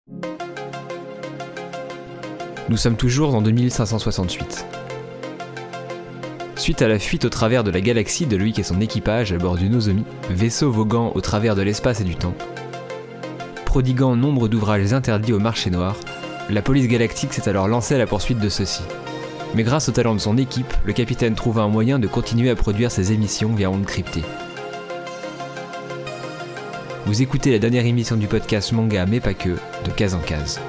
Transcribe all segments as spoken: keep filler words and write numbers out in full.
Nous sommes toujours en deux mille cinq cent soixante-huit. Suite à la fuite au travers de la galaxie de Loïc et son équipage à bord du Nozomi, vaisseau voguant au travers de l'espace et du temps, prodiguant nombre d'ouvrages interdits au marché noir, la police galactique s'est alors lancée à la poursuite de ceux-ci. Mais grâce au talent de son équipe, le capitaine trouva un moyen de continuer à produire ses émissions via ondes cryptées. Vous écoutez la dernière émission du podcast Manga mais pas que, de Case en Case.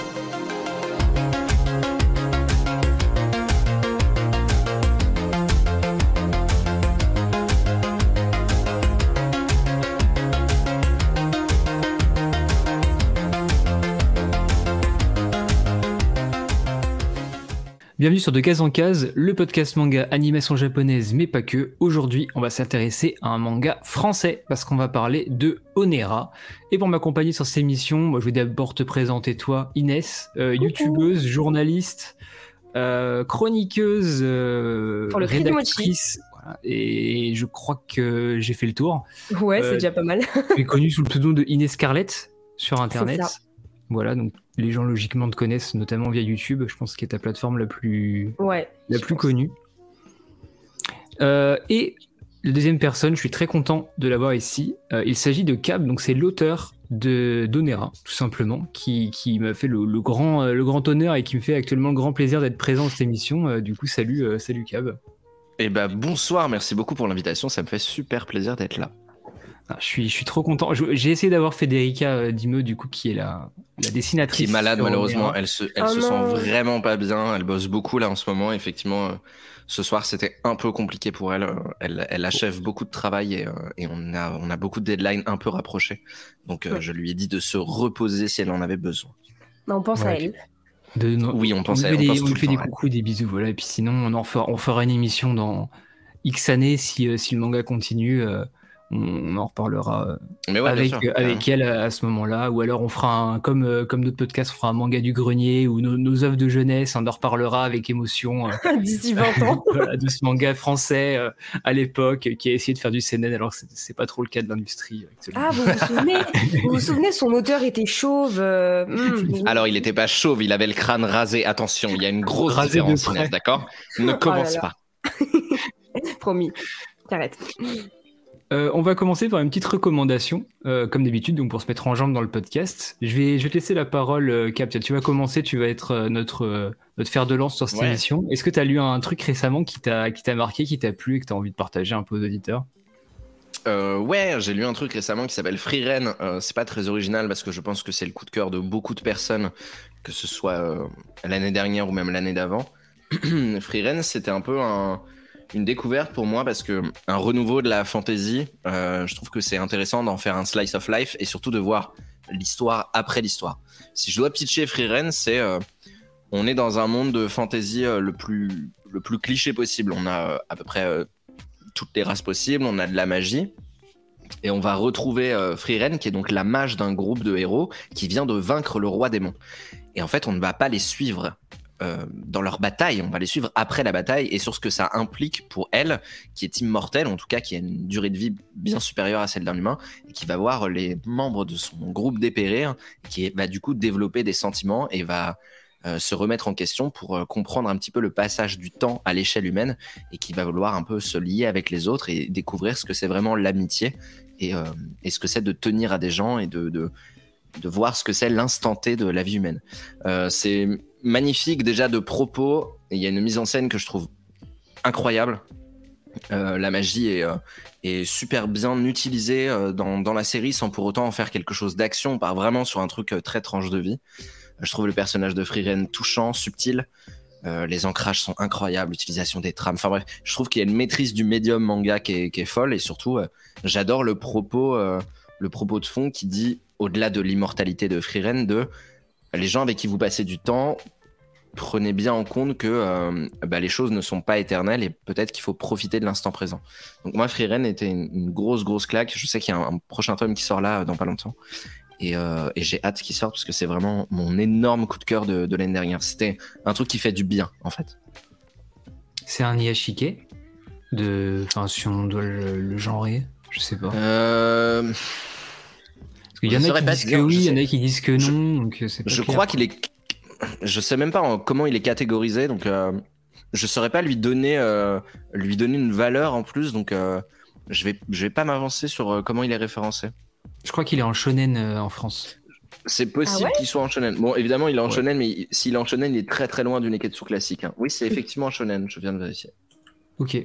Bienvenue sur De Case en Case, le podcast manga animation japonaise mais pas que. Aujourd'hui, on va s'intéresser à un manga français parce qu'on va parler de Onera. Et pour m'accompagner sur cette émission, moi je vais d'abord te présenter toi, Inès, euh, youtubeuse, journaliste, euh, chroniqueuse, euh, pour le prix rédactrice. Voilà, et je crois que j'ai fait le tour. Ouais, euh, c'est déjà pas mal. Tu es connue sous le pseudo de Inès Scarlett sur internet. C'est ça. Voilà, donc les gens logiquement te connaissent notamment via YouTube, je pense que c'est ta plateforme la plus, ouais, la plus connue. Euh, et la deuxième personne, je suis très content de l'avoir ici. Euh, il s'agit de Cab, donc c'est l'auteur de d'Onera, tout simplement, qui, qui m'a fait le, le, grand, le grand honneur et qui me fait actuellement le grand plaisir d'être présent dans cette émission. Euh, du coup, salut, euh, salut Cab. Eh ben bonsoir, merci beaucoup pour l'invitation, ça me fait super plaisir d'être là. Ah, je, suis, je suis trop content. Je, j'ai essayé d'avoir Federica Dimeux, du coup, qui est la, la dessinatrice. Qui est malade, malheureusement. Onera. Elle se, elle oh se non. sent vraiment pas bien. Elle bosse beaucoup là en ce moment. Effectivement, euh, ce soir, c'était un peu compliqué pour elle. Elle, elle achève beaucoup de travail et, euh, et on, a, on a beaucoup de deadlines un peu rapprochés. Donc, euh, ouais. je lui ai dit de se reposer si elle en avait besoin. On pense ouais, à elle. De, no, oui, on pense on à elle. Des, on, pense on tout lui fait le des temps, coucous, des bisous. Voilà. Et puis sinon, on, en fera, on fera une émission dans X années si, euh, si le manga continue. Euh, on en reparlera Mais ouais, avec, bien sûr, avec elle à, à ce moment-là, ou alors on fera un, comme, euh, comme d'autres podcasts, on fera un manga du grenier ou nos, nos œuvres de jeunesse, on en reparlera avec émotion euh, d'ici vingt ans voilà, de ce manga français euh, à l'époque qui a essayé de faire du seinen alors que c'est, c'est pas trop le cas de l'industrie actuellement. Ah, vous vous souvenez vous vous souvenez, son auteur était chauve. euh, mm, Alors, il était pas chauve, il avait le crâne rasé. Attention, il y a une grosse Rasé de différence, près. Inès, d'accord ? Ne commence oh là là. pas. Promis, t'arrêtes. Euh, on va commencer par une petite recommandation, euh, comme d'habitude, donc pour se mettre en jambe dans le podcast. Je vais, je vais te laisser la parole, euh, Cap. Tu vas commencer, tu vas être euh, notre, euh, notre fer de lance sur cette Ouais. émission. Est-ce que tu as lu un truc récemment qui t'a, qui t'a marqué, qui t'a plu et que tu as envie de partager un peu aux auditeurs ? Euh, ouais, j'ai lu un truc récemment qui s'appelle Frieren. Euh, c'est pas très original parce que je pense que c'est le coup de cœur de beaucoup de personnes, que ce soit euh, l'année dernière ou même l'année d'avant. Frieren, c'était un peu un, une découverte pour moi parce que un renouveau de la fantasy. Euh, je trouve que c'est intéressant d'en faire un slice of life et surtout de voir l'histoire après l'histoire. Si je dois pitcher Frieren, c'est euh, on est dans un monde de fantasy euh, le plus le plus cliché possible. On a euh, à peu près euh, toutes les races possibles, on a de la magie. Et on va retrouver euh, Frieren, qui est donc la mage d'un groupe de héros qui vient de vaincre le roi démon. Et en fait, on ne va pas les suivre euh, dans leur bataille, on va les suivre après la bataille et sur ce que ça implique pour elle, qui est immortelle, en tout cas qui a une durée de vie bien supérieure à celle d'un humain, et qui va voir les membres de son groupe dépérir, qui va du coup développer des sentiments et va euh, se remettre en question pour euh, comprendre un petit peu le passage du temps à l'échelle humaine, et qui va vouloir un peu se lier avec les autres et découvrir ce que c'est vraiment l'amitié et, euh, et ce que c'est de tenir à des gens et de, de, de voir ce que c'est l'instant T de la vie humaine. Euh, c'est magnifique déjà de propos, et il y a une mise en scène que je trouve incroyable. Euh, la magie est, euh, est super bien utilisée euh, dans, dans la série sans pour autant en faire quelque chose d'action. On part vraiment sur un truc euh, très tranche de vie. Je trouve le personnage de Frieren touchant, subtil. Euh, les ancrages sont incroyables, l'utilisation des trames. Enfin bref, je trouve qu'il y a une maîtrise du médium manga qui est, qui est folle, et surtout, euh, j'adore le propos, euh, le propos de fond qui dit, au-delà de l'immortalité de Frieren, de les gens avec qui vous passez du temps, prenez bien en compte que euh, bah, les choses ne sont pas éternelles et peut-être qu'il faut profiter de l'instant présent. Donc moi, Frieren était une, une grosse, grosse claque. Je sais qu'il y a un, un prochain tome qui sort là euh, dans pas longtemps. Et, euh, et j'ai hâte qu'il sorte parce que c'est vraiment mon énorme coup de cœur de, de l'année dernière. C'était un truc qui fait du bien, en fait. C'est un Iyashike de... Enfin, si on doit le, le genrer, je sais pas. Euh... Parce qu'il y en Je a saurais qui pas disent te que dire, oui, je il y en a sais- qui disent que je- non, donc euh, c'est pas Je clair. crois qu'il est. Je sais même pas en- comment il est catégorisé, donc euh, je saurais pas lui donner, euh, lui donner une valeur en plus, donc euh, je vais, je vais pas m'avancer sur euh, comment il est référencé. Je crois qu'il est en shonen euh, en France. C'est possible Ah ouais qu'il soit en shonen. Bon, évidemment, il est en Ouais. shonen, mais il- s'il est en shonen, il est très très loin du Neketsu classique. hein. Oui, c'est effectivement en shonen, je viens de vérifier. Ok.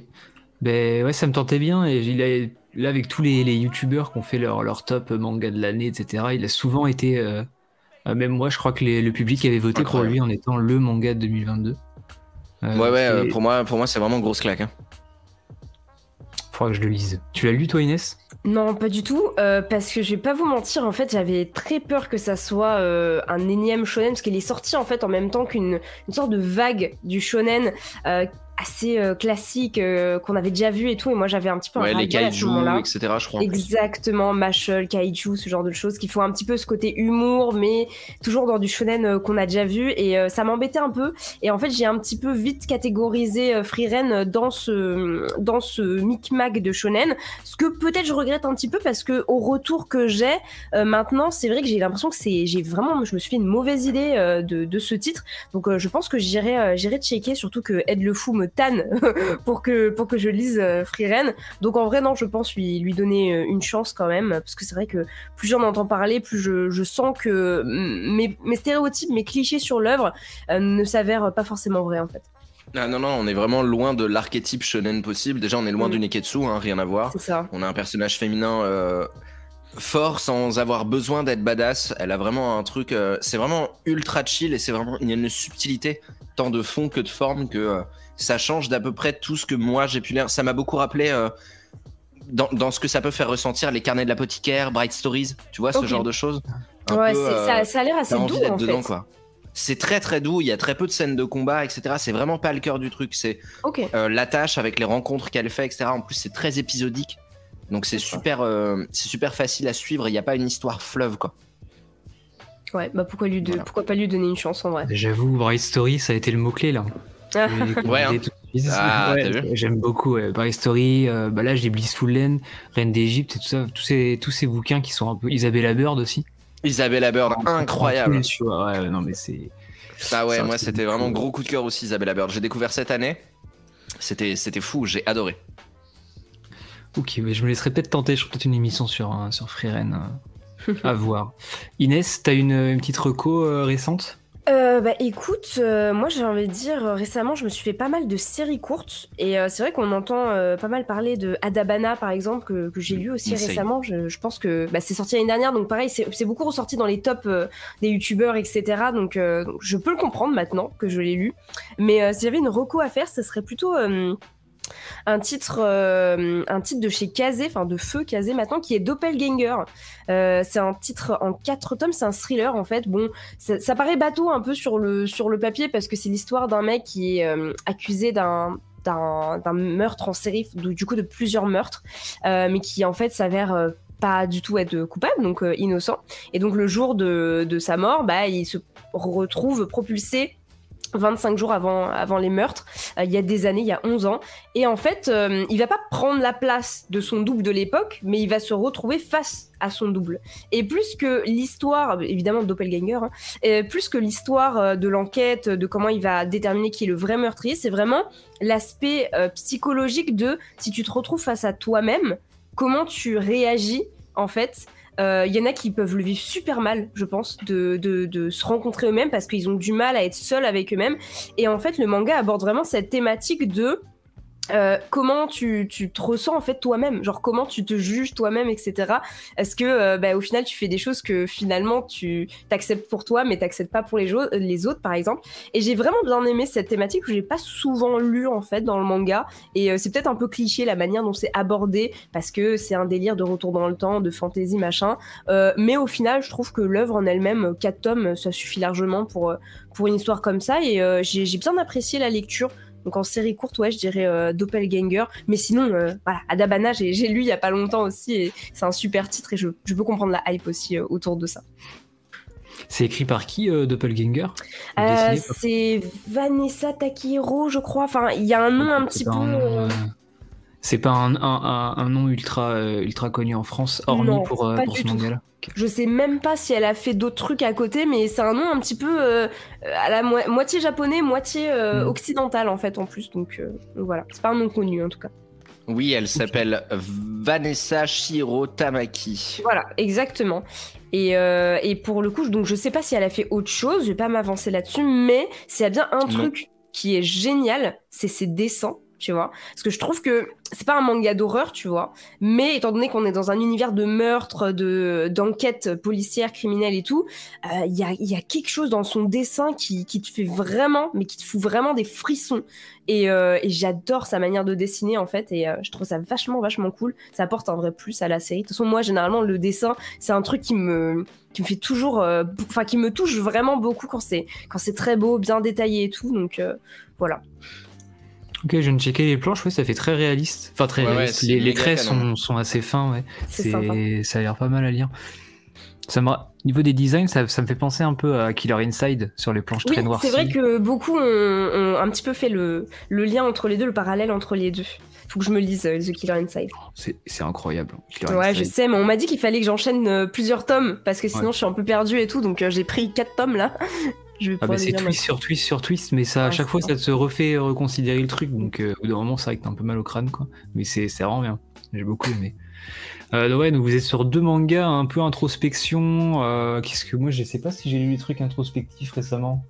Ben ouais, ça me tentait bien. Et il a, là, avec tous les, les youtubeurs qui ont fait leur, leur top manga de l'année, et cetera, il a souvent été. euh, euh, même moi, je crois que les- le public avait voté pour Incroyable. lui en étant le manga de deux mille vingt-deux. Euh, ouais, ouais, euh, c'est- pour moi, pour moi c'est vraiment grosse claque. hein. Faudra que je le lise. Tu l'as lu, toi, Inès? Non, pas du tout, euh, parce que je vais pas vous mentir, en fait, j'avais très peur que ça soit euh, un énième shonen, parce qu'il est sorti en fait en même temps qu'une une sorte de vague du shonen euh, assez euh, classique euh, qu'on avait déjà vu et tout, et moi j'avais un petit peu un Ouais, les ras-le-bol à ce kaiju, moment-là. et cetera, je crois. en plus. Exactement, Mashle, Kaiju, ce genre de choses qui font un petit peu ce côté humour, mais toujours dans du shonen euh, qu'on a déjà vu, et euh, ça m'embêtait un peu. Et en fait, j'ai un petit peu vite catégorisé euh, Frieren dans ce dans ce micmac de shonen, ce que peut-être je regrette un petit peu parce que au retour que j'ai euh, maintenant, c'est vrai que j'ai l'impression que c'est j'ai vraiment je me suis fait une mauvaise idée euh, de de ce titre. Donc euh, je pense que j'irai euh, j'irai checker, surtout que Ed le fou me tanne pour que pour que je lise euh, Frieren. Donc en vrai non, je pense lui lui donner euh, une chance quand même, parce que c'est vrai que plus j'en entends parler, plus je, je sens que mm, mes, mes stéréotypes, mes clichés sur l'œuvre euh, ne s'avèrent pas forcément vrais en fait. Ah non, non, on est vraiment loin de l'archétype shonen possible. Déjà, on est loin Mm. du Neketsu, hein, rien à voir. C'est ça. On a un personnage féminin euh, fort sans avoir besoin d'être badass. Elle a vraiment un truc. euh, c'est vraiment ultra chill et c'est vraiment. Il y a une subtilité, tant de fond que de forme, que euh, ça change d'à peu près tout ce que moi j'ai pu lire. Ça m'a beaucoup rappelé. euh, dans, dans ce que ça peut faire ressentir les carnets de l'apothicaire, Bright Stories, tu vois, Ok. ce genre de choses. Un Ouais, peu, c'est- euh, ça, ça a l'air assez T'as envie doux d'être en dedans, fait. quoi. C'est très très doux, il y a très peu de scènes de combat, et cetera. C'est vraiment pas le cœur du truc. C'est Ok. euh, la tâche avec les rencontres qu'elle fait, et cetera. En plus, c'est très épisodique. Donc c'est super, euh, c'est super facile à suivre. Il n'y a pas une histoire fleuve, quoi. Ouais, bah pourquoi lui de, Voilà. pourquoi pas lui donner une chance en vrai. J'avoue, Bright Story, ça a été le mot-clé là. Ah. Je l'ai commandé Ouais, hein. tout de suite. Ah, Ouais, t'as vu j'aime beaucoup. Ouais. Bright Story, euh, bah là j'ai Blissful Land, Reine d'Égypte et tout ça, tous ces, tous ces bouquins qui sont un peu. Isabella Bird aussi. Isabella Bird, incroyable. Tu vois, ouais, ouais, non mais c'est. Ah ouais, c'est un moi truc c'était de vraiment fou. gros coup de cœur aussi, Isabella Bird. J'ai découvert cette année. C'était, c'était fou, j'ai adoré. Ok, mais je me laisserai peut-être tenter, je ferai peut-être une émission sur, euh, sur Frieren euh, à voir. Inès, t'as une, une petite reco euh, récente? Euh, bah écoute, euh, moi j'ai envie de dire, euh, récemment je me suis fait pas mal de séries courtes et euh, c'est vrai qu'on entend euh, pas mal parler de Adabana par exemple que, que j'ai lu aussi Une série. récemment. Je, je pense que bah, c'est sorti l'année dernière, donc pareil c'est c'est beaucoup ressorti dans les tops euh, des youtubeurs et cetera. Donc, euh, donc je peux le comprendre maintenant que je l'ai lu. Mais euh, si j'avais une reco à faire, ce serait plutôt euh, un titre, euh, un titre de chez Kazé, enfin de Feu Kazé maintenant, qui est Doppelganger. Euh, c'est un titre en quatre tomes, c'est un thriller en fait. Bon, ça, ça paraît bateau un peu sur le, sur le papier parce que c'est l'histoire d'un mec qui est euh, accusé d'un d'un d'un meurtre en série, du du coup de plusieurs meurtres, euh, mais qui en fait s'avère euh, pas du tout être coupable, donc euh, innocent. Et donc le jour de, de sa mort, bah, il se retrouve propulsé vingt-cinq jours avant, avant les meurtres, euh, il y a des années, il y a onze ans. Et en fait, euh, il va pas prendre la place de son double de l'époque, mais il va se retrouver face à son double. Et plus que l'histoire, évidemment Doppelganger, hein, et plus que l'histoire euh, de l'enquête, de comment il va déterminer qui est le vrai meurtrier, c'est vraiment l'aspect euh, psychologique de si tu te retrouves face à toi-même, comment tu réagis en fait. Il euh, y en a qui peuvent le vivre super mal, je pense, de, de, de se rencontrer eux-mêmes parce qu'ils ont du mal à être seuls avec eux-mêmes. Et en fait, le manga aborde vraiment cette thématique de euh, comment tu, tu te ressens en fait toi-même, genre comment tu te juges toi-même, et cetera. Est-ce que euh, bah, au final tu fais des choses que finalement tu t'acceptes pour toi, mais t'acceptes pas pour les, jo- les autres, par exemple. Et j'ai vraiment bien aimé cette thématique que j'ai pas souvent lu en fait dans le manga. Et euh, c'est peut-être un peu cliché la manière dont c'est abordé parce que c'est un délire de retour dans le temps, de fantaisie machin. Euh, mais au final, je trouve que l'œuvre en elle-même, quatre tomes, ça suffit largement pour pour une histoire comme ça. Et euh, j'ai, j'ai bien apprécié la lecture. Donc en série courte, ouais, je dirais euh, Doppelganger. Mais sinon, euh, voilà, Adabana, j'ai, j'ai lu il y a pas longtemps aussi et c'est un super titre et je, je peux comprendre la hype aussi euh, autour de ça. C'est écrit par qui, euh, Doppelganger? Euh, Dessiné par- c'est Vanessa Takihiro, je crois. Enfin, il y a un nom un C'est petit pas peu. un nom, euh, euh, C'est pas un, un, un, un nom ultra, euh, ultra connu en France, hormis Non, pour, euh, pas pour du ce tout. manga-là. Okay. Je sais même pas si elle a fait d'autres trucs à côté, mais c'est un nom un petit peu euh, à la mo- moitié japonais, moitié euh, Mm. occidental en fait en plus. Donc, euh, donc voilà, c'est pas un nom connu en tout cas. Oui, elle s'appelle Vanessa Shiro Tamaki. Voilà, exactement. Et, euh, et pour le coup, donc je sais pas si elle a fait autre chose, je vais pas m'avancer là-dessus, mais s'il y a bien un Non. truc qui est génial, c'est ses dessins, tu vois. Parce que je trouve que c'est pas un manga d'horreur, tu vois, mais étant donné qu'on est dans un univers de meurtre, de, d'enquête policière, criminelle et tout, il euh, y, a, y a quelque chose dans son dessin qui, qui te fait vraiment, mais qui te fout vraiment des frissons. Et, euh, et j'adore sa manière de dessiner en fait, et euh, je trouve ça vachement, vachement cool. Ça apporte un vrai plus à la série. De toute façon, moi, généralement, le dessin, c'est un truc qui me, qui me fait toujours, enfin, euh, qui me touche vraiment beaucoup quand c'est, quand c'est très beau, bien détaillé et tout. Donc euh, voilà. Ok, je viens de checker les planches, ouais, ça fait très réaliste. Enfin, très ouais, réaliste. Ouais, les, les traits sont, sont assez fins, ouais. C'est, c'est sympa. Ça a l'air pas mal à lire. Ça me... Niveau des designs, ça, ça me fait penser un peu à Killer Inside sur les planches oui, très noircies. C'est vrai que beaucoup ont, ont un petit peu fait le, le lien entre les deux, le parallèle entre les deux. Faut que je me lise uh, The Killer Inside. C'est, c'est incroyable. Killer ouais, Inside. Je sais, mais on m'a dit qu'il fallait que j'enchaîne euh, plusieurs tomes parce que sinon ouais. je suis un peu perdue et tout, donc euh, j'ai pris quatre tomes là. Je vais ah bah c'est twist sur twist sur twist, mais ça, à chaque fois, ça te refait reconsidérer le truc, donc euh, au bout d'un moment, c'est vrai que t'as un peu mal au crâne, quoi. Mais c'est, c'est vraiment bien. J'ai beaucoup aimé. Euh, ouais, donc vous êtes sur deux mangas un peu introspection. Euh, qu'est-ce que moi, je sais pas si j'ai lu des trucs introspectifs récemment.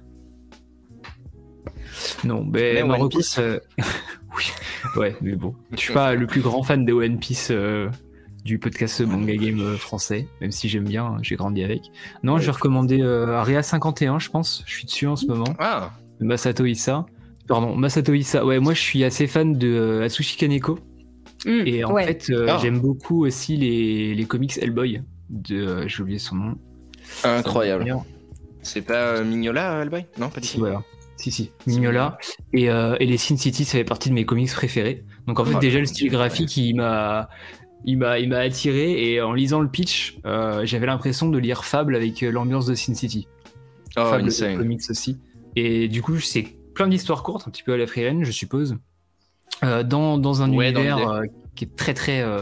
Non, ben mais One Piece. Euh... oui, ouais, mais bon, je suis pas le plus grand fan de One Piece. Euh... du podcast Manga Game euh, français, même si j'aime bien, hein, j'ai grandi avec. Non, ouais, je vais recommander euh, Area cinquante et un, je pense. Je suis dessus en ce moment. Ah. Masato Issa. Pardon, Masato Issa. Ouais, moi je suis assez fan de euh, Atsushi Kaneko. Mmh, et en ouais. fait, euh, ah. j'aime beaucoup aussi les, les comics Hellboy. De, euh, j'ai oublié son nom. Incroyable. C'est pas euh, Mignola, Hellboy ? Non, pas du tout. Voilà. Si, si, Mignola. Et, euh, et les Sin City, ça fait partie de mes comics préférés. Donc en fait, oh, déjà, le style graphique, ouais. il m'a. Il m'a, il m'a attiré et en lisant le pitch, euh, j'avais l'impression de lire Fable avec l'ambiance de Sin City. Oh, Fable insane. Comics aussi. Et du coup, c'est plein d'histoires courtes, un petit peu à la Freeland, je suppose, euh, dans, dans un ouais, univers dans euh, qui est très très, euh,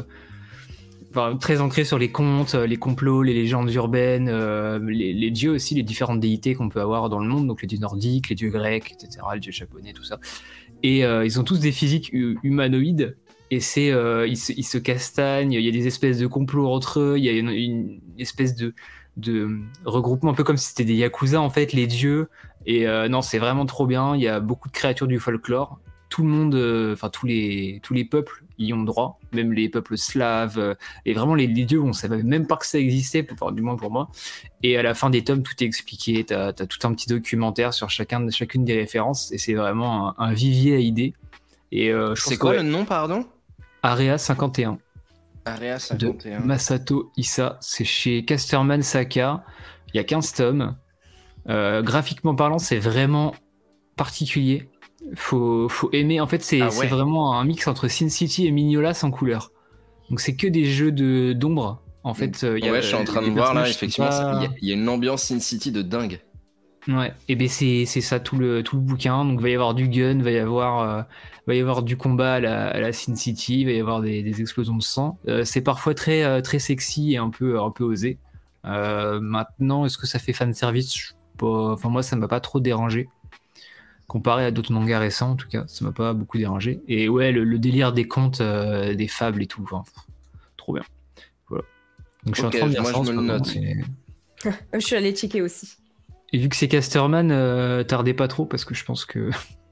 enfin, très ancré sur les contes, les complots, les légendes urbaines, euh, les, les dieux aussi, les différentes déités qu'on peut avoir dans le monde, donc les dieux nordiques, les dieux grecs, et cetera, les dieux japonais, tout ça. Et euh, ils ont tous des physiques humanoïdes. Et c'est, euh, ils, se, ils se castagnent, il y a des espèces de complots entre eux, il y a une, une espèce de, de regroupement, un peu comme si c'était des yakuza en fait, les dieux. Et euh, non, c'est vraiment trop bien, il y a beaucoup de créatures du folklore. Tout le monde, enfin euh, tous les, tous les peuples y ont droit, même les peuples slaves. Euh, et vraiment, les, les dieux, on ne savait même pas que ça existait, enfin, du moins pour moi. Et à la fin des tomes, tout est expliqué, tu as tout un petit documentaire sur chacun, chacune des références, et c'est vraiment un, un vivier à idées. Et, euh, je c'est quoi que, le nom, pardon ? Area cinquante et un. Area cinquante et un. De Masato Issa. C'est chez Casterman Saka. Il y a quinze tomes. Euh, graphiquement parlant, c'est vraiment particulier. Faut, faut aimer. En fait, c'est, ah ouais. c'est vraiment un mix entre Sin City et Mignola sans couleur. Donc, c'est que des jeux de, d'ombre. En fait, euh, y a, ouais, je suis en train de voir là, effectivement, il pas... y, y a une ambiance Sin City de dingue. Ouais, et ben c'est, c'est ça tout le, tout le bouquin. Donc, il va y avoir du gun, il va y avoir. Euh, Il va y avoir du combat à la, à la Sin City, il va y avoir des, des explosions de sang. Euh, c'est parfois très, euh, très sexy et un peu, un peu osé. Euh, maintenant, est-ce que ça fait fanservice ? Pas... Enfin, moi, ça ne m'a pas trop dérangé. Comparé à d'autres mangas récents, en tout cas, ça ne m'a pas beaucoup dérangé. Et ouais, le, le délire des contes, euh, des fables et tout, enfin, trop bien. Voilà. Donc, je suis okay, en train de dire moi, ça. Je me le note. Et... je suis allé checker aussi. Et vu que c'est Casterman, euh, tardez pas trop parce que je pense que.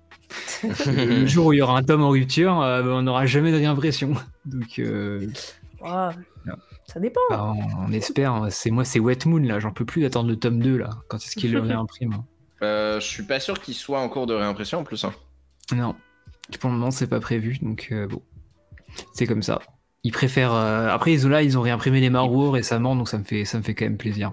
Le jour où il y aura un tome en rupture, euh, on n'aura jamais de réimpression. Donc, euh... wow. Ça dépend. Bah, on, on espère. C'est moi, c'est Wet Moon là. J'en peux plus d'attendre le tome deux là. Quand est-ce qu'il le réimprime ? euh, Je suis pas sûr qu'il soit en cours de réimpression en plus. Hein. Non. Pour le moment, c'est pas prévu. Donc euh, bon, c'est comme ça. Ils préfèrent. Euh... Après, ils ont là, ils ont réimprimé les Marwo récemment, donc ça me fait, ça me fait quand même plaisir.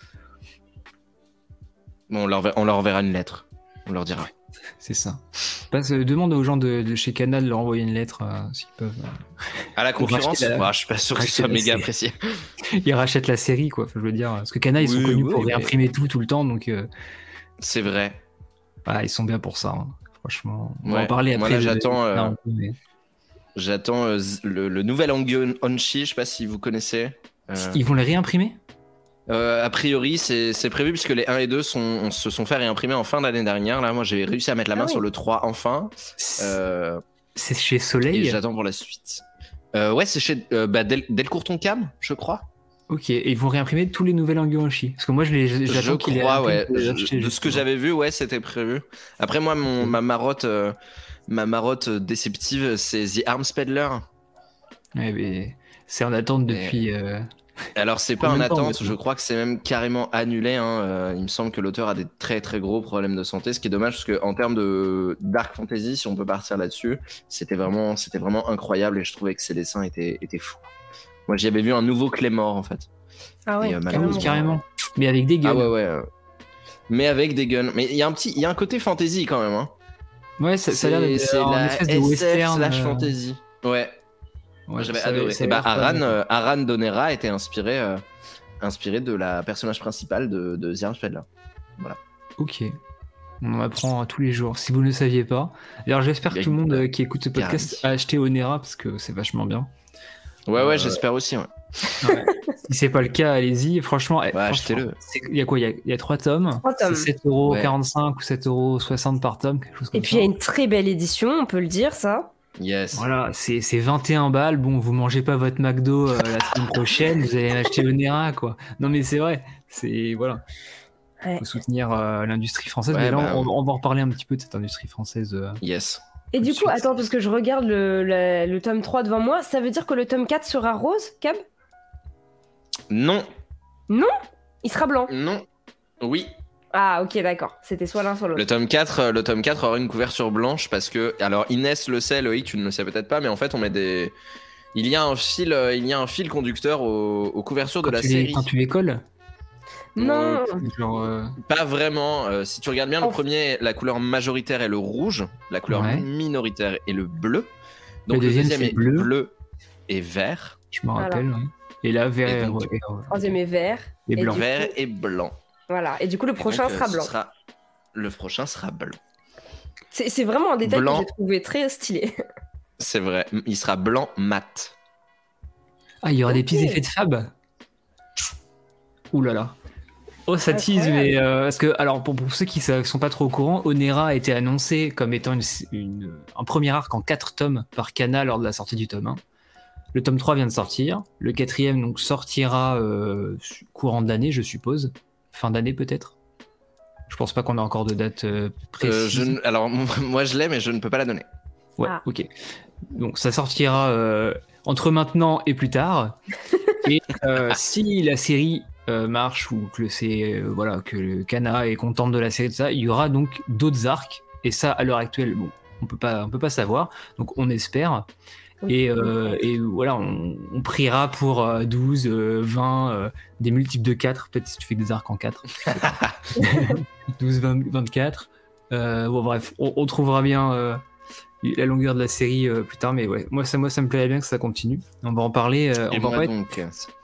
Bon, on leur, on leur enverra une lettre. On leur dira. C'est ça. Passe, euh, demande aux gens de, de chez Canal de leur envoyer une lettre euh, s'ils peuvent. Euh, à la concurrence la... ouais, je suis pas sûr que ce soit méga apprécié. Ils rachètent la série, quoi. Enfin, je veux dire, parce que Canal, ils oui, sont connus oui, pour réimprimer mais... tout, tout le temps, donc. Euh... C'est vrai. Ah, ils sont bien pour ça, hein. Franchement. On ouais. va en parler après. Moi, là, j'attends. Euh... Non, mais... J'attends euh, le, le nouvel Ange Onshi, je sais pas si vous connaissez. Euh, Ils vont les réimprimer? euh, a priori, c'est c'est prévu puisque les un et deux sont, se sont fait réimprimer en fin d'année dernière. Là, moi, j'ai réussi à mettre la main Ah oui. sur le trois enfin. Euh, C'est chez et Soleil? j'attends pour la suite. Euh, ouais, c'est chez euh, bah, Del Delcourt Cam, je crois. Ok, et ils vont réimprimer tous les nouvelles Anguanchi. Parce que moi, je les, Je j'attends qu'ils les crois, réimpriment ouais. pour les Je- acheter, de ce que justement. j'avais vu, ouais, c'était prévu. Après, moi, mon, ma marotte, euh, ma marotte déceptive, c'est The Arms Peddler. Ouais, mais c'est en attente Mais- depuis. euh, Alors, c'est pas en Combien de temps, attente, maintenant je crois que c'est même carrément annulé. Hein. Euh, il me semble que l'auteur a des très très gros problèmes de santé, ce qui est dommage parce qu'en termes de dark fantasy, si on peut partir là-dessus, c'était vraiment, c'était vraiment incroyable et je trouvais que ses dessins étaient, étaient fous. Moi, j'y avais vu un nouveau Claymore en fait. Ah ouais, Et, euh, Ah malheureusement, oui, carrément. Mais avec des guns. Ah ouais, ouais. euh, Mais avec des guns. Mais il y a un petit, il y a un côté fantasy quand même. Hein. Ouais, ça, ça a l'air C'est d'être c'est un la espèce de S F western. slash euh, fantasy. Ouais. ouais, Moi, j'avais ça- adoré. ça a Et bah, l'air pas Aran, mal. euh, Aran Donera était inspiré, euh, inspiré de la personnage principale de, de The Arms Peddler. Ok. On en apprend tous les jours, si vous ne le saviez pas. D'ailleurs, j'espère que tout le monde euh, qui écoute ce podcast a acheté Onera parce que c'est vachement bien. Ouais, ouais, Euh, j'espère aussi. Ouais. Ouais. Si c'est pas le cas, allez-y. Franchement, eh, Ouais, franchement, achetez-le. c'est- il y a quoi? Il y a, il y a trois tomes. Trois tomes. C'est sept euros quarante-cinq ou sept euros soixante par tome, quelque chose comme Et puis ça. il y a une très belle édition, on peut le dire, ça. Yes. Voilà, c'est c'est vingt et un balles. Bon, vous mangez pas votre McDo euh, la semaine prochaine, vous allez acheter Onera, quoi. Non, mais c'est vrai. C'est voilà. Ouais. Faut soutenir euh, l'industrie française. Ouais, mais là, bah, on, on va en reparler un petit peu de cette industrie française. euh. Yes. Et Tout du de coup, suite. attends, parce que je regarde le, le, le tome trois devant moi, ça veut dire que le tome quatre sera rose, Cab? Non, Il sera blanc. non, oui. Ah, ok, d'accord. C'était soit l'un, soit l'autre. Le tome quatre, euh, le tome quatre aura une couverture blanche parce que, alors Inès le sait, Loïc, tu ne le sais peut-être pas, mais en fait, on met des, il y a un fil, euh, il y a un fil conducteur aux, aux couvertures de Quand la tu les- série. Quand tu les colles, Non, genre. euh, Pas vraiment. euh, si tu regardes bien, le Oh. premier, la couleur majoritaire est le rouge, la couleur Ouais. minoritaire est le bleu. Donc Le le deuxième, deuxième c'est est bleu. bleu. et vert. Je me Voilà. rappelle. Ouais. Et là, vert Et et, donc, ouais, et- troisième est vert. et Et blanc. du Vert coup- et blanc. Voilà. Et du coup, le Et prochain donc, euh, sera ce blanc. sera- Le prochain sera blanc. C'est c'est vraiment un détail Blanc. que j'ai trouvé très stylé. C'est vrai. Il sera blanc mat. Ah, il y aura des Ok. petits effets de fab. Ouh là là. Oh, ça tease, Incroyable. mais euh, parce que, alors, pour, pour ceux qui ne sont pas trop au courant, Onera a été annoncé comme étant une, une- un premier arc en quatre tomes par Kana lors de la sortie du tome un. Le tome trois vient de sortir. Le quatrième donc sortira euh, courant de l'année, je suppose. Fin d'année peut-être. Je pense pas qu'on a encore de date euh, précise. Euh, je ne- Alors, moi je l'ai, mais je ne peux pas la donner. Ouais, Ah. ok. Donc ça sortira euh, entre maintenant et plus tard. Et euh, si la série euh, marche ou que c'est euh, voilà que le Kana est contente de la série de ça, il y aura donc d'autres arcs. Et ça, à l'heure actuelle, bon, on peut pas, on peut pas savoir. Donc on espère. Et, euh, et voilà, on, on priera pour euh, douze, euh, vingt, euh, des multiples de quatre, peut-être si tu fais des arcs en quatre. douze, vingt, vingt-quatre. Euh, bon, bref, on, on trouvera bien euh, la longueur de la série euh, plus tard, mais ouais, moi ça, moi ça me plairait bien que ça continue. On va en parler. euh, Et on, va moi, pas être- donc,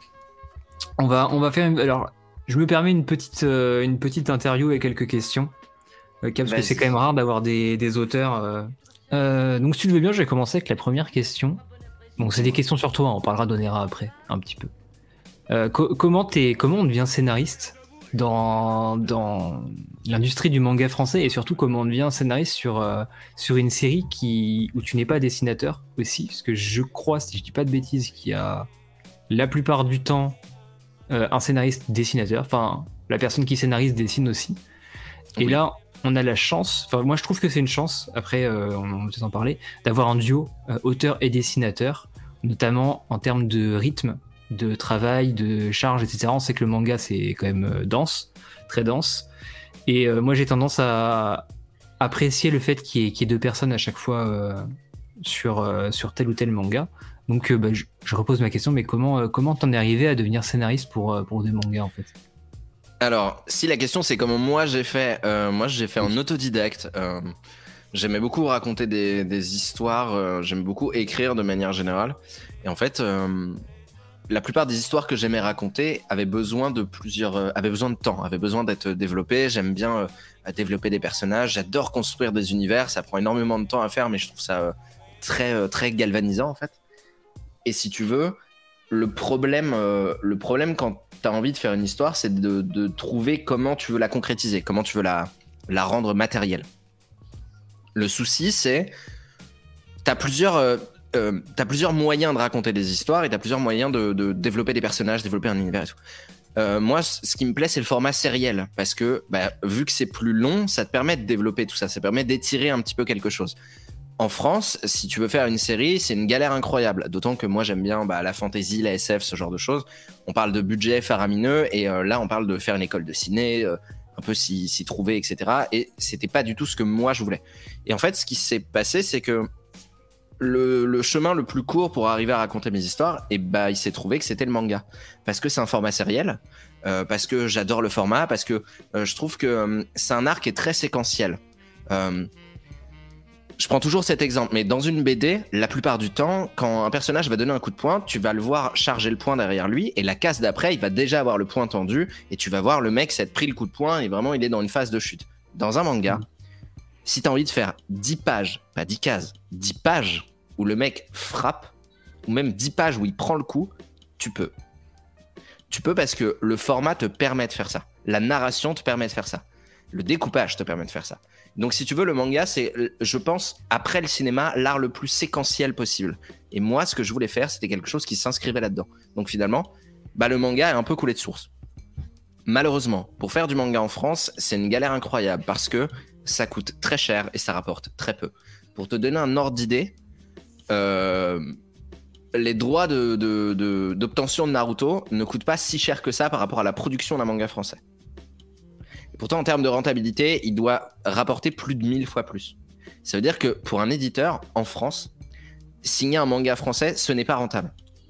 on va, on va faire. Une, alors, je me permets une petite, euh, une petite interview et quelques questions, euh, Cap, parce que Vas-y. c'est quand même rare d'avoir des, des auteurs. euh. Euh, donc, si tu le veux bien, je vais commencer avec la première question. Bon, c'est des questions sur toi, on parlera d'Onera après, un petit peu. Euh, co- comment, t'es, comment on devient scénariste dans, dans l'industrie du manga français et surtout comment on devient scénariste sur, euh, sur une série qui, où tu n'es pas dessinateur aussi, parce que je crois, si je dis pas de bêtises, qu'il y a la plupart du temps euh, un scénariste dessinateur, enfin la personne qui scénarise dessine aussi. Et Oui. là, on a la chance, enfin moi je trouve que c'est une chance, après euh, on va peut-être en parler, d'avoir un duo euh, auteur et dessinateur, notamment en termes de rythme, de travail, de charge, et cetera. On sait que le manga c'est quand même euh, dense, très dense. Et euh, moi j'ai tendance à apprécier le fait qu'il y ait, qu'il y ait deux personnes à chaque fois euh, sur, euh, sur tel ou tel manga. Donc euh, bah, je, je repose ma question, mais comment euh, comment t'en es arrivé à devenir scénariste pour, euh, pour des mangas en fait? Alors, si la question c'est comment moi j'ai fait, euh, moi j'ai fait en autodidacte. euh, J'aimais beaucoup raconter des, des histoires, euh, j'aime beaucoup écrire de manière générale. Et en fait, euh, la plupart des histoires que j'aimais raconter avaient besoin de plusieurs, euh, avaient besoin de temps, avaient besoin d'être développées. J'aime bien euh, développer des personnages, j'adore construire des univers. Ça prend énormément de temps à faire, mais je trouve ça euh, très, très galvanisant en fait. Et si tu veux, le problème, euh, le problème quand tu as envie de faire une histoire, c'est de, de trouver comment tu veux la concrétiser, comment tu veux la, la rendre matérielle. Le souci, c'est tu as plusieurs, euh, euh, t'as plusieurs moyens de raconter des histoires et tu as plusieurs moyens de, de développer des personnages, développer un univers et tout. Euh, moi, ce qui me plaît, c'est le format sériel, parce que bah, vu que c'est plus long, ça te permet de développer tout ça, ça permet d'étirer un petit peu quelque chose. En France, si tu veux faire une série, c'est une galère incroyable. D'autant que moi, j'aime bien bah, la fantasy, la S F, ce genre de choses. On parle de budget faramineux et euh, là, on parle de faire une école de ciné, euh, un peu s'y, s'y trouver, et cetera. Et c'était pas du tout ce que moi, je voulais. Et en fait, ce qui s'est passé, c'est que le, le chemin le plus court pour arriver à raconter mes histoires, et bah, il s'est trouvé que c'était le manga. Parce que c'est un format sériel, euh, parce que j'adore le format, parce que euh, je trouve que euh, c'est un art qui est très séquentiel. Euh, Je prends toujours cet exemple, mais dans une B D, la plupart du temps, quand un personnage va donner un coup de poing, tu vas le voir charger le poing derrière lui, et la case d'après, il va déjà avoir le poing tendu, et tu vas voir le mec s'être pris le coup de poing, et vraiment, il est dans une phase de chute. Dans un manga, mmh. si t'as envie de faire dix pages, pas dix cases, dix pages où le mec frappe, ou même dix pages où il prend le coup, tu peux. Tu peux parce que le format te permet de faire ça. La narration te permet de faire ça. Le découpage te permet de faire ça. Donc si tu veux, le manga, c'est, je pense, après le cinéma, l'art le plus séquentiel possible. Et moi, ce que je voulais faire, c'était quelque chose qui s'inscrivait là-dedans. Donc finalement, bah, le manga est un peu coulé de source. Malheureusement, pour faire du manga en France, c'est une galère incroyable parce que ça coûte très cher et ça rapporte très peu. Pour te donner un ordre d'idée, euh, les droits de, de, de, d'obtention de Naruto ne coûtent pas si cher que ça par rapport à la production d'un manga français. Et pourtant, en termes de rentabilité, il doit rapporter plus de mille fois plus. Ça veut dire que pour un éditeur, en France, signer un manga français, ce n'est pas rentable.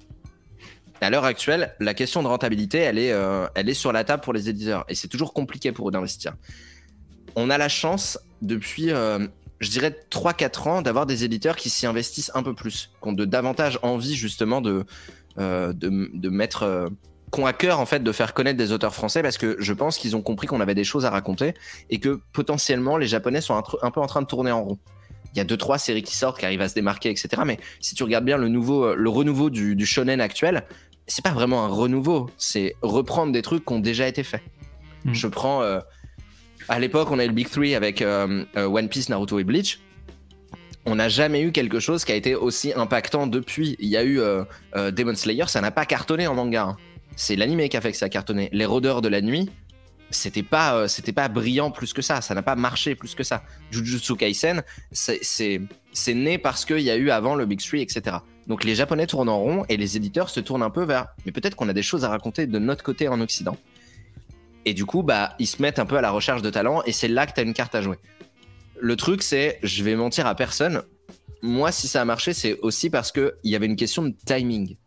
À l'heure actuelle, la question de rentabilité, elle est, euh, elle est sur la table pour les éditeurs. Et c'est toujours compliqué pour eux d'investir. On a la chance, depuis, euh, je dirais, trois quatre ans, d'avoir des éditeurs qui s'y investissent un peu plus, qui ont de davantage envie, justement, de, euh, de, de mettre... Euh, qui ont à cœur en fait de faire connaître des auteurs français parce que je pense qu'ils ont compris qu'on avait des choses à raconter et que potentiellement les Japonais sont un, tr- un peu en train de tourner en rond. Il y a deux trois séries qui sortent qui arrivent à se démarquer, et cetera. Mais si tu regardes bien le nouveau, le renouveau du, du shonen actuel, c'est pas vraiment un renouveau, c'est reprendre des trucs qui ont déjà été faits. Mmh. Je prends euh, à l'époque on a eu le Big Three avec euh, euh, One Piece, Naruto et Bleach. On n'a jamais eu quelque chose qui a été aussi impactant depuis. Il y a eu euh, euh, Demon Slayer, ça n'a pas cartonné en manga. Hein. C'est l'anime qui a fait que ça a cartonné. Les Rôdeurs de la Nuit, c'était pas, euh, c'était pas brillant plus que ça. Ça n'a pas marché plus que ça. Jujutsu Kaisen, c'est, c'est, c'est né parce qu'il y a eu avant le Big Three, et cetera. Donc les Japonais tournent en rond et les éditeurs se tournent un peu vers... Mais peut-être qu'on a des choses à raconter de notre côté en Occident. Et du coup, bah, ils se mettent un peu à la recherche de talent et c'est là que tu as une carte à jouer. Le truc, c'est, je vais mentir à personne, moi, si ça a marché, c'est aussi parce qu'il y avait une question de timing.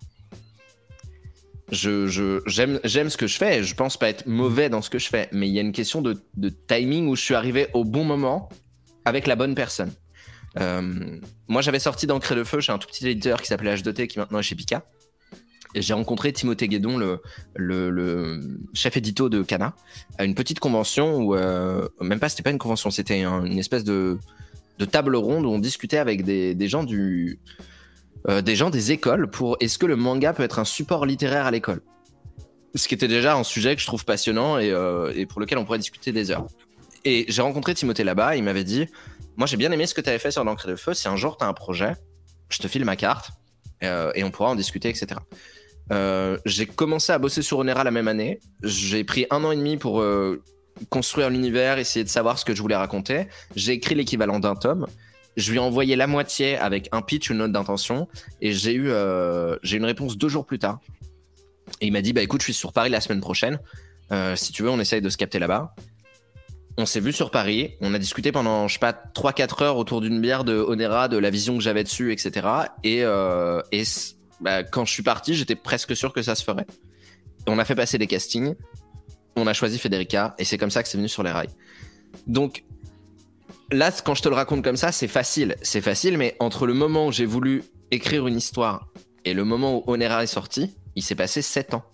Je, je, j'aime, j'aime ce que je fais et je pense pas être mauvais dans ce que je fais, mais il y a une question de, de timing où je suis arrivé au bon moment avec la bonne personne. Euh, moi, j'avais sorti d'Encre et de Feu chez un tout petit éditeur qui s'appelait H deux T qui maintenant est chez Pika. Et j'ai rencontré Timothée Guédon, le, le, le chef édito de Kana, à une petite convention où, euh, même pas, c'était pas une convention, c'était un, une espèce de, de table ronde où on discutait avec des, des gens du... Euh, des gens des écoles pour est-ce que le manga peut être un support littéraire à l'école, ce qui était déjà un sujet que je trouve passionnant et, euh, et pour lequel on pourrait discuter des heures. Et j'ai rencontré Timothée là-bas, il m'avait dit moi j'ai bien aimé ce que tu avais fait sur l'Encre et de Feu, si un jour tu as un projet je te file ma carte euh, et on pourra en discuter, etc. Euh, j'ai commencé à bosser sur Onera la même année, j'ai pris un an et demi pour euh, construire l'univers, essayer de savoir ce que je voulais raconter, j'ai écrit l'équivalent d'un tome. Je lui ai envoyé la moitié avec un pitch, une note d'intention, et j'ai eu, euh, j'ai eu une réponse deux jours plus tard. Et il m'a dit, bah écoute, je suis sur Paris la semaine prochaine. Euh, si tu veux, on essaye de se capter là-bas. On s'est vu sur Paris. On a discuté pendant, je sais pas, trois quatre heures autour d'une bière de Onera, de la vision que j'avais dessus, et cetera. Et, euh, et bah, quand je suis parti, j'étais presque sûr que ça se ferait. On a fait passer des castings. On a choisi Federica, et c'est comme ça que c'est venu sur les rails. Donc, là, quand je te le raconte comme ça, c'est facile. C'est facile, mais entre le moment où j'ai voulu écrire une histoire et le moment où Onera est sorti, il s'est passé sept ans.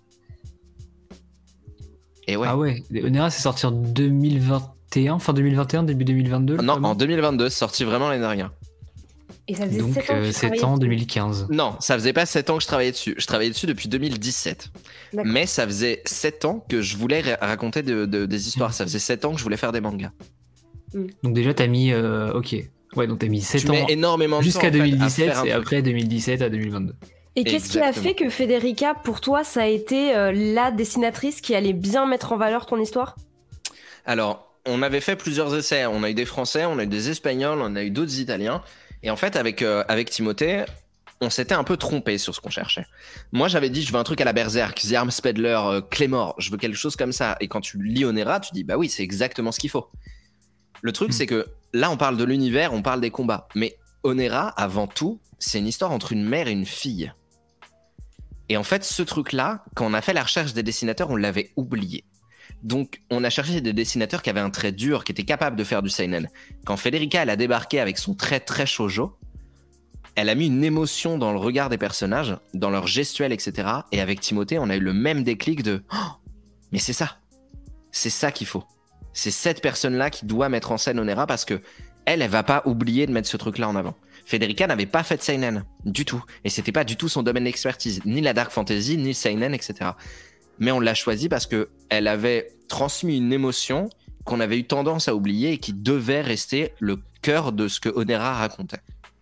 Et ouais. Ah ouais, Onera c'est sorti en deux mille vingt et un, fin deux mille vingt et un, début deux mille vingt-deux. Non, en deux mille vingt-deux, c'est sorti vraiment l'année dernière. Et ça faisait Donc sept ans que euh, tu sept travaillais ans, dessus. deux mille quinze. Non, ça faisait pas sept ans que je travaillais dessus. Je travaillais dessus depuis deux mille dix-sept. D'accord. Mais ça faisait sept ans que je voulais ra- raconter de- de- des histoires. Ça faisait sept ans que je voulais faire des mangas. Donc déjà, t'as mis... euh, ok. Ouais, donc t'as mis sept Tu mets ans énormément de temps jusqu'à en fait, deux mille à dix-sept faire un et truc. après deux mille dix-sept à deux mille vingt-deux. Et qu'est-ce qui a Exactement. fait que Federica, pour toi, ça a été euh, la dessinatrice qui allait bien mettre en valeur ton histoire? Alors, on avait fait plusieurs essais. On a eu des Français, on a eu des Espagnols, on a eu d'autres Italiens. Et en fait, avec, euh, avec Timothée, on s'était un peu trompé sur ce qu'on cherchait. Moi, j'avais dit, je veux un truc à la Berserk, The Armspedler, euh, Claymore, je veux quelque chose comme ça. Et quand tu lis Onera, tu dis, bah oui, c'est exactement ce qu'il faut. Le truc, Mm. c'est que là, on parle de l'univers, on parle des combats. Mais Onera, avant tout, c'est une histoire entre une mère et une fille. Et en fait, ce truc-là, quand on a fait la recherche des dessinateurs, on l'avait oublié. Donc, on a cherché des dessinateurs qui avaient un trait dur, qui étaient capables de faire du seinen. Quand Federica, elle a débarqué avec son trait très shoujo, elle a mis une émotion dans le regard des personnages, dans leur gestuelle, et cetera. Et avec Timothée, on a eu le même déclic de oh, « Mais c'est ça, c'est ça qu'il faut. C'est cette personne-là qui doit mettre en scène Onera parce que elle, elle va pas oublier de mettre ce truc-là en avant. » Federica n'avait pas fait de seinen, du tout. Et c'était pas du tout son domaine d'expertise, ni la dark fantasy, ni le seinen, et cetera. Mais on l'a choisi parce que elle avait transmis une émotion qu'on avait eu tendance à oublier et qui devait rester le cœur de ce que Onera racontait.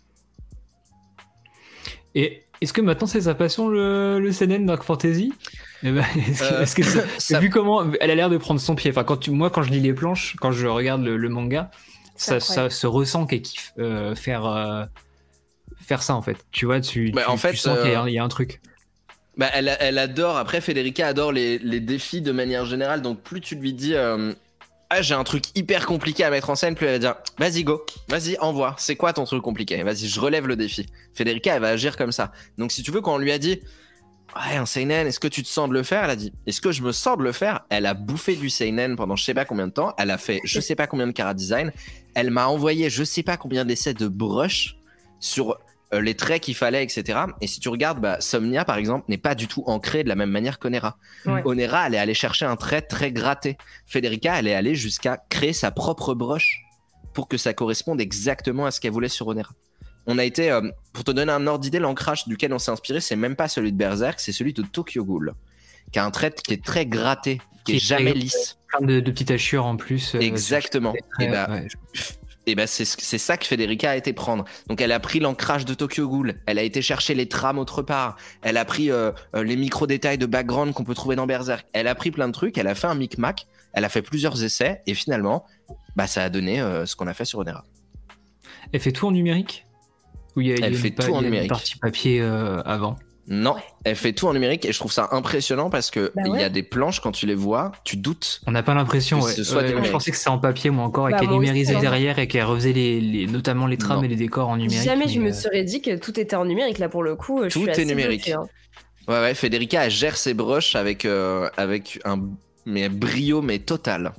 Et est-ce que maintenant c'est sa passion le, le seinen Dark Fantasy? Eh ben, est-ce que, Euh, est-ce que ça- ça- vu comment elle a l'air de prendre son pied. Enfin, quand tu, moi, quand je lis les planches, quand je regarde le, le manga, C'est ça, ça incroyable. se ressent qu'elle kiffe euh, faire euh, faire ça en fait. Tu vois, tu, Bah, tu, en fait, tu sens qu'il y a- euh, il y a un truc. Bah, elle, elle adore, après Federica adore les, les défis de manière générale, donc plus tu lui dis euh, ah j'ai un truc hyper compliqué à mettre en scène, plus elle va dire vas-y go, vas-y envoie, c'est quoi ton truc compliqué, vas-y je relève le défi. Federica elle va agir comme ça. Donc si tu veux, quand on lui a dit ouais un seinen, est-ce que tu te sens de le faire, elle a dit est-ce que je me sens de le faire, elle a bouffé du seinen pendant je sais pas combien de temps, elle a fait je sais pas combien de chara design, elle m'a envoyé je sais pas combien d'essais de brush sur euh, les traits qu'il fallait, et cetera. Et si tu regardes, bah, Somnia, par exemple, n'est pas du tout ancrée de la même manière qu'Onera. Ouais. Onera, elle est allée chercher un trait très gratté. Federica, elle est allée jusqu'à créer sa propre brush pour que ça corresponde exactement à ce qu'elle voulait sur Onera. On a été, euh, pour te donner un ordre d'idée, l'ancrage duquel on s'est inspiré, c'est même pas celui de Berserk, c'est celui de Tokyo Ghoul, qui a un trait qui est très gratté, qui Qui est est jamais très- lisse. Plein de, de petites hachures en plus. euh, Exactement. sur- Et bah, ouais, je- Et ben c'est c'est ça que Federica a été prendre. Donc elle a pris l'ancrage de Tokyo Ghoul, elle a été chercher les trames autre part, elle a pris euh, euh, les micro détails de background qu'on peut trouver dans Berserk. Elle a pris plein de trucs, elle a fait un micmac, elle a fait plusieurs essais et finalement, bah ça a donné euh, ce qu'on a fait sur Onera. Elle fait tout en numérique? Ou il y a, il y a Elle une fait pa- tout en il y a une numérique. partie papier euh, avant? Non, elle fait tout en numérique et je trouve ça impressionnant parce que Bah il ouais. y a des planches quand tu les vois, tu doutes. On n'a pas l'impression, Que ouais. ce soit Ouais, des je numériques. pensais que c'était en papier, moi encore, et Bah, qu'elle moi aussi, numérisait hein. derrière et qu'elle refaisait les, les- notamment les trames Non. et les décors en numérique. Jamais je mais, me euh, serais dit que tout était en numérique. Là, pour le coup, je Tout suis est assez numérique. bluffée, hein. Ouais ouais, Federica elle gère ses brushes avec euh, avec un mais brio mais total.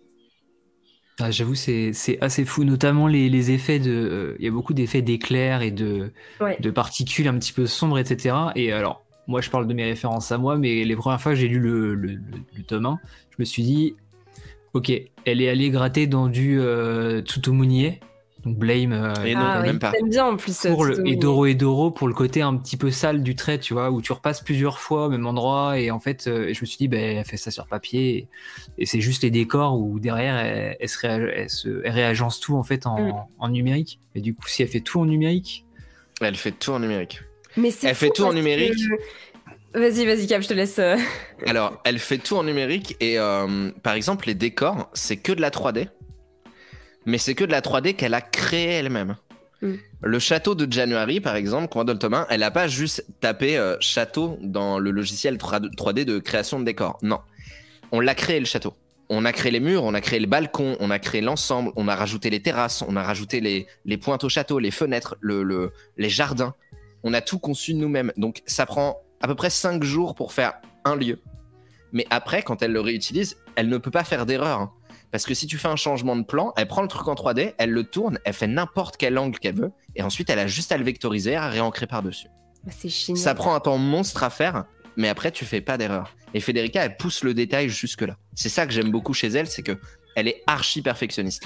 ah, j'avoue, c'est c'est assez fou, notamment les, les effets de. euh, Il y a beaucoup d'effets d'éclairs et de, Ouais. de particules un petit peu sombres, et cetera. Et alors, moi, je parle de mes références à moi, mais les premières fois que j'ai lu le, le, le- le tome un, je me suis dit, ok, elle est allée gratter dans du euh, Tsutomunie, donc Blame. euh, Et non, Ah, même ouais, pas. T'aimes bien en plus. pour euh, le, Tsutomu. et Doro et Doro pour le côté un petit peu sale du trait, tu vois, où tu repasses plusieurs fois au même endroit, et en fait, euh, je me suis dit, ben, elle fait ça sur papier, et, et c'est juste les décors où derrière, elle, elle, se, réa- elle, se- elle réagence tout en fait en, Mm. en numérique. Et du coup, si elle fait tout en numérique, Elle fait tout en numérique. Mais c'est Elle fou fait tout en parce numérique. que- Vas-y, vas-y, Cap, je te laisse. euh. Alors, elle fait tout en numérique et euh, par exemple, les décors, c'est que de la trois D, mais c'est que de la trois D qu'elle a créée elle-même. Mm. Le château de January, par exemple, qu'on voit dans le tome un, elle a pas juste tapé euh, château dans le logiciel trois D de création de décors. Non. On l'a créé le château. On a créé les murs, on a créé le balcon, on a créé l'ensemble, on a rajouté les terrasses, on a rajouté les, les pointes au château, les fenêtres, le, le- les jardins. On a tout conçu nous-mêmes. Donc ça prend à peu près cinq jours pour faire un lieu. Mais après, quand elle le réutilise, elle ne peut pas faire d'erreur. hein. Parce que si tu fais un changement de plan, elle prend le truc en trois D, elle le tourne, elle fait n'importe quel angle qu'elle veut, et ensuite elle a juste à le vectoriser, à réancrer par-dessus. Bah, c'est génial. Ça prend un temps monstre à faire, mais après tu fais pas d'erreur. Et Federica, elle pousse le détail jusque là. C'est ça que j'aime beaucoup chez elle, c'est que elle est archi perfectionniste.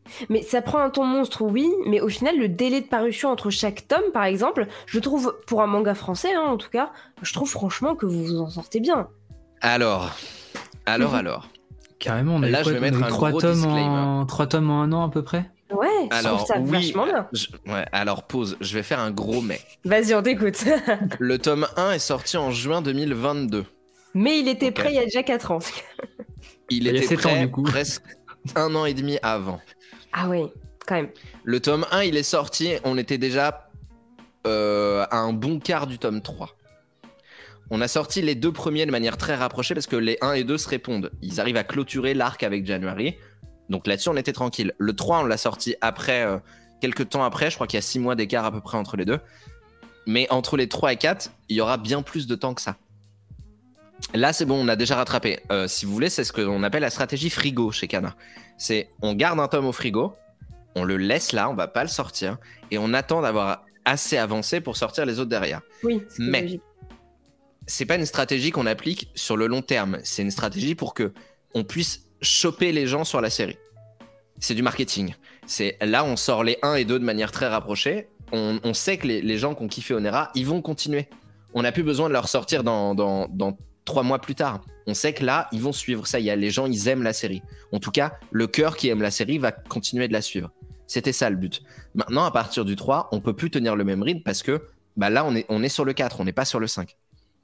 Mais ça prend un ton monstre, oui, mais au final, le délai de parution entre chaque tome, par exemple, je trouve, pour un manga français, hein, en tout cas, je trouve franchement que vous vous en sortez bien. Alors, alors, mmh. alors. Carrément, on a là, quoi, je vais mettre un trois gros tomes disclaimer. En... trois tomes en un an à peu près. Ouais, je alors, trouve ça oui, vachement bien. Je, ouais, alors pause, je vais faire un gros mais. Vas-y, on t'écoute. Le tome un est sorti en juin deux mille vingt-deux. Mais il était okay. prêt il y a déjà quatre ans. Il, il était prêt ans, du coup. Presque un an et demi avant. Ah ouais, quand même. Le tome un, il est sorti, on était déjà euh, à un bon quart du tome trois. On a sorti les deux premiers de manière très rapprochée parce que les un et deux se répondent. Ils arrivent à clôturer l'arc avec January. Donc là-dessus, on était tranquille. Le trois, on l'a sorti après, euh, quelques temps après. Je crois qu'il y a six mois d'écart à peu près entre les deux. Mais entre les trois et quatre, il y aura bien plus de temps que ça. Là, c'est bon, on a déjà rattrapé. Euh, si vous voulez, c'est ce qu'on appelle la stratégie frigo chez Kana. C'est on garde un tome au frigo, on le laisse là, on va pas le sortir, et on attend d'avoir assez avancé pour sortir les autres derrière. Oui, c'est Mais logique. C'est pas une stratégie qu'on applique sur le long terme. C'est une stratégie pour que on puisse choper les gens sur la série. C'est du marketing. C'est là, on sort les un et deux de manière très rapprochée. On, on sait que les, les gens qui ont kiffé Onera, ils vont continuer. On n'a plus besoin de leur sortir dans, dans, dans trois mois plus tard. On sait que là, ils vont suivre. Ça y est, les gens, ils aiment la série. En tout cas, le cœur qui aime la série va continuer de la suivre. C'était ça le but. Maintenant, à partir du trois, on peut plus tenir le même rythme parce que bah là, on est, on est sur le quatre, on n'est pas sur le cinq.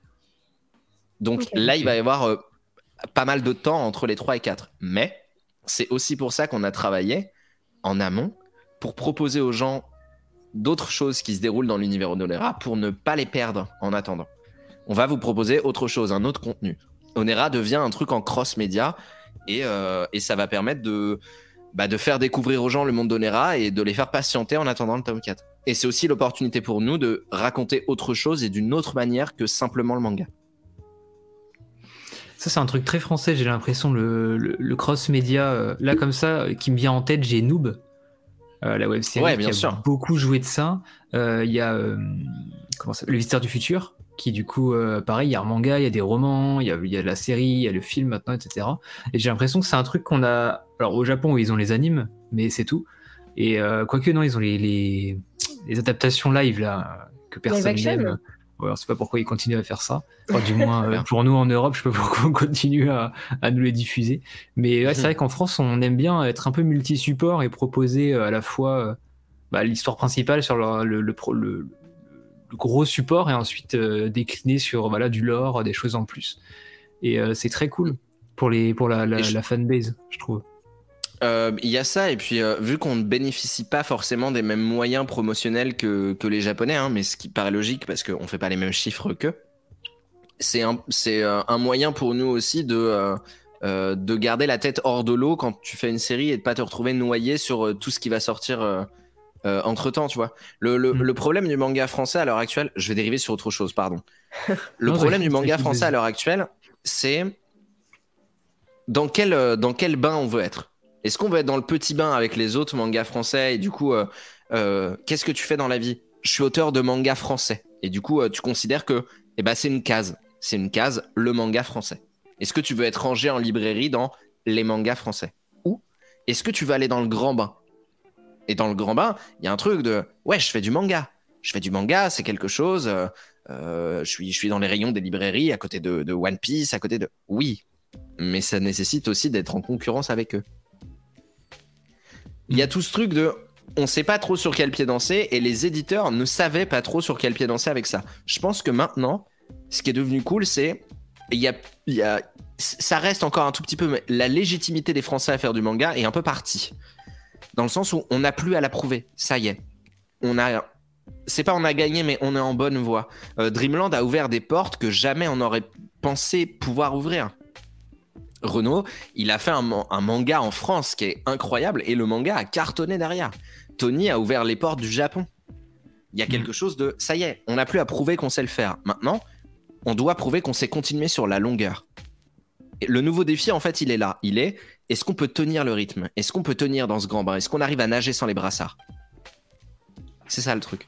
Donc okay, là, okay. il va y avoir euh, pas mal de temps entre les trois et quatre. Mais c'est aussi pour ça qu'on a travaillé en amont pour proposer aux gens d'autres choses qui se déroulent dans l'univers d'Onera pour ne pas les perdre en attendant. On va vous proposer autre chose, un autre contenu. Onera devient un truc en cross-média et, euh, et ça va permettre de, bah, de faire découvrir aux gens le monde d'Onera et de les faire patienter en attendant le tome quatre. Et c'est aussi l'opportunité pour nous de raconter autre chose et d'une autre manière que simplement le manga. Ça, c'est un truc très français, j'ai l'impression, le, le, le cross-média. Euh, là, comme ça, euh, qui me vient en tête, j'ai Noob, euh, la web-série ouais, qui a sûr. beaucoup joué de ça. Il euh, y a euh, comment ça, Le Visiteur du Futur, qui du coup, euh, pareil, il y a un manga, il y a des romans, il y a, y a la série, il y a le film maintenant, et cetera. Et j'ai l'impression que c'est un truc qu'on a... Alors, au Japon, ils ont les animes, mais c'est tout. Et euh, quoique, non, ils ont les, les, les adaptations live, là, que personne n'aime. Ouais, on ne sait pas pourquoi ils continuent à faire ça. Enfin, du moins, euh, pour nous en Europe, je ne sais pas pourquoi on continue à, à nous les diffuser. Mais ouais, c'est vrai qu'en France, on aime bien être un peu multi-support et proposer à la fois euh, bah, l'histoire principale sur le, le, le, le, le gros support et ensuite euh, décliner sur voilà, du lore, des choses en plus. Et euh, c'est très cool pour, les, pour la, la, je... la fanbase, je trouve. Il euh, y a ça, et puis euh, vu qu'on ne bénéficie pas forcément des mêmes moyens promotionnels que, que les Japonais, hein, mais ce qui paraît logique parce qu'on ne fait pas les mêmes chiffres qu'eux, c'est un, c'est euh, un moyen pour nous aussi de, euh, euh, de garder la tête hors de l'eau quand tu fais une série et de ne pas te retrouver noyé sur euh, tout ce qui va sortir euh, euh, entre-temps, tu vois. Le, le, mmh. le problème du manga français à l'heure actuelle, je vais dériver sur autre chose, pardon. Le non, problème du manga français à l'heure actuelle, c'est dans quel, euh, dans quel bain on veut être. Est-ce qu'on veut être dans le petit bain avec les autres mangas français et du coup, euh, euh, qu'est-ce que tu fais dans la vie ? Je suis auteur de manga français. Et du coup, euh, tu considères que eh ben, c'est une case. C'est une case, le manga français. Est-ce que tu veux être rangé en librairie dans les mangas français ? Ou est-ce que tu veux aller dans le grand bain ? Et dans le grand bain, il y a un truc de « Ouais, je fais du manga. Je fais du manga, c'est quelque chose. Euh, euh, je, suis, je suis dans les rayons des librairies, à côté de, de One Piece, à côté de... » Oui, mais ça nécessite aussi d'être en concurrence avec eux. Il y a tout ce truc de on sait pas trop sur quel pied danser et les éditeurs ne savaient pas trop sur quel pied danser avec ça. Je pense que maintenant, ce qui est devenu cool, c'est il y a, il y a, ça reste encore un tout petit peu, mais la légitimité des Français à faire du manga est un peu partie. Dans le sens où on n'a plus à la prouver. Ça y est. On a, c'est pas on a gagné, mais on est en bonne voie. Euh, Dreamland a ouvert des portes que jamais on aurait pensé pouvoir ouvrir. Renaud, il a fait un, un manga en France qui est incroyable et le manga a cartonné derrière. Tony a ouvert les portes du Japon. Il y a quelque chose de... Ça y est, on n'a plus à prouver qu'on sait le faire. Maintenant, on doit prouver qu'on sait continuer sur la longueur. Et le nouveau défi, en fait, il est là. Il est, est-ce qu'on peut tenir le rythme ? Est-ce qu'on peut tenir dans ce grand bain ? Est-ce qu'on arrive à nager sans les brassards ? C'est ça le truc.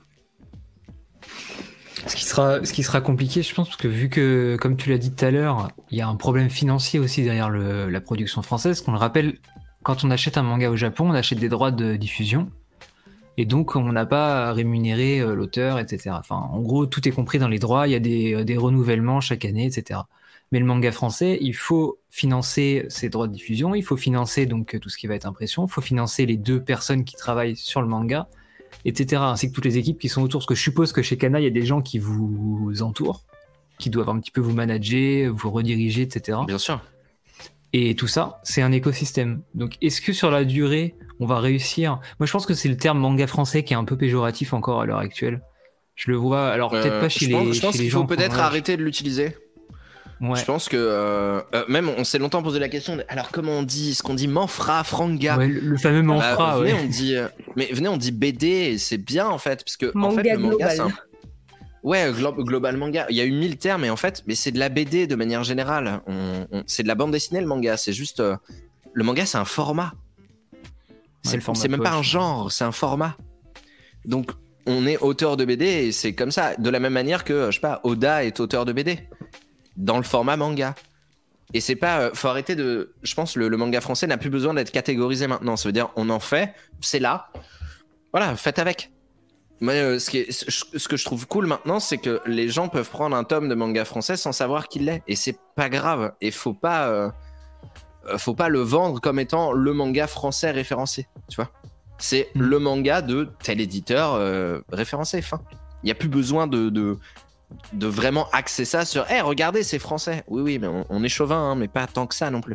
Ce qui sera, ce qui sera compliqué, je pense, parce que vu que, comme tu l'as dit tout à l'heure, il y a un problème financier aussi derrière le, la production française. Qu'on le rappelle, quand on achète un manga au Japon, on achète des droits de diffusion. Et donc, on n'a pas à rémunérer euh, l'auteur, et cetera. Enfin, en gros, tout est compris dans les droits. Il y a des, euh, des renouvellements chaque année, et cetera. Mais le manga français, il faut financer ses droits de diffusion, il faut financer donc tout ce qui va être impression, il faut financer les deux personnes qui travaillent sur le manga, et cetera. Ainsi que toutes les équipes qui sont autour. Parce que je suppose que chez Kana, il y a des gens qui vous entourent, qui doivent un petit peu vous manager, vous rediriger, et cetera. Bien sûr. Et tout ça, c'est un écosystème. Donc, est-ce que sur la durée, on va réussir ? Moi, je pense que c'est le terme manga français qui est un peu péjoratif encore à l'heure actuelle. Je le vois, alors peut-être Euh, pas chez je les pense, je pense chez les qu'il gens faut peut-être qu'on a- arrêter de l'utiliser. Ouais. Je pense que euh, euh, même on s'est longtemps posé la question de, alors comment on dit, est-ce qu'on dit manfra, franga? Ouais, le, le fameux Bah, manfra, venez, ouais. on dit, euh, mais venez, on dit B D et c'est bien en fait, parce que en Manga fait, le manga, global. c'est un... Ouais, glo- global manga. Il y a eu mille termes, et en fait, mais c'est de la B D de manière générale. On, on- c'est de la bande dessinée, le manga. C'est juste. euh, Le manga, c'est un format. C'est, le format c'est même pas poche. un genre, c'est un format. Donc, on est auteur de B D et c'est comme ça. De la même manière que, je sais pas, Oda est auteur de B D. Dans le format manga. Et c'est pas. euh, faut arrêter de. Je pense le, le manga français n'a plus besoin d'être catégorisé maintenant. Ça veut dire, on en fait, c'est là. Voilà, faites avec. Mais euh, ce, qui est- ce ce que je trouve cool maintenant, c'est que les gens peuvent prendre un tome de manga français sans savoir qu'il l'est. Et c'est pas grave. Et faut pas, euh, euh, faut pas le vendre comme étant le manga français référencé. Tu vois, c'est Mm. le manga de tel éditeur euh, référencé. Fin. Il y a plus besoin de, de, de vraiment axer ça sur. Eh, regardez, c'est français. Oui, oui, mais on, on est chauvin, hein, mais pas tant que ça non plus.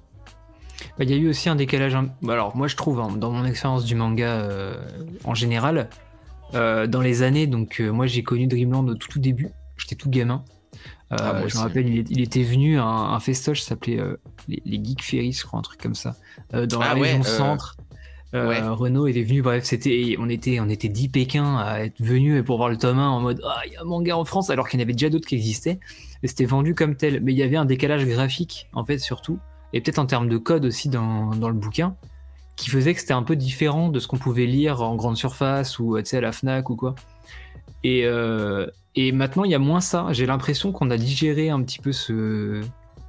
Bah, il y a eu aussi un décalage. un- bah, Alors, moi, je trouve, hein, dans mon expérience du manga euh, en général, euh, dans les années, donc euh, moi, j'ai connu Dreamland au tout, tout début. J'étais tout gamin. Euh, Ah, moi je me aussi. rappelle, il, est- il était venu à un, un festoche, ça s'appelait euh, les, les Geek Ferries, je crois, un truc comme ça, euh, dans la Ah ouais, région euh, centre. Euh, ouais. Renault était venu, bref, c'était, on était, on était dix Pékins à être venus pour voir le tome un en mode ah, il y a un manga en France, alors qu'il y en avait déjà d'autres qui existaient. Et c'était vendu comme tel. Mais il y avait un décalage graphique, en fait, surtout, et peut-être en termes de code aussi dans, dans le bouquin, qui faisait que c'était un peu différent de ce qu'on pouvait lire en grande surface ou tu sais, à la Fnac ou quoi. Et, euh, et maintenant, il y a moins ça. J'ai l'impression qu'on a digéré un petit peu ce.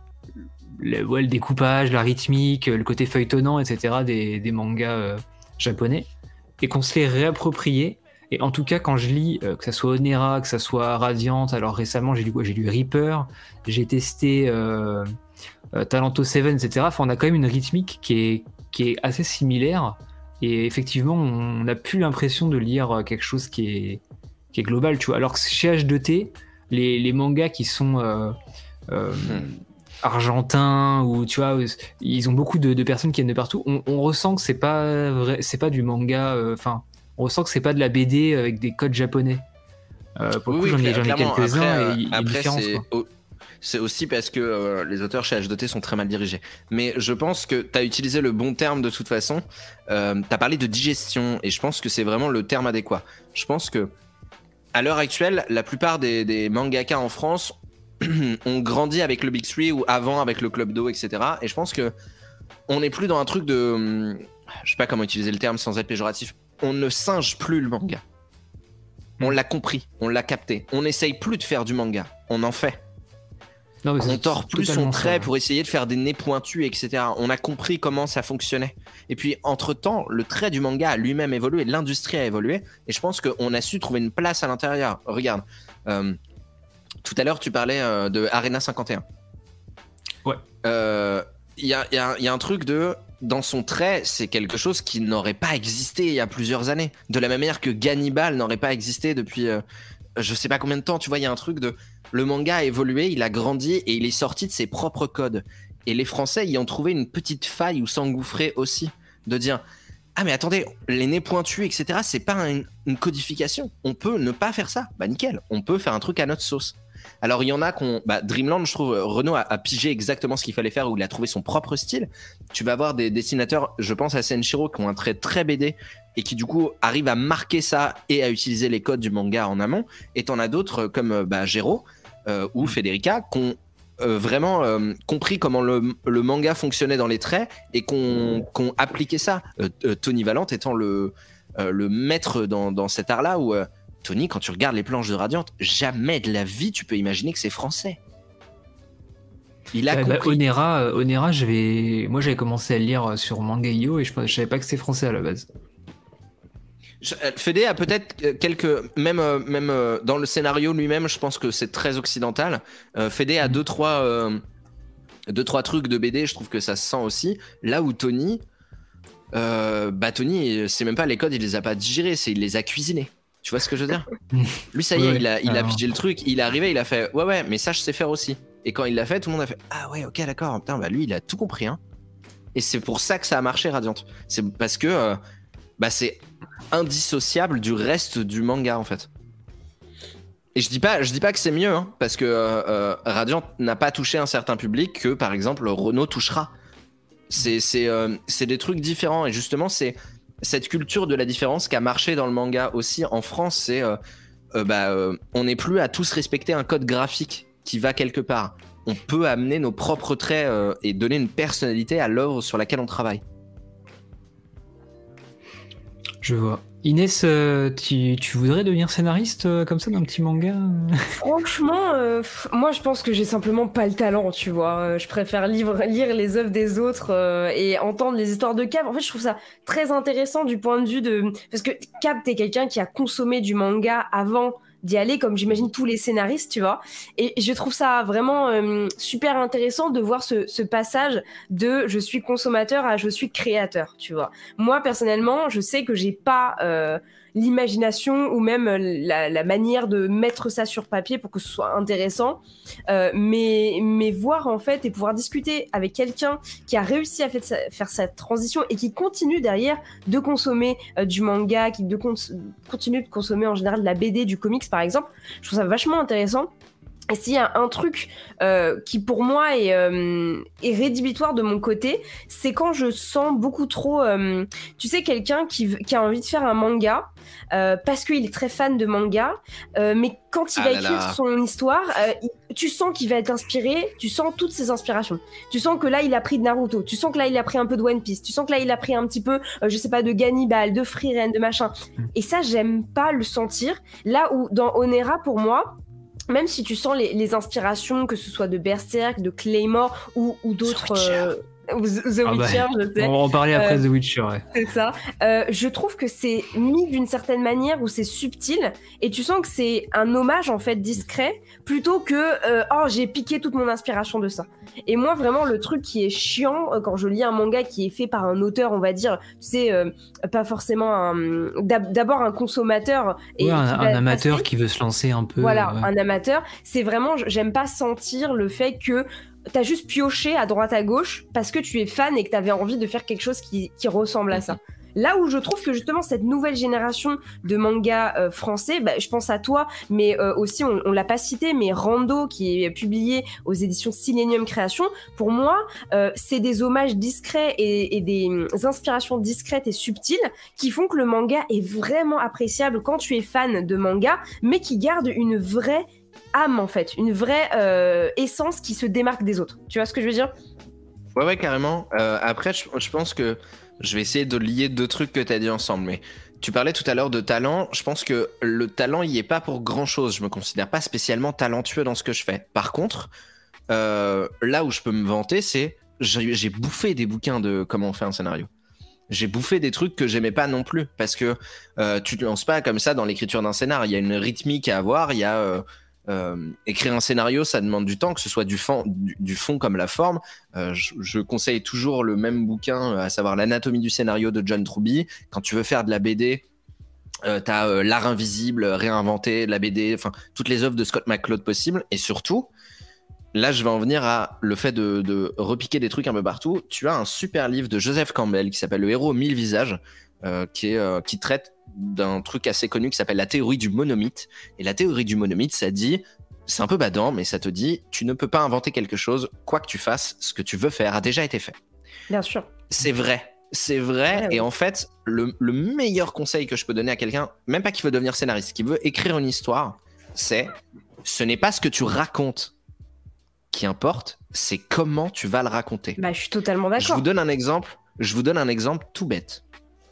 Le, ouais, le découpage, la rythmique, le côté feuilletonnant, et cetera des, des mangas euh, japonais, et qu'on se les réapproprié. Et en tout cas, quand je lis, euh, que ça soit Onera, que ça soit Radiant, alors récemment j'ai lu quoi ? J'ai lu Reaper, j'ai testé euh, euh, Talento sept, et cetera. Enfin, on a quand même une rythmique qui est, qui est assez similaire. Et effectivement, on n'a plus l'impression de lire quelque chose qui est, qui est global, tu vois. Alors que chez H deux T, les, les mangas qui sont euh, euh, Hmm. argentins, ou tu vois, ils ont beaucoup de, de personnes qui viennent de partout. On, on ressent que c'est pas vrai, c'est pas du manga. Enfin, euh, on ressent que c'est pas de la B D avec des codes japonais. Euh, pour le Oui, coup, oui, j'en ai, j'en ai clairement. quelques-uns Après, et euh, il y a une après, différence. c'est, Quoi. au- c'est aussi parce que euh, les auteurs chez H deux T sont très mal dirigés. Mais je pense que tu as utilisé le bon terme de toute façon. Euh, tu as parlé de digestion et je pense que c'est vraiment le terme adéquat. Je pense que à l'heure actuelle, la plupart des, des mangaka en France ont grandi avec le Big Three ou avant avec le Club Do, et cetera. Et je pense que on n'est plus dans un truc de. hum, Je sais pas comment utiliser le terme sans être péjoratif. On ne singe plus le manga. On l'a compris, on l'a capté. On n'essaye plus de faire du manga, on en fait. Non, mais On c'est tord plus son totalement trait ça. pour essayer de faire des nez pointus, et cetera. On a compris comment ça fonctionnait. Et puis, entre-temps, le trait du manga a lui-même évolué, l'industrie a évolué, et je pense qu'on a su trouver une place à l'intérieur. Regarde, euh, tout à l'heure, tu parlais euh, de Arena cinquante et un. Ouais. Euh, Il y, a, il y a- il y a un truc de... Dans son trait, c'est quelque chose qui n'aurait pas existé il y a plusieurs années. De la même manière que Gannibal n'aurait pas existé depuis... euh, je sais pas combien de temps, tu vois, il y a un truc de... Le manga a évolué, il a grandi et il est sorti de ses propres codes. Et les Français y ont trouvé une petite faille où s'engouffrer aussi. De dire, ah mais attendez, les nez pointus, et cetera, c'est pas un- une codification. On peut ne pas faire ça. Bah nickel, on peut faire un truc à notre sauce. Alors il y en a qu'on... Bah, Dreamland, je trouve, Renaud a, a pigé exactement ce qu'il fallait faire, où il a trouvé son propre style. Tu vas avoir des dessinateurs, je pense à Senshiro, qui ont un trait très B D, et qui du coup arrivent à marquer ça et à utiliser les codes du manga en amont. Et t'en as d'autres comme euh, bah, Gero euh, ou Federica, qui ont euh, vraiment euh, compris comment le, le manga fonctionnait dans les traits et qu'on qu'on appliqué ça. Euh, euh, Tony Valente étant le, euh, le maître dans, dans cet art-là, où euh, Tony, quand tu regardes les planches de Radiant, jamais de la vie tu peux imaginer que c'est français. Il a Euh, bah, compris. Onera, euh, Onera, j'avais, moi j'avais commencé à le lire sur Mangaio et je, je savais pas que c'était français à la base. Je- euh, Fédé a peut-être euh, quelques. Même, euh, même euh, dans le scénario lui-même, je pense que c'est très occidental. Euh, Fédé a Mhm. deux trois, euh, deux, trois trucs de B D, je trouve que ça se sent aussi. Là où Tony. Euh, bah, Tony, c'est même pas les codes, il les a pas digérés, c'est il les a cuisinés. Tu vois ce que je veux dire? Lui, ça y est, Ouais, il a, il a alors. pigé le truc, il est arrivé, il a fait ouais, ouais, mais ça, je sais faire aussi. Et quand il l'a fait, tout le monde a fait ah ouais, ok, d'accord, putain, bah lui, il a tout compris, hein. Et c'est pour ça que ça a marché, Radiant. C'est parce que euh, bah, c'est indissociable du reste du manga, en fait. Et je dis pas, je dis pas que c'est mieux, hein, parce que euh, euh, Radiant n'a pas touché un certain public que, par exemple, Renault touchera. C'est c'est, euh, c'est des trucs différents, et justement, c'est cette culture de la différence qui a marché dans le manga aussi en France. C'est euh, euh, bah, euh, on n'est plus à tous respecter un code graphique qui va quelque part. On peut amener nos propres traits euh, et donner une personnalité à l'œuvre sur laquelle on travaille. Je vois. Inès, euh, tu, tu voudrais devenir scénariste euh, comme ça d'un petit manga? Franchement, euh, pff, moi je pense que j'ai simplement pas le talent, tu vois. Euh, je préfère lire, lire les œuvres des autres euh, et entendre les histoires de Cap. En fait, je trouve ça très intéressant du point de vue de... Parce que Cap, t'es quelqu'un qui a consommé du manga avant d'y aller, comme j'imagine tous les scénaristes, tu vois. Et je trouve ça vraiment euh, super intéressant de voir ce, ce passage de je suis consommateur à je suis créateur, tu vois. Moi, personnellement, je sais que j'ai pas... Euh, l'imagination ou même la, la manière de mettre ça sur papier pour que ce soit intéressant. Euh, mais, mais voir en fait et pouvoir discuter avec quelqu'un qui a réussi à fait, faire cette transition et qui continue derrière de consommer euh, du manga, qui de cons- continue de consommer en général de la B D, du comics par exemple, je trouve ça vachement intéressant. Et s'il y a un truc euh, qui pour moi est, euh, est rédhibitoire de mon côté, c'est quand je sens beaucoup trop, euh, tu sais, quelqu'un qui, qui a envie de faire un manga euh, parce qu'il est très fan de manga, euh, mais quand il Ah va là écrire là. son histoire, euh, il- tu sens qu'il va être inspiré, tu sens toutes ses inspirations. Tu sens que là, il a pris de Naruto, tu sens que là, il a pris un peu de One Piece, tu sens que là, il a pris un petit peu, euh, je sais pas, de Gannibal, de Frieren, de machin. Et ça, j'aime pas le sentir. Là où dans Onera, pour moi, même si tu sens les, les inspirations, que ce soit de Berserk, de Claymore ou, ou d'autres... euh, ou The The Ah bah, Witcher, je sais. On va en parler après Euh, The Witcher, ouais. C'est ça. Euh, je trouve que c'est mis d'une certaine manière où c'est subtil et tu sens que c'est un hommage en fait discret plutôt que euh, oh j'ai piqué toute mon inspiration de ça. Et moi vraiment le truc qui est chiant euh, quand je lis un manga qui est fait par un auteur on va dire tu sais euh, pas forcément un d'ab- d'abord un consommateur et Ouais, qui un, va un amateur passer. qui veut se lancer un peu. Voilà, ouais. un amateur, c'est vraiment, j'aime pas sentir le fait que t'as juste pioché à droite à gauche parce que tu es fan et que t'avais envie de faire quelque chose qui, qui ressemble à ça. Là où je trouve que justement cette nouvelle génération de mangas euh, français, bah, je pense à toi, mais euh, aussi on, on l'a pas cité, mais Rando qui est publié aux éditions Silenium Création, pour moi euh, c'est des hommages discrets et, et des euh, inspirations discrètes et subtiles qui font que le manga est vraiment appréciable quand tu es fan de manga, mais qui garde une vraie âme en fait, une vraie euh, essence qui se démarque des autres. Tu vois ce que je veux dire? Ouais, ouais, carrément. Euh, après, je, je pense que je vais essayer de lier deux trucs que tu as dit ensemble. Mais tu parlais tout à l'heure de talent. Je pense que le talent, il n'y est pas pour grand-chose. Je me considère pas spécialement talentueux dans ce que je fais. Par contre, euh, là où je peux me vanter, c'est j'ai j'ai bouffé des bouquins de comment on fait un scénario. J'ai bouffé des trucs que j'aimais pas non plus. Parce que euh, tu te lances pas comme ça dans l'écriture d'un scénar. Il y a une rythmique à avoir. Il y a... Euh, Euh, écrire un scénario, ça demande du temps, que ce soit du fond, du, du fond comme la forme. Euh, je, je conseille toujours le même bouquin, à savoir l'anatomie du scénario de John Truby. Quand tu veux faire de la B D, euh, t'as euh, l'art invisible, réinventé, la B D, enfin toutes les œuvres de Scott McCloud possibles. Et surtout, là, je vais en venir à le fait de, de repiquer des trucs un peu partout. Tu as un super livre de Joseph Campbell qui s'appelle Le héros aux mille visages, euh, qui, est, euh, qui traite d'un truc assez connu qui s'appelle la théorie du monomythe. Et la théorie du monomythe, ça dit, c'est un peu badant, mais ça te dit, tu ne peux pas inventer quelque chose, quoi que tu fasses, ce que tu veux faire a déjà été fait. Bien sûr. C'est vrai, c'est vrai. Ouais, ouais. Et en fait, le, le meilleur conseil que je peux donner à quelqu'un, même pas qui veut devenir scénariste, qui veut écrire une histoire, c'est, ce n'est pas ce que tu racontes qui importe, c'est comment tu vas le raconter. Bah, je suis totalement Je d'accord. vous donne un exemple, je vous donne un exemple tout bête.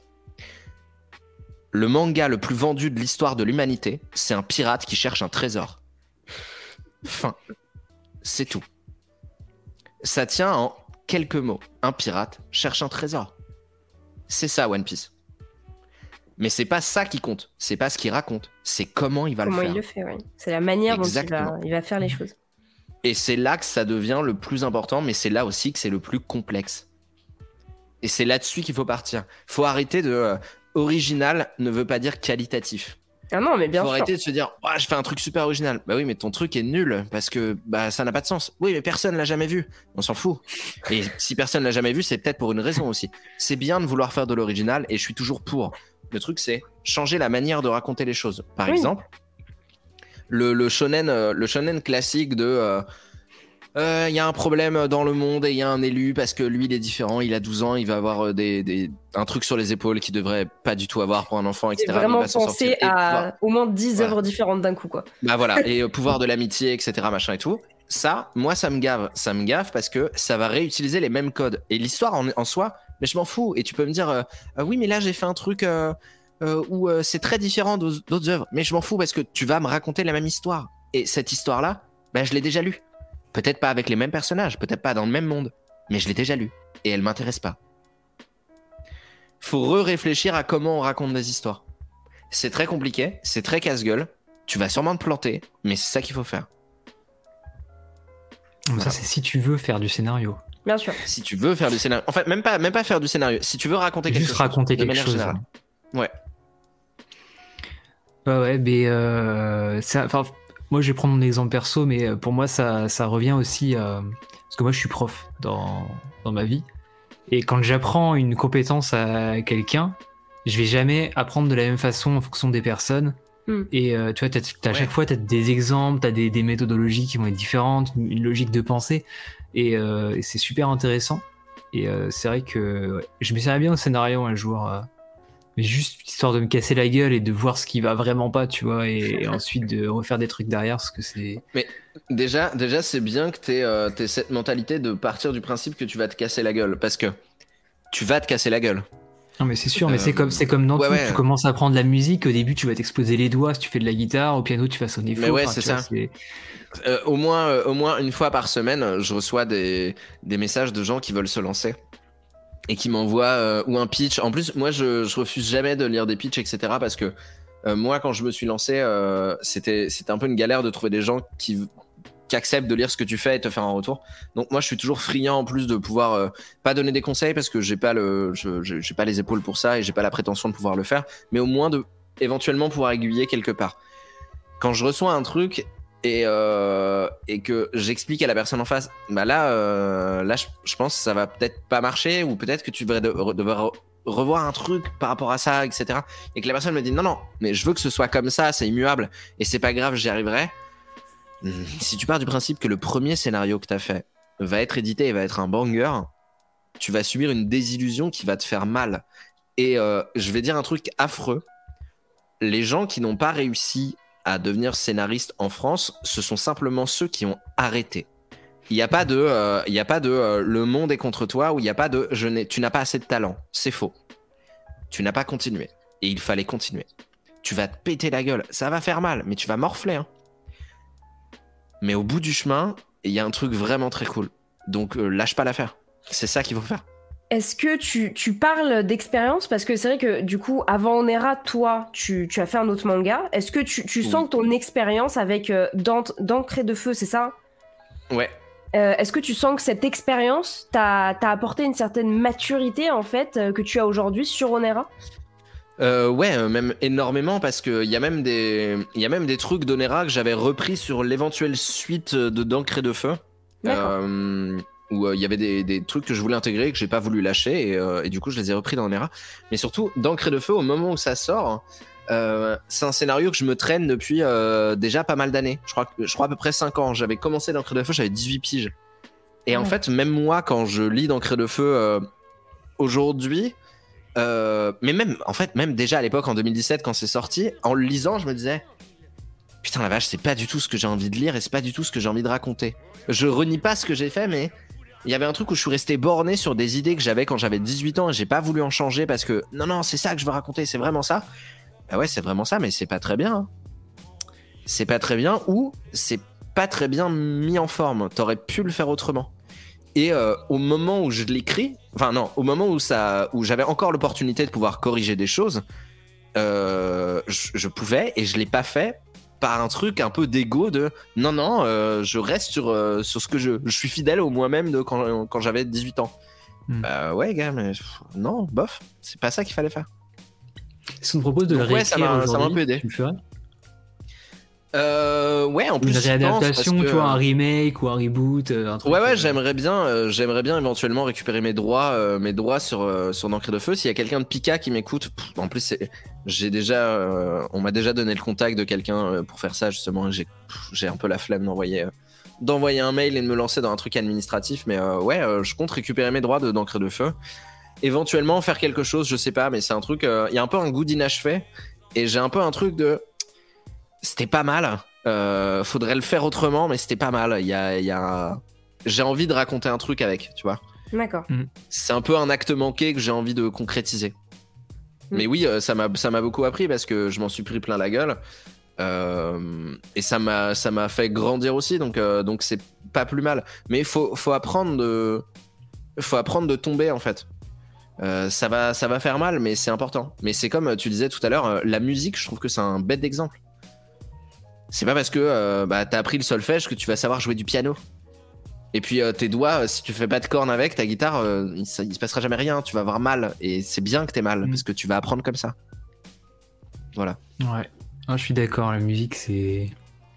Le manga le plus vendu de l'histoire de l'humanité, c'est un pirate qui cherche un trésor. Fin. C'est tout. Ça tient en quelques mots. Un pirate cherche un trésor. C'est ça One Piece. Mais c'est pas ça qui compte. C'est pas ce qu'il raconte. C'est comment il va comment le faire. il le fait, oui. C'est la manière Exactement. dont il va, il va faire les choses. Et c'est là que ça devient le plus important, mais c'est là aussi que c'est le plus complexe. Et c'est là-dessus qu'il faut partir. Faut arrêter de... Euh, original ne veut pas dire qualitatif. Ah non, mais bien faut sûr. arrêter de se dire oh, je fais un truc super original. Bah oui, mais ton truc est nul parce que bah ça n'a pas de sens. Oui, mais personne l'a jamais vu. On s'en fout. Et si personne l'a jamais vu, c'est peut-être pour une raison aussi. C'est bien de vouloir faire de l'original et je suis toujours pour. Le truc, c'est changer la manière de raconter les choses. Par Oui. exemple, le, le shonen, euh, le shonen classique de euh, il euh, y a un problème dans le monde et il y a un élu parce que lui il est différent, il a douze ans, il va avoir des, des, un truc sur les épaules qu'il devrait pas du tout avoir pour un enfant, et cetera. J'ai vraiment il va s'en pensé sortir. à pouvoir... au moins dix voilà. œuvres différentes d'un coup, quoi. Bah voilà, et euh, pouvoir de l'amitié, et cetera. Machin et tout. Ça, moi ça me gave, ça me gave parce que ça va réutiliser les mêmes codes. Et l'histoire en, en soi, mais je m'en fous. Et tu peux me dire, euh, euh, oui mais là j'ai fait un truc euh, euh, où euh, c'est très différent d'autres œuvres. Mais je m'en fous parce que tu vas me raconter la même histoire. Et cette histoire-là, bah, je l'ai déjà lue. Peut-être pas avec les mêmes personnages, peut-être pas dans le même monde, mais je l'ai déjà lu et elle m'intéresse pas. Faut re-réfléchir à comment on raconte des histoires. C'est très compliqué, c'est très casse-gueule, tu vas sûrement te planter, mais c'est ça qu'il faut faire. Ça, Voilà. c'est si tu veux faire du scénario. Bien sûr. Si tu veux faire du scénario, en fait, même pas, même pas faire du scénario, si tu veux raconter quelque Juste chose. raconter de quelque manière chose. générale. Ouais, Ouais. ouais, ouais, mais euh, ça, enfin, moi, je vais prendre mon exemple perso, mais pour moi, ça, ça revient aussi euh, parce que moi, je suis prof dans, dans ma vie, et quand j'apprends une compétence à quelqu'un, je vais jamais apprendre de la même façon en fonction des personnes. Mm. Et euh, tu vois, t'as, t'as, à Ouais. chaque fois, tu as des exemples, tu as des, des méthodologies qui vont être différentes, une logique de pensée, et, euh, et c'est super intéressant. Et euh, c'est vrai que ouais, je m'essayerais bien au scénario un jour, euh, mais juste histoire de me casser la gueule et de voir ce qui va vraiment pas, tu vois, et, et ensuite de refaire des trucs derrière, parce que c'est... Déjà, déjà c'est bien que t'aies euh, t'aies cette mentalité de partir du principe que tu vas te casser la gueule, parce que tu vas te casser la gueule. Non mais c'est sûr, mais Euh, c'est comme, c'est comme dans ouais, tout, ouais. tu commences à apprendre la musique, au début tu vas t'exploser les doigts si tu fais de la guitare, au piano tu vas sonner faux. Mais ouais, enfin, c'est tu vois, ça. Euh, au, moins, euh, au moins une fois par semaine, je reçois des, des messages de gens qui veulent se lancer et qui m'envoient euh, ou un pitch. En plus, moi, je, je refuse jamais de lire des pitchs, et cetera. Parce que euh, moi, quand je me suis lancé, euh, c'était, c'était un peu une galère de trouver des gens qui, qui acceptent de lire ce que tu fais et te faire un retour. Donc moi, je suis toujours friand en plus de pouvoir euh, pas donner des conseils parce que j'ai pas le, je, je- j'ai pas les épaules pour ça et j'ai pas la prétention de pouvoir le faire, mais au moins de éventuellement pouvoir aiguiller quelque part. Quand je reçois un truc et, euh, et que j'explique à la personne en face, bah là, euh, là, je, je pense que ça va peut-être pas marcher ou peut-être que tu devrais de- re- devoir re- revoir un truc par rapport à ça, et cetera. Et que la personne me dit non, non, mais je veux que ce soit comme ça, c'est immuable et c'est pas grave, j'y arriverai. Hmm, Si tu pars du principe que le premier scénario que t'as fait va être édité et va être un banger, tu vas subir une désillusion qui va te faire mal. Et euh, je vais dire un truc affreux. Les gens qui n'ont pas réussi à devenir scénaristes en France, ce sont simplement ceux qui ont arrêté. Il n'y a pas de, euh, il y a pas de euh, le monde est contre toi ou il n'y a pas de je n'ai, tu n'as pas assez de talent. C'est faux. Tu n'as pas continué. Et il fallait continuer. Tu vas te péter la gueule. Ça va faire mal, mais tu vas morfler. Hein. Mais au bout du chemin, il y a un truc vraiment très cool. Donc euh, lâche pas l'affaire. C'est ça qu'il faut faire. Est-ce que tu, tu parles d'expérience? Parce que c'est vrai que du coup, avant Onera, toi, tu, tu as fait un autre manga. Est-ce que tu, tu sens que ton expérience avec euh, Dante- d'encre et de feu, c'est ça? Ouais. Euh, Est-ce que tu sens que cette expérience t'a t'a apporté une certaine maturité en fait euh, que tu as aujourd'hui sur Onera? Euh, ouais, euh, même énormément parce que il y a même des, il y a même des trucs d'Onera que j'avais repris sur l'éventuelle suite de d'encre et de feu. D'accord. Euh, où il euh, y avait des, des trucs que je voulais intégrer et que j'ai pas voulu lâcher et, euh, et du coup je les ai repris dans Onera. Mais surtout d'encre et de feu au moment où ça sort, euh, c'est un scénario que je me traîne depuis euh, déjà pas mal d'années. Je crois, que- je crois à peu près cinq ans. J'avais commencé d'encre et de feu, j'avais dix-huit piges. Et en Ouais. fait, même moi quand je lis d'encre et de feu euh, aujourd'hui. Euh, mais même, en fait, même déjà à l'époque en deux mille dix-sept quand c'est sorti, en le lisant, je me disais putain la vache, c'est pas du tout ce que j'ai envie de lire et c'est pas du tout ce que j'ai envie de raconter. Je renie pas ce que j'ai fait, mais il y avait un truc où je suis resté borné sur des idées que j'avais quand j'avais dix-huit ans et j'ai pas voulu en changer parce que non, non, c'est ça que je veux raconter, c'est vraiment ça. Bah ouais, c'est vraiment ça, mais c'est pas très bien. hein. C'est pas très bien ou c'est pas très bien mis en forme. T'aurais pu le faire autrement. Et euh, au moment où je l'écris, enfin non, au moment où, ça, où j'avais encore l'opportunité de pouvoir corriger des choses, euh, je, je pouvais et je l'ai pas fait par un truc un peu d'égo de non, non, euh, je reste sur, euh, sur ce que je... Je suis fidèle au moi-même de quand, quand j'avais dix-huit ans. Hmm. Bah ouais, gars, mais pff, non, bof, c'est pas ça qu'il fallait faire. Si on te propose de Donc, le ouais, ça m'a, ça m'a un peu aidé. Tu le ferais ? Euh, ouais, en plus, une réadaptation, que... tu vois, un remake ou un reboot, un truc. Ouais, ouais, euh... j'aimerais bien, euh, j'aimerais bien éventuellement récupérer mes droits, euh, mes droits sur euh, sur d'encre de feu. S'il y a quelqu'un de Pika qui m'écoute, pff, en plus, c'est... j'ai déjà, euh, on m'a déjà donné le contact de quelqu'un euh, pour faire ça justement. J'ai, pff, j'ai un peu la flemme d'envoyer, euh, d'envoyer un mail et de me lancer dans un truc administratif, mais euh, ouais, euh, je compte récupérer mes droits de d'encre de feu. Éventuellement faire quelque chose, je sais pas, mais c'est un truc. Il euh, y a un peu un goût d'inachevé et j'ai un peu un truc de, c'était pas mal. Euh, faudrait le faire autrement, mais c'était pas mal. Il y a, il y a... J'ai envie de raconter un truc avec, tu vois. D'accord. Mmh. C'est un peu un acte manqué que j'ai envie de concrétiser. Mmh. Mais oui, ça m'a, ça m'a beaucoup appris parce que je m'en suis pris plein la gueule. Euh, et ça m'a, ça m'a fait grandir aussi, donc, euh, donc c'est pas plus mal. Mais il faut, faut, apprendre de, faut apprendre de tomber, en fait. Euh, ça, va, ça va faire mal, mais c'est important. Mais c'est comme tu disais tout à l'heure, la musique, je trouve que c'est un bête d'exemple. C'est pas parce que euh, bah, t'as appris le solfège que tu vas savoir jouer du piano. Et puis euh, tes doigts, si tu fais pas de cornes avec ta guitare, euh, il, ça, il se passera jamais rien, tu vas avoir mal. Et c'est bien que t'aies mal, mmh. parce que tu vas apprendre comme ça. Voilà. Ouais, ah, je suis d'accord, la musique c'est...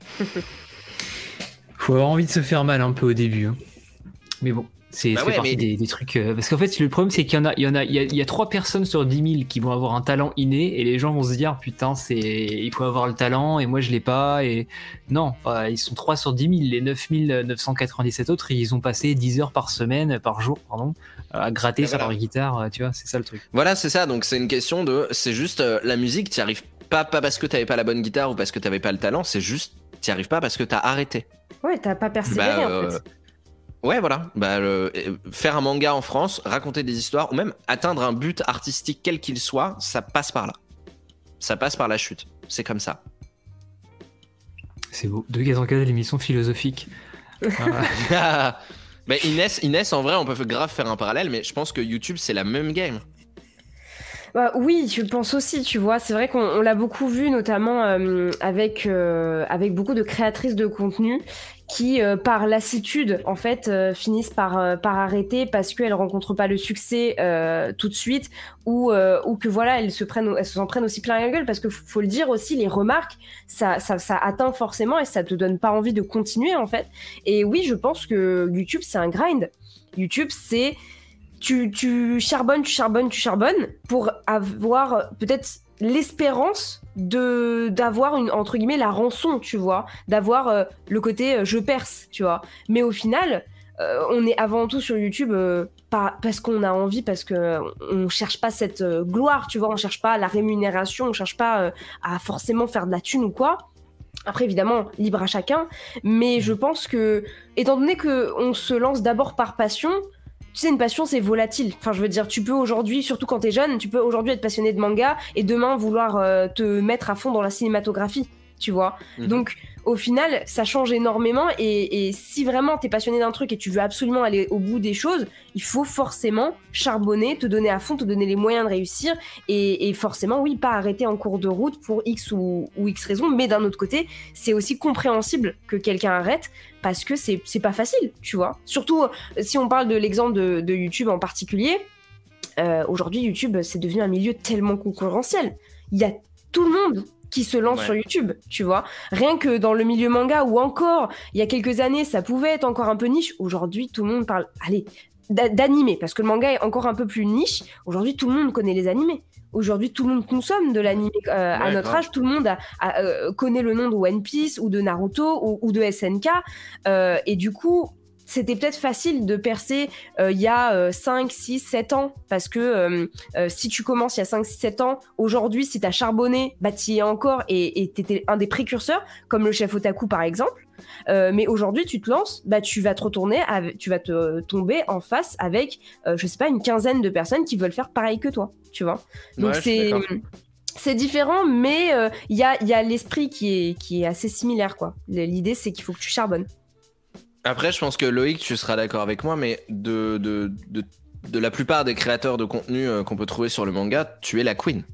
Faut avoir envie de se faire mal un peu au début. Hein. Mais bon, c'est, bah ça ouais, fait partie mais... des, des trucs... Euh, parce qu'en fait, le problème c'est qu'il y en a, il y en a, il y a, il y a trois personnes sur dix mille qui vont avoir un talent inné et les gens vont se dire putain, c'est, il faut avoir le talent et moi je l'ai pas. Et non, enfin, ils sont trois sur dix mille. Les neuf mille neuf cent quatre-vingt-dix-sept autres, ils ont passé dix heures par semaine, par jour, pardon, à gratter sur voilà. leur guitare. Tu vois, c'est ça le truc. Voilà, c'est ça. Donc c'est une question de, c'est juste euh, la musique, t'y arrives pas, pas parce que t'avais pas la bonne guitare ou parce que t'avais pas le talent. C'est juste, t'y arrives pas parce que t'as arrêté. Ouais, t'as pas persévéré bah, euh... en fait. Ouais, voilà. Bah, le, faire un manga en France, raconter des histoires, ou même atteindre un but artistique quel qu'il soit, ça passe par là. Ça passe par la chute. C'est comme ça. C'est beau. Deux gars en cas l'émission philosophique. Ah. Mais Inès, Inès, en vrai, on peut grave faire un parallèle, mais je pense que YouTube, c'est la même game. Bah, oui, je pense aussi, tu vois. C'est vrai qu'on on l'a beaucoup vu, notamment euh, avec, euh, avec beaucoup de créatrices de contenu qui, euh, par lassitude, en fait, euh, finissent par, euh, par arrêter parce qu'elles rencontrent pas le succès euh, tout de suite ou, euh, ou que, voilà, elles se, prennent, elles se s'en prennent aussi plein la gueule parce que faut le dire aussi, les remarques, ça, ça, ça atteint forcément et ça te donne pas envie de continuer, en fait. Et oui, je pense que YouTube, c'est un grind. YouTube, c'est... Tu, tu charbonnes, tu charbonnes, tu charbonnes pour avoir peut-être l'espérance de d'avoir une entre guillemets la rançon, tu vois, d'avoir euh, le côté euh, je perce, tu vois. Mais au final, euh, on est avant tout sur YouTube euh, pas, parce qu'on a envie, parce que euh, on cherche pas cette euh, gloire, tu vois, on cherche pas la rémunération, on cherche pas euh, à forcément faire de la thune ou quoi. Après, évidemment, libre à chacun, mais je pense que, étant donné qu'on se lance d'abord par passion, tu sais, une passion, c'est volatile. Enfin, je veux dire, tu peux aujourd'hui, surtout quand t'es jeune, tu peux aujourd'hui être passionné de manga et demain vouloir euh, te mettre à fond dans la cinématographie, tu vois. Mmh. Donc, au final, ça change énormément et, et si vraiment t'es passionné d'un truc et tu veux absolument aller au bout des choses, il faut forcément charbonner, te donner à fond, te donner les moyens de réussir et, et forcément, oui, pas arrêter en cours de route pour X ou, ou X raisons, mais d'un autre côté, c'est aussi compréhensible que quelqu'un arrête parce que c'est, c'est pas facile, tu vois. Surtout, si on parle de l'exemple de, de YouTube en particulier, euh, aujourd'hui, YouTube, c'est devenu un milieu tellement concurrentiel. Il y a tout le monde qui se lance ouais. sur YouTube, tu vois. Rien que dans le milieu manga, ou encore, il y a quelques années, ça pouvait être encore un peu niche. Aujourd'hui, tout le monde parle, allez, d'animé, parce que le manga est encore un peu plus niche. Aujourd'hui, tout le monde connaît les animés. Aujourd'hui, tout le monde consomme de l'animé. Euh, ouais, à notre grave. âge, tout le monde a, a, euh, connaît le nom de One Piece, ou de Naruto, ou, ou de S N K. Euh, et du coup, c'était peut-être facile de percer il euh, y a euh, cinq, six, sept ans parce que euh, euh, si tu commences il y a cinq, six, sept ans, aujourd'hui si t'as charbonné, bah t'y es encore et, et t'étais un des précurseurs comme le chef otaku par exemple, euh, mais aujourd'hui tu te lances, bah tu vas te retourner, avec, tu vas te tomber en face avec euh, je sais pas une quinzaine de personnes qui veulent faire pareil que toi, tu vois. Donc ouais, c'est c'est différent, mais il euh, y, a, y a l'esprit qui est, qui est assez similaire quoi. L'idée c'est qu'il faut que tu charbonnes. Après, je pense que Loïc, tu seras d'accord avec moi, mais de, de, de, de la plupart des créateurs de contenu euh, qu'on peut trouver sur le manga, tu es la queen.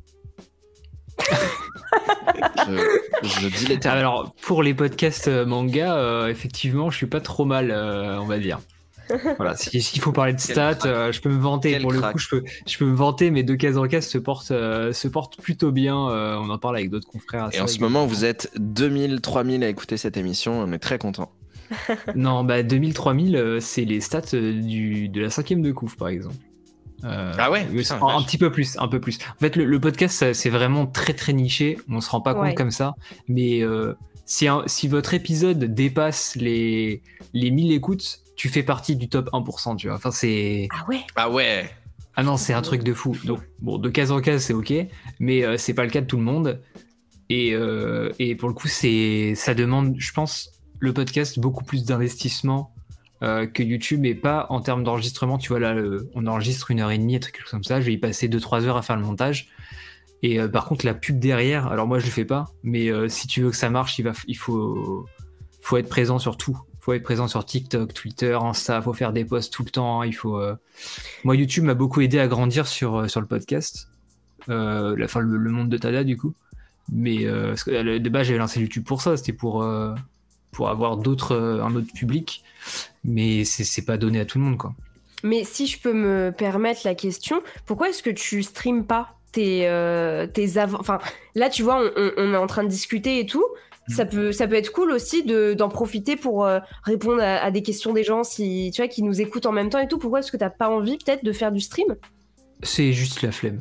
je, je dis les termes. Alors, pour les podcasts euh, manga, euh, effectivement, je suis pas trop mal, euh, on va dire. Voilà, si- s'il faut parler de stats, euh, je peux me vanter. Quel Pour le crack. coup, je peux, je peux me vanter, mais de case en case se portent, euh, se portent plutôt bien. euh, on en parle avec d'autres confrères. Et en ce moment, vous êtes deux mille, trois mille à écouter cette émission, on est très contents. Non, bah deux mille, trois mille, euh, c'est les stats euh, du, de la cinquième de Couf, par exemple. Euh, Ah ouais, mais putain, un, un vache. petit peu plus, un peu plus. En fait, le, le podcast, ça, c'est vraiment très très niché. On se rend pas Ouais. compte comme ça, mais euh, si, un- si votre épisode dépasse les les mille écoutes, tu fais partie du top un pour cent, tu vois. Enfin, c'est Ah ouais. Ah ouais. ah non, c'est un truc de fou. Donc bon, de case en case, c'est ok, mais euh, c'est pas le cas de tout le monde. Et euh, et pour le coup, c'est ça demande, je pense, le podcast beaucoup plus d'investissement euh, que YouTube, et pas en termes d'enregistrement. Tu vois là, le- on enregistre une heure et demie, un truc comme ça. Je vais y passer deux trois heures à faire le montage. Et euh, par contre, la pub derrière, alors moi je le fais pas, mais euh, si tu veux que ça marche, il va, il faut, faut être présent sur tout. Faut être présent sur TikTok, Twitter, Insta. Faut faire des posts tout le temps. Il faut. euh, Moi, YouTube m'a beaucoup aidé à grandir sur euh, sur le podcast, euh, la, enfin le, le monde de Tada du coup. Mais euh, parce que, euh, de base, j'avais lancé YouTube pour ça. C'était pour euh, pour avoir d'autres, euh, un autre public. Mais c'est c'est pas donné à tout le monde, quoi. Mais si je peux me permettre la question, pourquoi est-ce que tu streames pas tes, euh, tes avant... Enfin, là, tu vois, on, on- on est en train de discuter et tout. Ça peut, ça peut être cool aussi de, d'en profiter pour euh, répondre à, à des questions des gens si, tu vois, qui nous écoutent en même temps et tout. Pourquoi est-ce que t'as pas envie peut-être de faire du stream? C'est juste la flemme.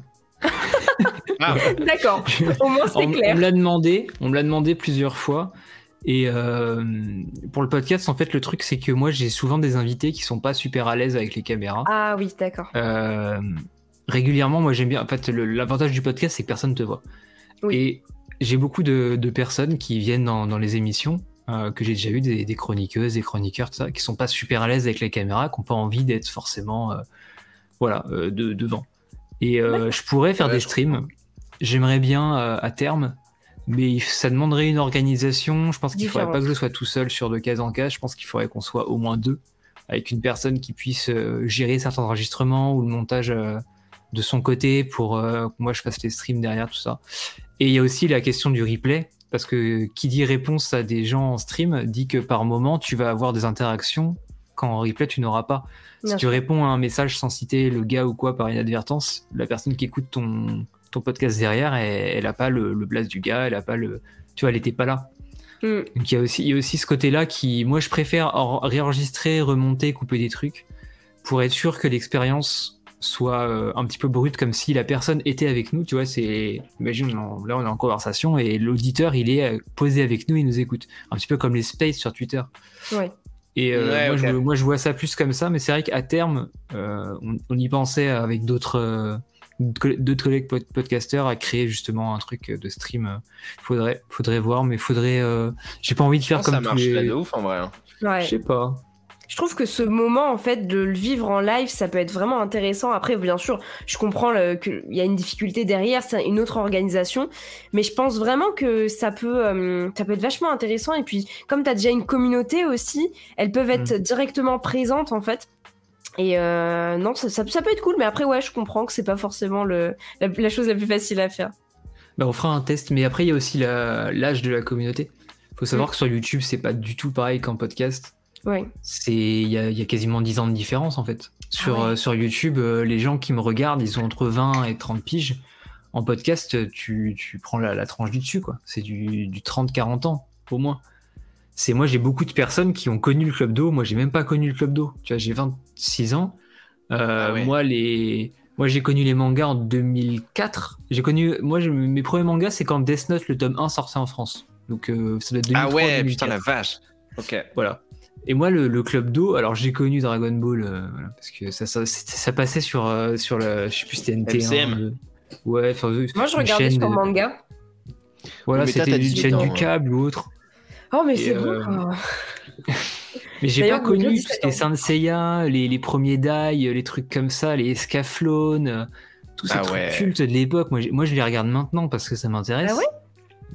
Ah, D'accord, au moins on, c'est on clair. me l'a demandé, on me l'a demandé plusieurs fois. Et euh, pour le podcast, en fait, le truc, c'est que moi, j'ai souvent des invités qui sont pas super à l'aise avec les caméras. Ah oui, d'accord. Euh, régulièrement, moi, j'aime bien. En fait, le- l'avantage du podcast, c'est que personne te voit. Oui. Et j'ai beaucoup de, de personnes qui viennent dans, dans les émissions, euh, que j'ai déjà eu, des, des chroniqueuses, des chroniqueurs, tout ça, qui sont pas super à l'aise avec les caméras, qui n'ont pas envie d'être forcément, euh, voilà, euh, de, devant. Et euh, je pourrais faire Ouais, des je streams. J'aimerais bien euh, à terme, mais il- ça demanderait une organisation. Je pense qu'il faudrait Différente. pas que je sois tout seul sur de case en case. Je pense qu'il faudrait qu'on soit au moins deux, avec une personne qui puisse euh, gérer certains enregistrements ou le montage euh, de son côté pour euh, que moi je fasse les streams derrière, tout ça. Et il y a aussi la question du replay, parce que qui dit réponse à des gens en stream dit que par moment tu vas avoir des interactions qu'en replay tu n'auras pas. Si Bien tu sûr. réponds à un message sans citer le gars ou quoi par inadvertance, la personne qui écoute ton, ton podcast derrière, elle, elle a pas le, le blast du gars, elle a pas le, tu vois, elle était pas là. Mm. Donc il y a aussi, il y a aussi ce côté-là qui, moi je préfère en- réenregistrer, remonter, couper des trucs pour être sûr que l'expérience soit euh, un petit peu brute, comme si la personne était avec nous. Tu vois, c'est, imagine, on- là on est en conversation et l'auditeur il est euh, posé avec nous, il nous écoute, un petit peu comme les spaces sur Twitter. Ouais. Et euh, Ouais, moi, ok. je, moi, je vois ça plus comme ça, mais c'est vrai qu'à terme, euh, on, on y pensait avec d'autres euh, d'autres collègues pod- podcasteurs à créer justement un truc de stream. Faudrait, faudrait voir, mais faudrait. euh, J'ai pas envie de faire ça comme tous marche là les. de ouf en vrai. hein. Ouais. Je sais pas. Je trouve que ce moment, en fait, de le vivre en live, ça peut être vraiment intéressant. Après, bien sûr, je comprends le- qu'il y a une difficulté derrière, c'est une autre organisation, mais je pense vraiment que ça peut, euh, ça peut être vachement intéressant. Et puis, comme tu as déjà une communauté aussi, elles peuvent être directement présentes, en fait. Et euh, non, ça, ça, ça peut être cool, mais après, ouais, je comprends que c'est pas forcément le, la, la chose la plus facile à faire. Bah, on fera un test, mais après il y a aussi la- l'âge de la communauté. Faut savoir Mm. que sur YouTube, c'est pas du tout pareil qu'en podcast. Ouais. C'est il y a, il y a quasiment dix ans de différence en fait. Sur, Ah ouais. euh, sur YouTube, euh, les gens qui me regardent, ils ont entre vingt et trente piges. En podcast, tu, tu prends la, la tranche du dessus, quoi. C'est du, du trente quarante ans, au moins. C'est moi, j'ai beaucoup de personnes qui ont connu le Club d'eau. Moi, j'ai même pas connu le Club d'eau. Tu vois, j'ai vingt-six ans. Euh, Ah ouais. Moi, les, moi, j'ai connu les mangas en deux mille quatre. J'ai connu, moi, je- mes premiers mangas, c'est quand Death Note, le tome un, sortait en France. Donc, euh, ça doit être deux mille trois, Ah ouais, deux mille putain quatre. la vache. Ok. Voilà. Et moi, le, le Club d'eau, alors j'ai connu Dragon Ball, euh, voilà, parce que ça, ça, c'était- ça passait sur, euh, sur le, je sais plus, c'était N T un. M C M. euh, ouais, enfin, euh, Moi, je une regardais chaîne sur de- manga. Voilà, Mais toi, c'était t'as une dix-huit chaîne ans, du hein. câble ou autre. Oh, mais Et, c'est euh, bon. quoi. Mais j'ai D'ailleurs, pas vous avez connu dix-sept c'était ans. Saint Seiya, les, les premiers Dai, les trucs comme ça, les Scaflowne, euh, tous ces Ah trucs ouais. cultes de l'époque. Moi, j'ai- moi, je les regarde maintenant parce que ça m'intéresse. Ah ouais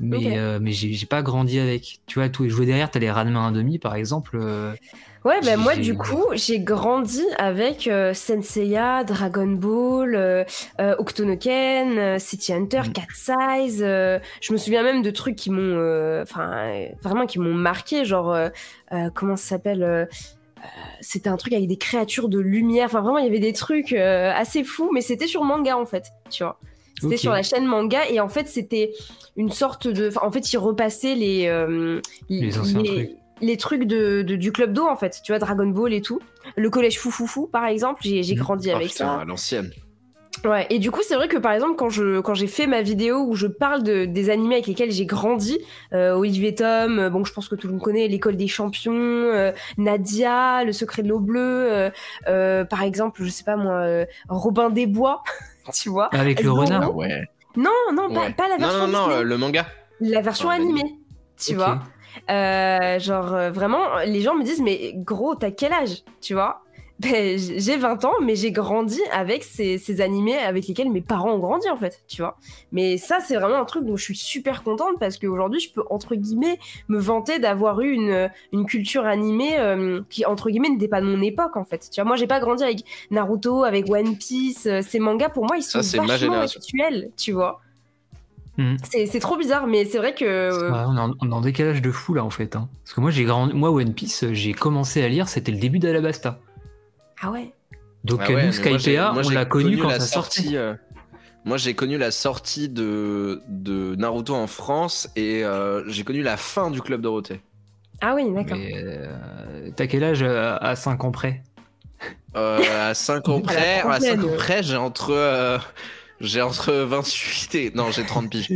Mais, Ok. euh, mais j'ai j'ai pas grandi avec. Tu vois, tous les jouets derrière, t'as les Ranma un demi par exemple. euh, Ouais, bah j'ai- moi j'ai- du coup, j'ai grandi avec euh, Senseiya, Dragon Ball, euh, euh, Octonoken, euh, City Hunter, Mm. Cat Size. euh, je me souviens même de trucs qui m'ont, euh, enfin, euh, vraiment qui m'ont marqué, genre, euh, euh, comment ça s'appelle euh, c'était un truc avec des créatures de lumière. Enfin, vraiment, il y avait des trucs euh, assez fous, mais c'était sur manga en fait, tu vois. C'était Ok. sur la chaîne manga et en fait, c'était une sorte de. Enfin, en fait, ils repassaient les euh, Les anciens trucs. les trucs de, de- du club d'eau en fait. Tu vois, Dragon Ball et tout. Le collège Foufoufou, par exemple, j'ai j'ai Mhm. grandi Oh avec putain, ça. à l'ancienne. Ouais, et du coup, c'est vrai que par exemple, quand je quand j'ai fait ma vidéo où je parle de, des animés avec lesquels j'ai grandi, euh, Olivier Tom, euh, bon, je pense que tout le monde connaît, L'école des champions, euh, Nadia, Le secret de l'eau bleue, euh, euh, par exemple, je sais pas moi, euh, Robin des Bois, tu vois. Avec le Zorro. renard. Ah ouais. Non, non, pas, Ouais. pas la Non, version non, non, Disney, euh, le manga. la version Enfin, l'anime. animée, tu Ok. vois. Euh, genre euh, vraiment, les gens me disent mais gros, t'as quel âge, tu vois? Ben, j- j'ai vingt ans, mais j'ai grandi avec ces, ces animés avec lesquels mes parents ont grandi en fait, tu vois. Mais ça, c'est vraiment un truc dont je suis super contente parce qu'aujourd'hui, je peux entre guillemets me vanter d'avoir eu une, une culture animée euh, qui entre guillemets n'était pas de mon époque en fait. Tu vois, moi, j'ai pas grandi avec Naruto, avec One Piece, euh, ces mangas pour moi, ils sont Ça, c'est ma vachement génération. actuels, tu vois. Mhm. C'est c'est trop bizarre, mais c'est vrai que euh, Ouais, on, est en, on est en décalage de fou là en fait. hein. Parce que moi j'ai grandi, moi One Piece, j'ai commencé à lire, c'était le début d'Alabasta. ah ouais. Donc Ah ouais, nous mais moi, j'ai- Skypea, moi, on j'ai l'a connu quand la ça sortait. sortie. euh, Moi, j'ai connu la sortie de, de Naruto en France et euh, j'ai connu la fin du Club Dorothée. Ah oui, d'accord. Mais euh, t'as quel âge euh, à cinq ans près? Euh, à cinq ans À la près, à cinq ans trentaine. près, j'ai entre, euh, j'ai entre vingt-huit et. Non, j'ai trente piges.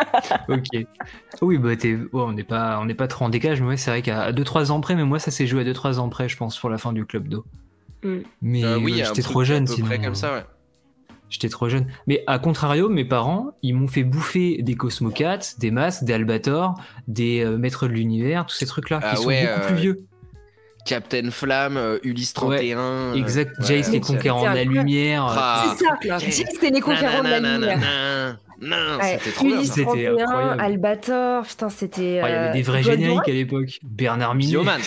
Ok. Oui, bah t'es, ouais, on n'est pas, on n'est pas trop en décalage, mais ouais, c'est vrai qu'à deux trois ans près, mais moi ça s'est joué à deux trois ans près, je pense, pour la fin du club d'eau. Mm. Mais Euh, euh, oui, un j'étais truc trop jeune, à peu sinon. près comme ça, ouais. J'étais trop jeune. Mais à contrario, mes parents, ils m'ont fait bouffer des Cosmocats, des Masques, des Albator, des euh, Maîtres de l'Univers, tous ces trucs-là, Ah qui sont ouais, beaucoup euh, plus vieux. Captain Flamme, euh, Ulysse trente et un. euh, Exact, ouais, Jace les l'ancienne. Conquérants de la incroyable. Lumière. euh, Ah, C'est ça. truc là. Jace, c'est les conquérants de la lumière. Nananana. Non, Ouais, c'était trop bien. Ulysse ça. C'était trente et un, incroyable. Albator, putain, c'était. Oh, il y avait euh, des vrais Goldorak. génériques à l'époque. Bernard Minet. Bioman.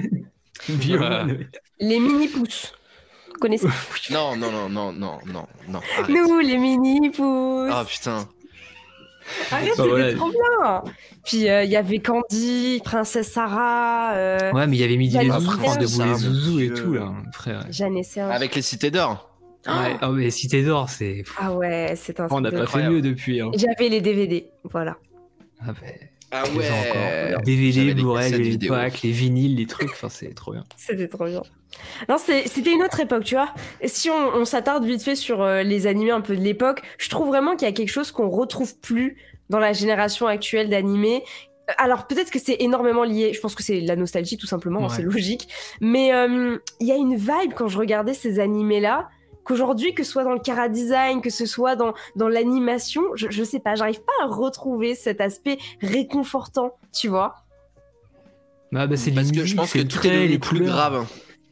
Bioman, ouais. Les mini-pousses. Vous connaissez? Non, non, non, non, non, non, non. Arrête. Nous, les mini-pousses. Oh putain. Arrête, Bah, c'était voilà. trop bien. Puis euh, il y avait Candy, Princesse Sarah, euh, Ouais, mais il y avait Midi les Jeanne Zouzous, Serge. France de Ça, les mon Zouzous et Dieu. tout, là, frère. Jeanne et Serge. Avec les cités d'or. Ouais, oh, mais Cité d'Or, c'est. Ah ouais, c'est un On n'a truc de pas fait incroyable. mieux depuis. Hein. J'avais les D V D, voilà. Ah, bah, Ah je les ai ouais. encore. D V D, J'avais les Blu-ray, cassettes les vidéo. packs, les vinyles, les trucs, enfin, c'est trop bien. C'était trop bien. Non, c'est- c'était une autre époque, tu vois. Et si on, on s'attarde vite fait sur euh, les animés un peu de l'époque, je trouve vraiment qu'il y a quelque chose qu'on retrouve plus dans la génération actuelle d'animés. Alors peut-être que c'est énormément lié, je pense que c'est la nostalgie tout simplement, Ouais. c'est logique. Mais euh, il y a une vibe quand je regardais ces animés-là, qu'aujourd'hui, que ce soit dans le chara-design, que ce soit dans, dans l'animation, je, je sais pas, j'arrive pas à retrouver cet aspect réconfortant, tu vois. Ah, bah, c'est les Parce que je musiques, pense c'est que le tout trait, est devenu les plus couleurs. grave.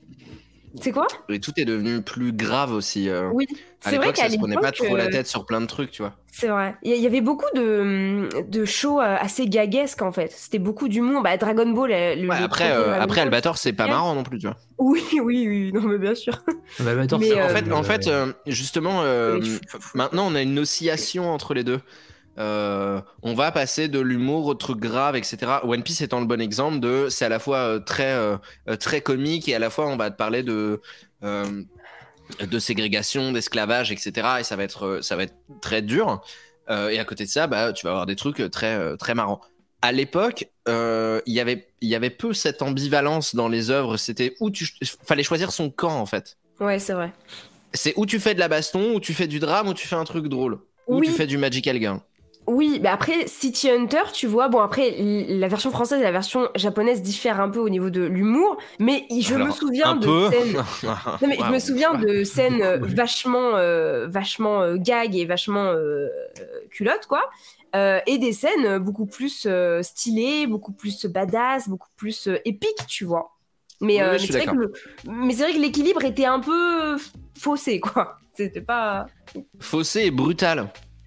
C'est quoi? Et tout est devenu plus grave aussi. euh. Oui, À c'est vrai l'époque, qu'à ça se prenait pas l'époque, trop la euh, tête sur plein de trucs, tu vois. c'est vrai. Il y il y avait beaucoup de, de shows euh, assez gaguesques en fait. C'était beaucoup d'humour. Bah, Dragon Ball, euh, le, Ouais, le après, premier euh, Dragon après Ball. Albator, c'est pas Yeah. marrant non plus, tu vois. Oui, oui, oui, non mais bien sûr. Bah, bah, attends, Mais, c'est- euh, En fait, en fait euh, justement, euh, Mais je- maintenant, on a une oscillation entre les deux. Euh, on va passer de l'humour au truc grave, et cetera. One Piece étant le bon exemple de, c'est à la fois euh, très euh, euh, très comique et à la fois on va te parler de euh, de ségrégation, d'esclavage, et cetera. Et ça va être euh, ça va être très dur. Euh, et à côté de ça, bah tu vas avoir des trucs très euh, très marrants. À l'époque, euh, il y avait il y avait peu cette ambivalence dans les œuvres. C'était où tu fallait choisir son camp en fait. Ouais, c'est vrai. C'est où tu fais de la baston, où tu fais du drame, où tu fais un truc drôle, où Oui. tu fais du magical gain. Oui, mais après City Hunter, tu vois, bon après l- la version française et la version japonaise diffèrent un peu au niveau de l'humour, mais je Alors, me souviens un de peu. scènes. Non mais je Waouh, me souviens tu vois. de scènes euh, Ouais. vachement, euh, vachement euh, gag et vachement euh, euh, culotte quoi, Euh, et des scènes beaucoup plus euh, stylées, beaucoup plus badass, beaucoup plus euh, épiques, tu vois. Mais, Oui, euh, oui, mais je suis c'est vrai que d'accord. le- mais c'est vrai que l'équilibre était un peu faussé quoi. C'était pas. Faussé et brutal.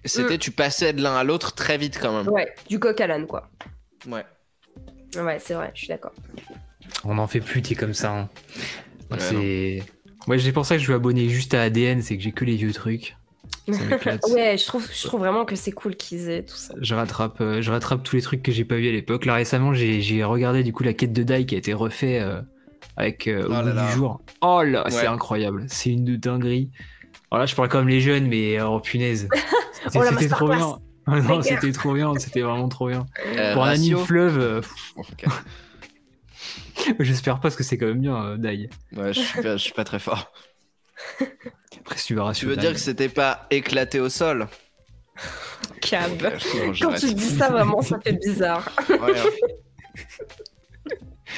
c'était, Mm. tu passais de l'un à l'autre très vite quand même. Ouais, du coq à l'âne, quoi. Ouais. Ouais, c'est vrai, je suis d'accord. On n'en fait plus, t'es comme ça. Hein. Ouais, c'est... Ouais, c'est pour ça que je suis abonné juste à A D N, c'est que j'ai que les vieux trucs. Ça m'éclate. Ouais, je trouve, je trouve vraiment que c'est cool qu'ils aient tout ça. Je rattrape, euh, je rattrape tous les trucs que j'ai pas vu à l'époque. Là récemment, j'ai, j'ai regardé du coup la quête de Dai qui a été refait euh, avec euh, au Oh bout là là. du jour. Oh là, c'est Ouais. incroyable, c'est une dinguerie. Alors là, je parle comme les jeunes, mais oh punaise, c'était, Oh, la c'était trop masterclass. bien. Ah non, Banger. c'était trop bien, c'était vraiment trop bien. Euh, Pour un ratio. anime fleuve, euh, pff, Ok. j'espère pas parce que c'est quand même bien euh, Dai. Ouais, je suis pas, je suis pas très fort. Après, si tu verras Tu sur veux Dai. dire que c'était pas éclaté au sol? Cab. Ok, bon, Quand j'arrête. tu dis ça, vraiment, ça fait bizarre. Ouais, hein.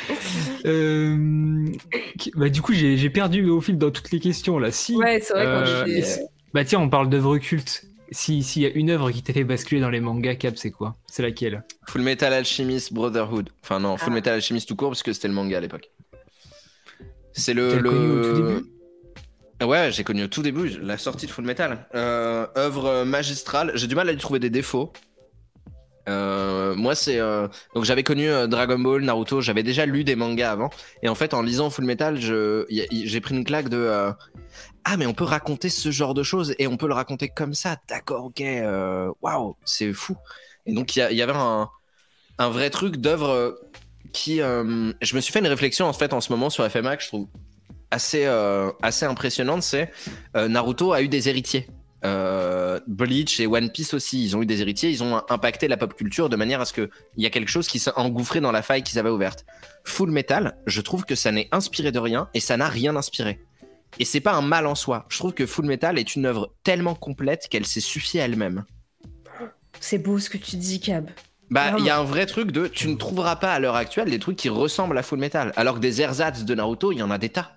Euh, Bah du coup, j'ai, j'ai perdu au fil dans toutes les questions là. Si. Ouais, c'est vrai, quand Euh, tu dis- et si- Bah tiens, on parle d'œuvres cultes. Si s'il y a une œuvre qui t'a fait basculer dans les mangas, Cap, c'est quoi? C'est laquelle? Full Metal Alchemist Brotherhood. Enfin non, Full Ah. Metal Alchemist tout court parce que c'était le manga à l'époque. C'est le. T'as le... connu au tout début? Ouais, j'ai connu au tout début la sortie de Full Metal. Euh, œuvre magistrale. J'ai du mal à lui trouver des défauts. Euh, moi, c'est euh, donc j'avais connu euh, Dragon Ball, Naruto. J'avais déjà lu des mangas avant. Et en fait, en lisant Full Metal, je... y a- y- j'ai pris une claque de. euh, Ah, mais on peut raconter ce genre de choses et on peut le raconter comme ça. D'accord, ok. euh, Waouh, c'est fou. Et donc, il y, a- il y avait un, un vrai truc d'œuvre euh, qui. euh, Je me suis fait une réflexion en fait en ce moment sur F M A que je trouve assez, euh, assez impressionnante. C'est euh, Naruto a eu des héritiers. Euh, Bleach et One Piece aussi, ils ont eu des héritiers. Ils ont impacté la pop culture de manière à ce qu'il y a quelque chose qui s'est engouffré dans la faille qu'ils avaient ouverte. Full Metal, je trouve que ça n'est inspiré de rien et ça n'a rien inspiré. Et c'est pas un mal en soi. Je trouve que Full Metal est une œuvre tellement complète qu'elle s'est suffit à elle-même. C'est beau ce que tu dis, Cab. Bah, il Vraiment. y a un vrai truc de tu ne trouveras pas à l'heure actuelle des trucs qui ressemblent à Full Metal. Alors que des ersatz de Naruto, il y en a des tas.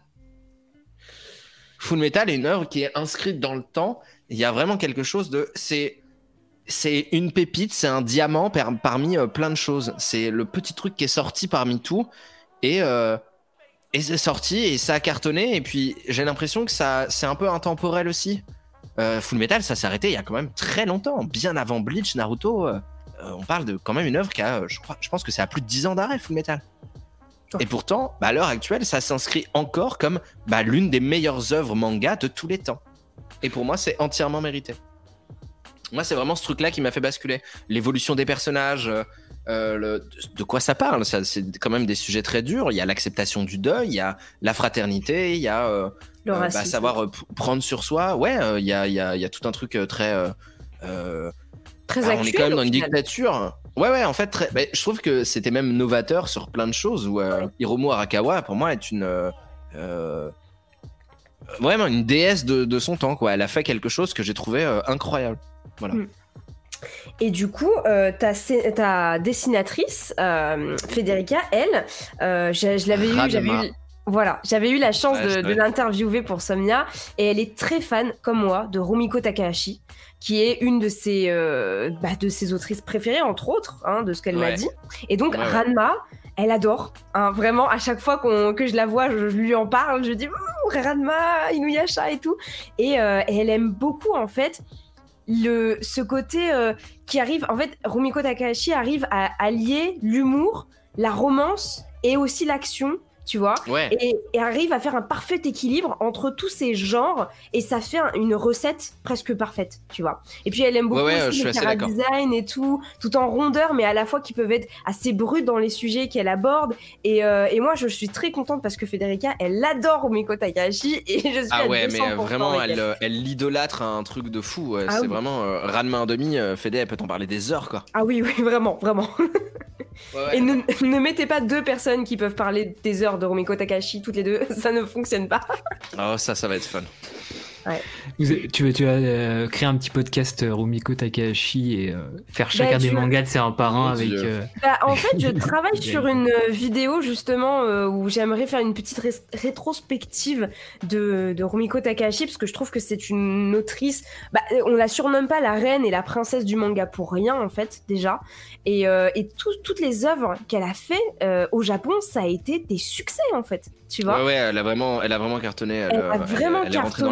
Full Metal est une œuvre qui est inscrite dans le temps. Il y a vraiment quelque chose de. C'est. C'est une pépite, c'est un diamant par- parmi euh, plein de choses. C'est le petit truc qui est sorti parmi tout. Et. euh, Et c'est sorti et ça a cartonné. Et puis j'ai l'impression que ça, c'est un peu intemporel aussi. Euh, Full Metal, ça s'est arrêté il y a quand même très longtemps. Bien avant Bleach, Naruto. euh, euh, on parle de quand même une œuvre qui a, euh, je, crois, je pense que c'est à plus de dix ans d'arrêt, Full Metal. Oh. Et pourtant, bah, à l'heure actuelle, ça s'inscrit encore comme bah, l'une des meilleures œuvres manga de tous les temps. Et pour moi, c'est entièrement mérité. Moi, c'est vraiment ce truc-là qui m'a fait basculer. L'évolution des personnages. euh, Euh, le, de, de quoi ça parle ça, c'est quand même des sujets très durs. Il y a l'acceptation du deuil, il y a la fraternité, il y a euh, Le euh, bah, racisme. savoir euh, p- prendre sur soi. Ouais, euh, il y, a, il y, a, il y a tout un truc euh, très. euh, euh, Très bah, actuel. on est quand même au dans une final. dictature. Ouais, ouais, en fait, très, bah, je trouve que c'était même novateur sur plein de choses. Où euh, Ouais. Hiromu Arakawa, pour moi, est une. Euh, euh, vraiment une déesse de, de son temps, quoi. Elle a fait quelque chose que j'ai trouvé euh, incroyable. Voilà. Mm. Et du coup, euh, ta, sé- ta dessinatrice, euh, Federica, elle, euh, je, je l'avais eu, Radama. j'avais eu, voilà, j'avais eu la chance Ouais, de, je de savais. l'interviewer pour Somnia, et elle est très fan, comme moi, de Rumiko Takahashi, qui est une de ses, euh, bah, de ses autrices préférées, entre autres, hein, de ce qu'elle m'a Ouais. dit. Et donc, Ouais, ouais. Ranma, elle adore, hein, vraiment, à chaque fois qu'on, que je la vois, je, je lui en parle, je dis oh, Ranma, Inuyasha et tout. Et, euh, et elle aime beaucoup, en fait, le, ce côté euh, qui arrive. En fait, Rumiko Takahashi arrive à allier l'humour, la romance et aussi l'action, tu vois. Ouais. Et, et arrive à faire un parfait équilibre entre tous ces genres et ça fait un- une recette presque parfaite, tu vois. Et puis elle aime beaucoup Ouais, ouais, je aussi suis le assez chara d'accord. design et tout, tout en rondeur, mais à la fois qui peuvent être assez bruts dans les sujets qu'elle aborde. Et, euh, et moi, je suis très contente parce que Federica, elle adore Rumiko Takahashi et je suis Ah à ouais, mais deux cents euh, pour cent vraiment, avec elle, euh, elle l'idolâtre à un truc de fou. ouais. Ah c'est oui. vraiment euh, Ranma un demi. Euh, Fede, elle peut t'en parler des heures, quoi. Ah oui, oui, vraiment, vraiment. Ouais, ouais. Et ne, ne mettez pas deux personnes qui peuvent parler des heures de Rumiko Takahashi toutes les deux, ça ne fonctionne pas. Oh, ça, ça va être fun. Vous avez- tu, vas- tu vas euh, créer un petit podcast euh, Rumiko Takahashi et euh, faire chacun Bah, des tu- mangas de c'est un par un Mon avec. Dieu. euh, Bah, en fait, je travaille J'ai- sur une euh, vidéo justement euh, où j'aimerais faire une petite ré- rétrospective de, de Rumiko Takahashi parce que je trouve que c'est une autrice. Bah, on la surnomme pas la reine et la princesse du manga pour rien en fait déjà. Et, euh, et tout- toutes les œuvres qu'elle a fait euh, au Japon, ça a été des succès en fait. Tu vois. Ouais, ouais, elle a vraiment, elle a vraiment cartonné. Elle, Elle euh, a vraiment elle est rentrée dans les cartonné. charts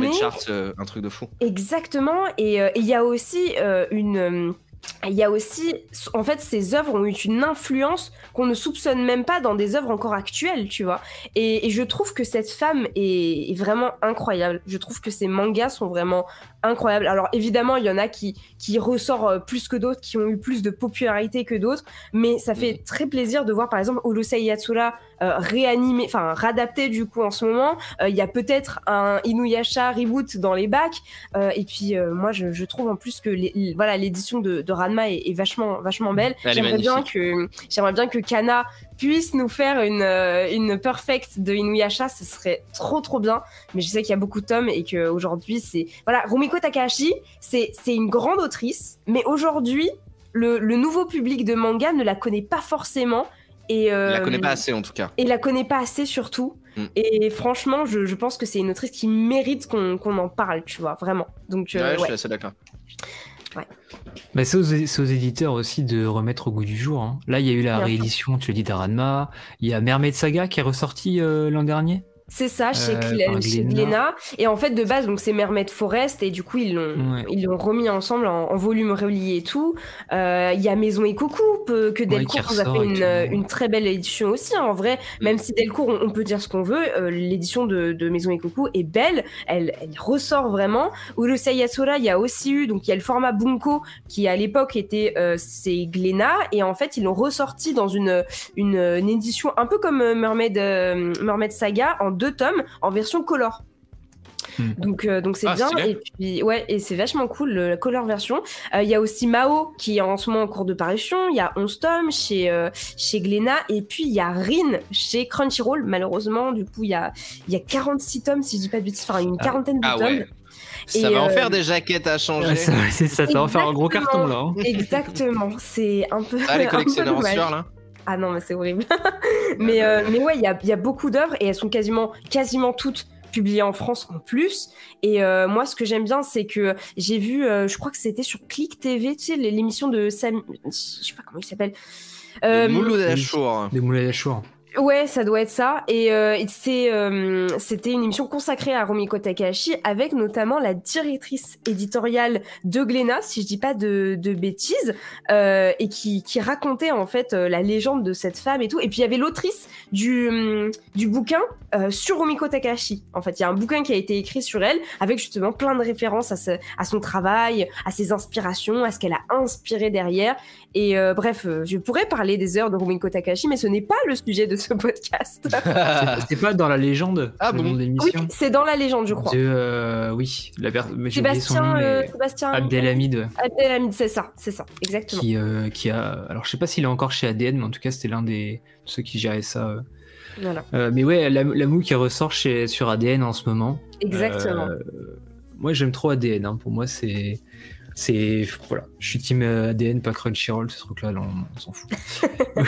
juste euh, un truc de fou. Exactement, et euh, il y a aussi euh, une... euh, Il y a aussi, en fait, ces œuvres ont eu une influence qu'on ne soupçonne même pas dans des œuvres encore actuelles, tu vois. Et, et je trouve que cette femme est, est vraiment incroyable. Je trouve que ces mangas sont vraiment incroyables. Alors évidemment, il y en a qui, qui ressortent plus que d'autres, qui ont eu plus de popularité que d'autres, mais ça fait très plaisir de voir par exemple Urusei Yatsura euh, réanimé, enfin réadapté du coup en ce moment. Euh, Il y a peut-être un Inuyasha reboot dans les bacs. Euh, et puis euh, moi, je, je trouve en plus que les, les, voilà, l'édition de, de Ranma est, est vachement, vachement belle. Elle est J'aimerais bien magnifique. que, j'aimerais bien que Kana puisse nous faire une, euh, une perfect de Inuyasha, ce serait trop trop bien. Mais je sais qu'il y a beaucoup de tomes et qu'aujourd'hui, c'est... Voilà, Rumiko Takahashi, c'est, c'est une grande autrice, mais aujourd'hui, le, le nouveau public de manga ne la connaît pas forcément. Et, euh, Il la connaît pas assez en tout cas. Et la connaît pas assez surtout. Mm. Et franchement, je, je pense que c'est une autrice qui mérite qu'on, qu'on en parle, tu vois, vraiment. Donc, euh, ouais, ouais, je suis assez d'accord. Ouais. Bah, c'est, aux, c'est aux éditeurs aussi de remettre au goût du jour. Hein. Là, il y a eu la Bien réédition, tu l'as dit, d'Aranma. Il y a Mermaid Saga qui est ressorti euh, l'an dernier. C'est ça, chez, Euh, Cl- par chez Glénat. Glénat. Et en fait, de base, donc c'est Mermaid Forest, et du coup, ils l'ont, Ouais. ils l'ont remis ensemble en, en volume relié et tout. Il euh, y a Maison et Coucou, que Ouais, Delcourt qui nous a ressort fait et une, tout. une très belle édition aussi. Hein, en vrai, Mm. même si Delcourt, on, on peut dire ce qu'on veut, euh, l'édition de, de Maison et Coucou est belle. Elle, elle ressort vraiment. Urusei Yatsura, il y a aussi eu, donc il y a le format Bunko, qui à l'époque était, euh, c'est Glénat. Et en fait, ils l'ont ressorti dans une, une, une édition un peu comme Mermaid, euh, Mermaid Saga, en deux tomes, en version color. Hmm. Donc, euh, donc c'est Ah, bien. stylé. Et puis, ouais, et c'est vachement cool, le, la color version. Il euh, y a aussi Mao qui est en ce moment en cours de parution. Il y a onze tomes chez, euh, chez Glénat. Et puis, il y a Rin chez Crunchyroll. Malheureusement, du coup, il y a, y a quarante-six tomes, si je dis pas de bêtises, enfin, une Ah. quarantaine de Ah tomes. ouais. Ça Et, va en euh, faire des jaquettes à changer. Ouais, ça, c'est ça, ça va faire un gros carton là. Hein. Exactement. C'est un peu. Ah, les un peu collectionneurs en dommage. sueur là. Ah non, mais c'est horrible. mais, euh, mais ouais, il y a, y a beaucoup d'œuvres et elles sont quasiment, quasiment toutes publiées en France en plus. Et euh, moi, ce que j'aime bien, c'est que j'ai vu, euh, je crois que c'était sur Click T V, tu sais, l'émission de Sam... Je sais pas comment il s'appelle. Euh, Mouloud Achour. Des moulins à chour. Ouais, ça doit être ça. Et, euh, et c'est, euh, c'était une émission consacrée à Rumiko Takahashi avec notamment la directrice éditoriale de Glénat, si je dis pas de, de bêtises, euh, et qui, qui racontait en fait euh, la légende de cette femme et tout. Et puis il y avait l'autrice du, hum, du bouquin euh, sur Rumiko Takahashi. En fait, il y a un bouquin qui a été écrit sur elle avec justement plein de références à, ce, à son travail, à ses inspirations, à ce qu'elle a inspiré derrière. Et euh, bref, euh, je pourrais parler des heures de Rumiko Takahashi, mais ce n'est pas le sujet de ce podcast. C'est, c'est pas dans la légende. Ah le bon nom de Oui, l'émission. c'est dans la légende, je crois. De, euh, oui, la per... mais j'ai oublié son nom, Sébastien, mais euh, Sébastien Abdelhamid, ouais, Abdelhamid, c'est ça, c'est ça, exactement. qui, euh, qui a. Alors, je sais pas s'il est encore chez A D N, mais en tout cas, c'était l'un des de ceux qui gérait ça. euh. Voilà, Euh, mais ouais, la, la moue qui ressort chez, sur A D N en ce moment. exactement. Euh, moi, j'aime trop A D N. Hein. Pour moi, c'est. C'est. Voilà. Je suis team euh, A D N, pas Crunchyroll, ce truc-là, là, on, on s'en fout. Ouais.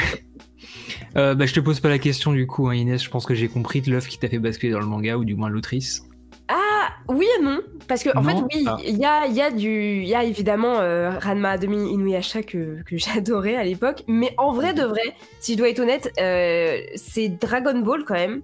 euh, bah, je te pose pas la question du coup, hein, Inès. Je pense que j'ai compris de l'œuvre qui t'a fait basculer dans le manga, ou du moins l'autrice. Ah, oui et non, parce que en Non, fait, oui, il ah. y a, y a du, il y a évidemment euh, Ranma Demi Inuyasha que, que j'adorais à l'époque, mais en vrai de vrai, si je dois être honnête, euh, c'est Dragon Ball quand même,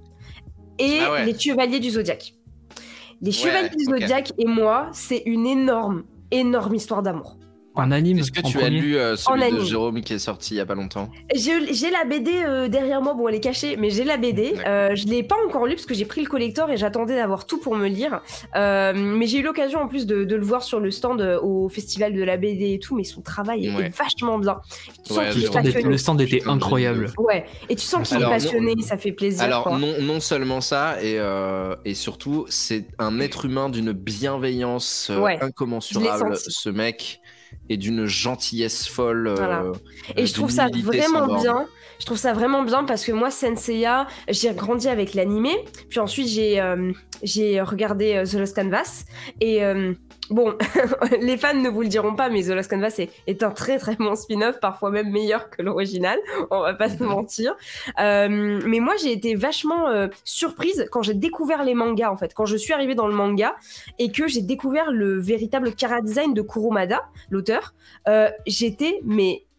et Ah ouais. les Chevaliers du Zodiaque. Les Ouais, Chevaliers du ok. Zodiaque et moi, c'est une énorme, énorme histoire d'amour. En anime. Est-ce que en tu as premier lu euh, celui En de anime. Jérôme qui est sorti il y a pas longtemps? Je- J'ai la B D euh, derrière moi, bon elle est cachée, mais j'ai la B D. D'accord. Euh, je l'ai pas encore lu parce que j'ai pris le collector et j'attendais d'avoir tout pour me lire. Euh, mais j'ai eu l'occasion en plus de, de le voir sur le stand euh, au festival de la B D et tout, mais son travail est Ouais. vachement bien. Tu sens Ouais, qu'il Le est stand, était, passionné. le stand était Putain, incroyable. Ouais, et tu sens qu'il est Alors, passionné, non- ça fait plaisir. Alors quoi. non, non seulement ça, et, euh, et surtout, c'est un être humain d'une bienveillance euh, Ouais, incommensurable, senti. ce mec, et d'une gentillesse folle. euh, Voilà. Et d'une je trouve ça humilité sans vraiment borne. bien. Je trouve ça vraiment bien parce que moi, Senseiya, j'ai grandi avec l'animé. Puis ensuite, j'ai euh, j'ai regardé euh, The Lost Canvas. Et euh, bon, les fans ne vous le diront pas, mais The Lost Canvas est, est un très très bon spin-off, parfois même meilleur que l'original. On va pas se mentir. Euh, mais moi, j'ai été vachement euh, surprise quand j'ai découvert les mangas, en fait. Quand je suis arrivée dans le manga et que j'ai découvert le véritable chara design de Kurumada, l'auteur, euh, j'étais, mais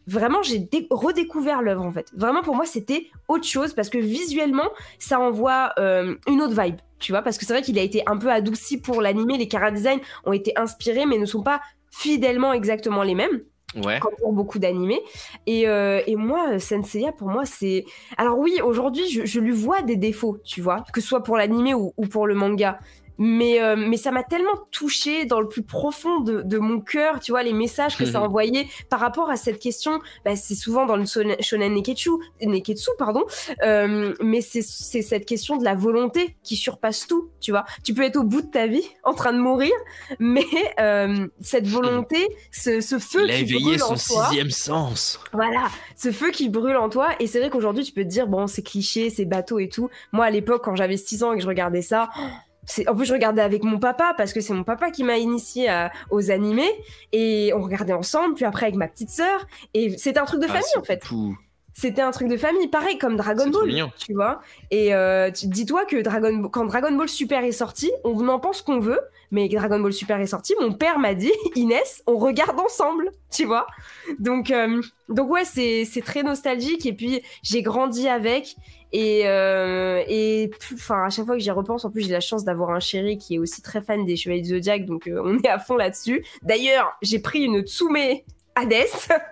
vraiment, j'ai dé- redécouvert l'œuvre en fait. Vraiment, pour moi, c'était autre chose parce que visuellement, ça envoie euh, une autre vibe, tu vois. Parce que c'est vrai qu'il a été un peu adouci pour l'animé. Les chara-design ont été inspirés, mais ne sont pas fidèlement exactement les mêmes. Ouais. Comme pour beaucoup d'animés. Et, euh, et moi, Saint Seiya, pour moi, c'est... Alors oui, aujourd'hui, je, je lui vois des défauts, tu vois, que ce soit pour l'animé ou, ou pour le manga. Mais, euh, mais ça m'a tellement touchée dans le plus profond de, de mon cœur, tu vois, les messages que ça envoyait par rapport à cette question. Bah, c'est souvent dans le shonen, shonen neketsu, neketsu pardon, euh, mais c'est, c'est cette question de la volonté qui surpasse tout, tu vois. Tu peux être au bout de ta vie, en train de mourir, mais euh, cette volonté, ce, ce feu Il a qui éveillé brûle son en toi, sixième sens. voilà, ce feu qui brûle en toi. Et c'est vrai qu'aujourd'hui, tu peux te dire, bon, c'est cliché, c'est bateau et tout. Moi, à l'époque, quand j'avais six ans et que je regardais ça... C'est... En plus, je regardais avec mon papa parce que c'est mon papa qui m'a initié à... aux animés et on regardait ensemble, puis après avec ma petite sœur. Et c'était un truc de Ah, famille c'est en fait. fou. C'était un truc de famille, pareil comme Dragon C'est trop Ball, mignon. tu vois. Et euh, tu... dis-toi que Dragon... quand Dragon Ball Super est sorti, on en pense qu'on veut, mais Dragon Ball Super est sorti, mon père m'a dit, Inès, on regarde ensemble, tu vois. Donc, euh... donc ouais, c'est... c'est très nostalgique et puis j'ai grandi avec. Et, euh, et enfin, à chaque fois que j'y repense, en plus, j'ai la chance d'avoir un chéri qui est aussi très fan des Chevaliers du Zodiac, donc euh, on est à fond là-dessus. D'ailleurs, j'ai pris une Tsume Hades.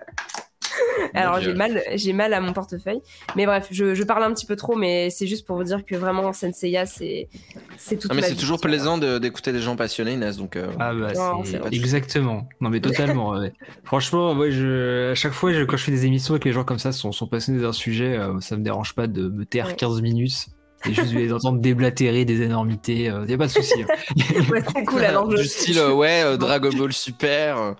Alors, j'ai mal, j'ai mal à mon portefeuille. Mais bref, je, je parle un petit peu trop, mais c'est juste pour vous dire que vraiment, Saint Seiya, c'est, c'est toute Ah, mais ma c'est vie, toujours tu vois. plaisant de, d'écouter des gens passionnés, Inès. Donc, euh... Ah bah Non, c'est c'est vrai. exactement. Non mais totalement. Ouais. Franchement, moi je à chaque fois je- quand je fais des émissions avec les gens comme ça sont, sont passionnés d'un sujet, euh, ça me dérange pas de me taire Ouais. quinze minutes et juste de les entendre déblatérer des énormités. Euh, y a pas de souci. Hein. Ouais, c'est cool. Alors, je... du style, euh, ouais, euh, Dragon Ball Super. euh.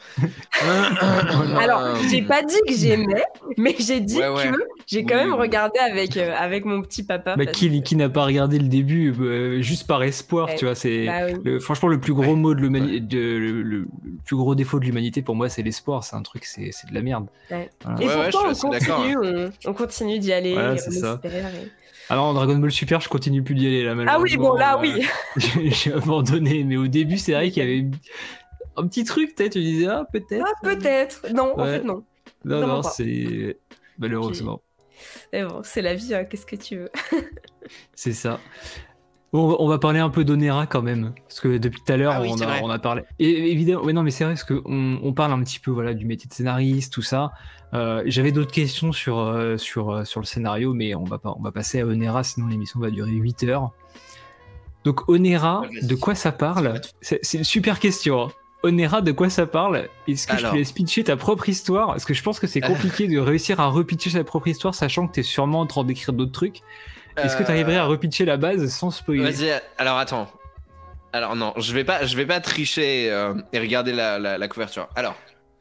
Alors, j'ai pas dit que j'aimais, mais j'ai dit Ouais, ouais. que j'ai quand Oui, même oui. regardé avec, euh, avec mon petit papa. Bah, parce qui, que- qui n'a pas regardé le début euh, juste par espoir, Ouais. tu vois, c'est Bah oui. le- franchement le plus gros Ouais. mot de l'humanité, de- le, le- le plus gros défaut de l'humanité pour moi, c'est l'espoir. C'est un truc, c'est c'est de la merde. Ouais. Voilà. Et Ouais, ouais, pourtant, je suis on assez d'accord, continue, on, on continue d'y aller. Voilà, et c'est on ça. espère, et- Alors Dragon Ball Super, je continue plus d'y aller là. Ah oui, bon, là, malheureusement, oui. euh, j'ai j'ai abandonné, mais au début, c'est vrai qu'il y avait un petit truc, peut-être. Tu disais ah peut-être. Ah, peut-être. Non, en Ouais. fait, non. Non, vraiment non, pas. c'est malheureusement, Mais bon, c'est la vie, hein, qu'est-ce que tu veux. c'est ça. Bon, on va parler un peu d'Onera quand même, parce que depuis tout à l'heure, Ah oui, on, c'est a, vrai. on a parlé. Et évidemment, ouais, non, mais c'est vrai parce que on, on parle un petit peu, voilà, du métier de scénariste, tout ça. Euh, J'avais d'autres questions sur euh, sur euh, sur le scénario, mais on va pas, on va passer à Onera, sinon l'émission va durer huit heures. Donc Onera, Ouais, vas-y. de quoi ça parle? C'est c'est une super question. Hein. Onera, de quoi ça parle? Est-ce que je Alors. te laisse pitcher ta propre histoire? Parce que je pense que c'est compliqué de réussir à repitcher sa propre histoire, sachant que t'es sûrement en train d'écrire d'autres trucs. Est-ce que tu arriverais à repitcher la base sans spoiler? Vas-y, alors attends. Alors non, je vais pas, je vais pas tricher euh, et regarder la, la, la couverture. Alors,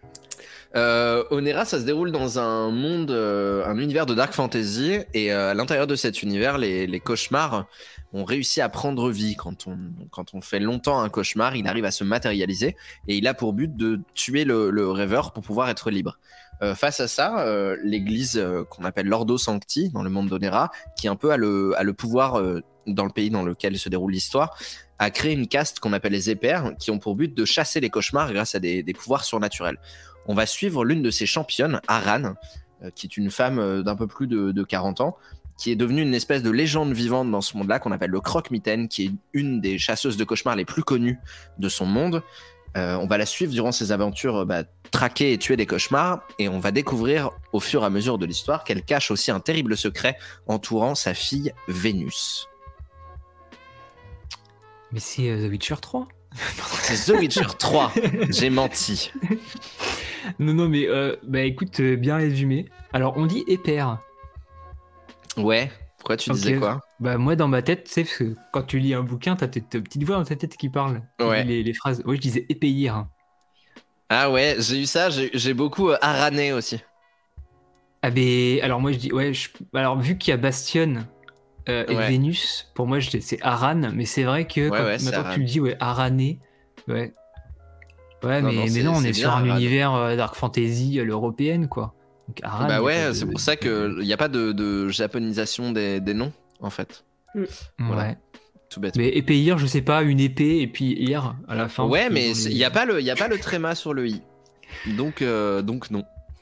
euh, Onera, ça se déroule dans un monde, euh, un univers de dark fantasy, et euh, à l'intérieur de cet univers, les, les cauchemars ont réussi à prendre vie. Quand on, quand on fait longtemps un cauchemar, il arrive à se matérialiser, et il a pour but de tuer le, le rêveur pour pouvoir être libre. Euh, face à ça, euh, l'église euh, qu'on appelle l'Ordo Sancti dans le monde d'Onera, qui un peu a le, a le pouvoir euh, dans le pays dans lequel se déroule l'histoire, a créé une caste qu'on appelle les épères, qui ont pour but de chasser les cauchemars grâce à des, des pouvoirs surnaturels. On va suivre l'une de ces championnes, Aran, euh, qui est une femme euh, d'un peu plus de, de quarante ans, qui est devenue une espèce de légende vivante dans ce monde-là, qu'on appelle le Croque-Mitaine, qui est une des chasseuses de cauchemars les plus connues de son monde. Euh, on va la suivre durant ses aventures, bah, traquer et tuer des cauchemars, et on va découvrir au fur et à mesure de l'histoire qu'elle cache aussi un terrible secret entourant sa fille Vénus. Mais c'est euh, The Witcher trois. C'est The Witcher trois, j'ai menti. Non, non, mais euh, bah écoute, euh, bien résumé. Alors, on dit épère. Ouais, pourquoi tu Ok. disais quoi? Bah, moi, dans ma tête, tu sais, parce que quand tu lis un bouquin, t'as tes, tes petites voix dans ta tête qui parlent. Tu Ouais. lis Les, les phrases. Oui, je disais épéir. Hein. Ah ouais, j'ai eu ça, j'ai j'ai beaucoup euh, Arané aussi. Ah, ben, alors moi, je dis, ouais, je- alors vu qu'il y a Bastion euh, et Ouais. Vénus, pour moi, je dis- c'est Aran, mais c'est vrai que Ouais, quand, ouais, c'est maintenant que Aran. tu le dis, ouais, Arané, ouais. Ouais, Non, mais, non, mais c'est- non, on c'est est bien, sur un Aran. univers euh, Dark Fantasy à l'européenne, quoi. Donc, Aran, y Bah a ouais, pas de- c'est pour ça qu'il n'y a pas de, de japonisation des, des noms, en fait. Ouais. voilà. Tout bête. Mais épéir, je sais pas, une épée et puis ir à la fin. Ouais, parce que mais dans il les- n'y a, pas le- y a pas le tréma sur le i. Donc, euh, donc non.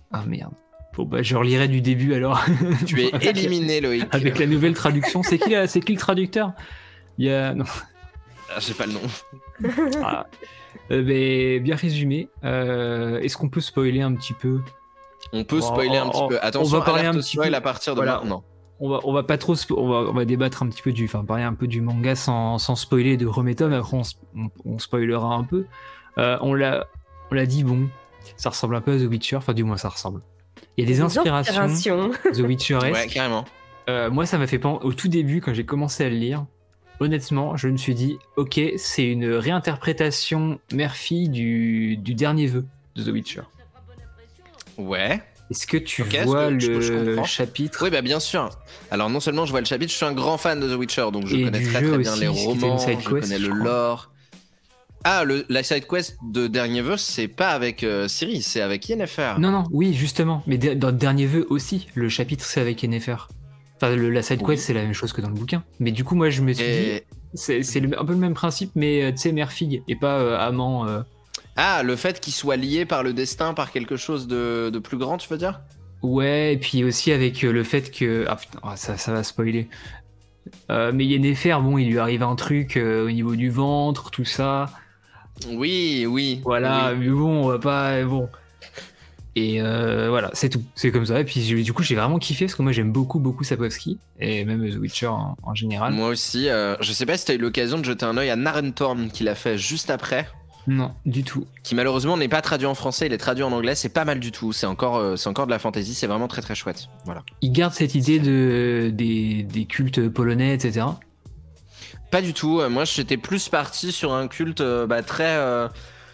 Ah merde. Bon bah je relirai du début alors. Tu es éliminé, Loïc. Avec la nouvelle traduction. C'est qui, là c'est qui le traducteur? Il y a... Non. Ah, j'ai pas le nom. Ah. Euh, mais bien résumé. Euh, est-ce qu'on peut spoiler un petit peu? On peut spoiler Oh, un oh, petit peu. Attention, on va parler alerte un petit spoil peu. à partir de Voilà. maintenant. On va, on va pas trop, spo- on va, on va débattre un petit peu du, enfin parler un peu du manga sans, sans spoiler de Remetom. Après on, s- on, on spoilera un peu. Euh, on l'a, on l'a dit bon, ça ressemble un peu à The Witcher. Enfin du moins ça ressemble. Il y a des, Des inspirations inspirations. The Witcheresque. Ouais, carrément. Euh, moi ça m'a fait penser au tout début quand j'ai commencé à le lire. Honnêtement, je me suis dit ok, c'est une réinterprétation mère-fille du, du dernier vœu de The Witcher. Ouais. Est-ce que tu Ok, est-ce vois que je- je le comprends. chapitre? Oui, bah bien sûr. Alors non seulement je vois le chapitre, je suis un grand fan de The Witcher, donc je Et connais du très jeu très bien aussi, les ce qui était une romans, side je quest, connais je le crois. lore. Ah, le, la side quest de Dernier Vœu, c'est pas avec euh, Ciri, c'est avec Yennefer. Non, non, oui, justement. Mais de- dans le dernier vœu aussi, le chapitre c'est avec Yennefer. Enfin, le- la side quest Oui. c'est la même chose que dans le bouquin. Mais du coup, moi je me suis dit, Et... c'est c'est le- un peu le même principe, mais euh, tu sais, mère-fille et pas euh, amant. euh. Ah, le fait qu'il soit lié par le destin, par quelque chose de, de plus grand, tu veux dire? Ouais, et puis aussi avec euh, le fait que. Ah putain, ah, ça, ça va spoiler. Euh, mais Yennefer, bon, il lui arrive un truc euh, au niveau du ventre, tout ça. Oui, oui. Voilà, oui. mais bon, on va pas. Bon. Et euh, voilà, c'est tout. C'est comme ça. Et puis j'ai- du coup, j'ai vraiment kiffé parce que moi j'aime beaucoup, beaucoup Sapkowski et même The Witcher en, en général. Moi aussi, euh, je sais pas si t'as eu l'occasion de jeter un œil à Narentorn qu'il a fait juste après, Non, du tout. qui malheureusement n'est pas traduit en français, il est traduit en anglais, c'est pas mal du tout, c'est encore, euh, c'est encore de la fantasy, c'est vraiment très très chouette. Voilà. Il garde cette idée de, des, des cultes polonais, et cetera. Pas du tout, euh, moi j'étais plus parti sur un culte euh, bah, très... euh,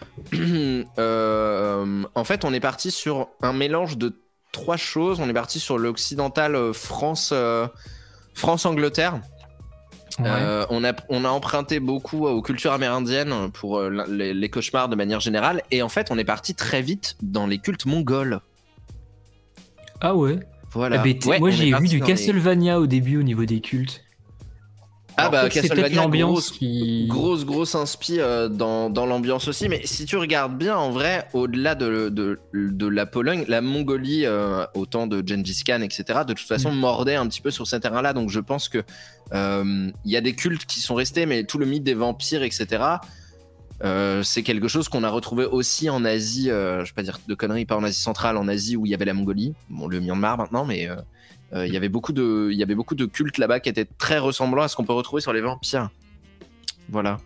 euh, en fait on est parti sur un mélange de trois choses, on est parti sur l'occidental euh, France, euh, France-Angleterre. Ouais. Euh, on, a, on a emprunté beaucoup aux cultures amérindiennes pour euh, les, les cauchemars de manière générale, et en fait on est parti très vite dans les cultes mongols. Ah ouais. Voilà. Ah, mais t- Ouais, moi on est j'ai parti vu du dans les- Castlevania au début au niveau des cultes. Ah Alors, bah peut-être c'est peut-être Castlevania, l'ambiance grosse, qui. grosse, grosse inspi euh, dans, dans l'ambiance aussi, mais si tu regardes bien, en vrai, au-delà de, de, de la Pologne, la Mongolie, euh, au temps de Gengis Khan, et cetera, de toute façon, Mm. mordait un petit peu sur ces terrains-là, donc je pense que euh, il y a des cultes qui sont restés, mais tout le mythe des vampires, et cetera, euh, c'est quelque chose qu'on a retrouvé aussi en Asie, euh, je vais pas dire de conneries, pas en Asie centrale, en Asie où il y avait la Mongolie, bon, le Myanmar maintenant, mais... Euh, Euh, il y avait beaucoup de, il y avait beaucoup de cultes là-bas qui étaient très ressemblants à ce qu'on peut retrouver sur les vampires. Voilà.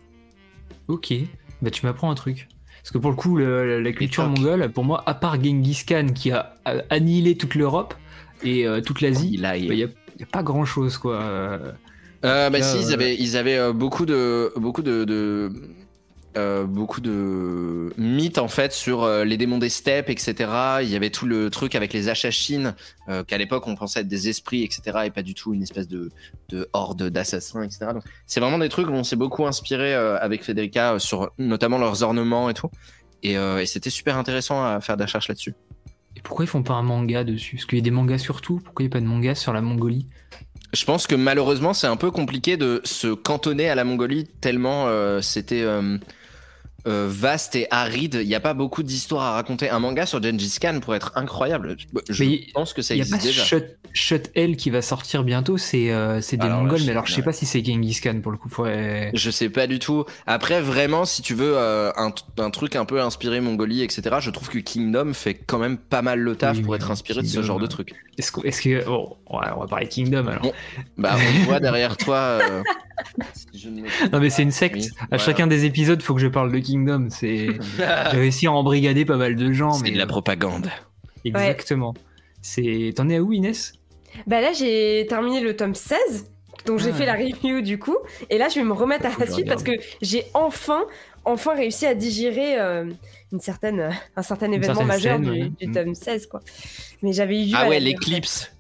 Ok. Bah tu m'apprends un truc. Parce que pour le coup, le- la culture toc. mongole, pour moi, à part Genghis Khan qui a a- annihilé toute l'Europe et euh, toute l'Asie, Il a- il n'y a, y a pas grand chose quoi. Euh, Euh, bah Là, si, euh, ils avaient, ils avaient euh, beaucoup de, beaucoup de, de euh, beaucoup de mythes en fait sur euh, les démons des steppes, et cetera. Il y avait tout le truc avec les Achachines, euh, qu'à l'époque on pensait être des esprits, et cetera. Et pas du tout une espèce de, de horde d'assassins, et cetera. Donc c'est vraiment des trucs où on s'est beaucoup inspiré euh, avec Federica euh, sur notamment leurs ornements et tout. Et, euh, et c'était super intéressant à faire des recherches là-dessus. Et pourquoi ils font pas un manga dessus? Parce qu'il y a des mangas sur tout. Pourquoi il n'y a pas de manga sur la Mongolie? Je pense que malheureusement c'est un peu compliqué de se cantonner à la Mongolie tellement euh, c'était euh, euh, vaste et aride. Il n'y a pas beaucoup d'histoires à raconter. Un manga sur Gengis Khan pourrait être incroyable. Je Mais pense que ça Il n'y a pas existe déjà. Shut, Shut Hell qui va sortir bientôt. C'est euh, c'est des Alors là, Mongols, je mais sais alors je pas. sais pas si c'est Genghis Khan pour le coup. Faudrait... Je sais pas du tout. Après, vraiment, si tu veux euh, un, un truc un peu inspiré Mongolie, et cetera, je trouve que Kingdom fait quand même pas mal le taf Oui, pour oui, être inspiré de ce Kingdom, genre de euh, truc. Est-ce que, est-ce que bon, ouais, on va parler de Kingdom alors. Bon. Bah, on voit derrière toi. euh, si je ne me trompe Non mais c'est une pas. secte. Oui, À voilà. chacun des épisodes, faut que je parle de Kingdom. C'est j'ai réussi à embrigader pas mal de gens. C'est mais de la propagande. Exactement. C'est t'en es à où Inès? Bah là, j'ai terminé le tome seize, donc j'ai Ah. fait la review du coup. Et là, je vais me remettre à Faut que la je suite parce que j'ai enfin, enfin réussi à digérer euh, une certaine, un certain Une événement certaine majeur scène, du, ouais. du Mm. tome seize, quoi. Mais j'avais eu du Ah mal à ouais, le dire. l'éclipse.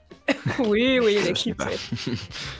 Oui, oui, Je sais l'éclipse. pas. ouais.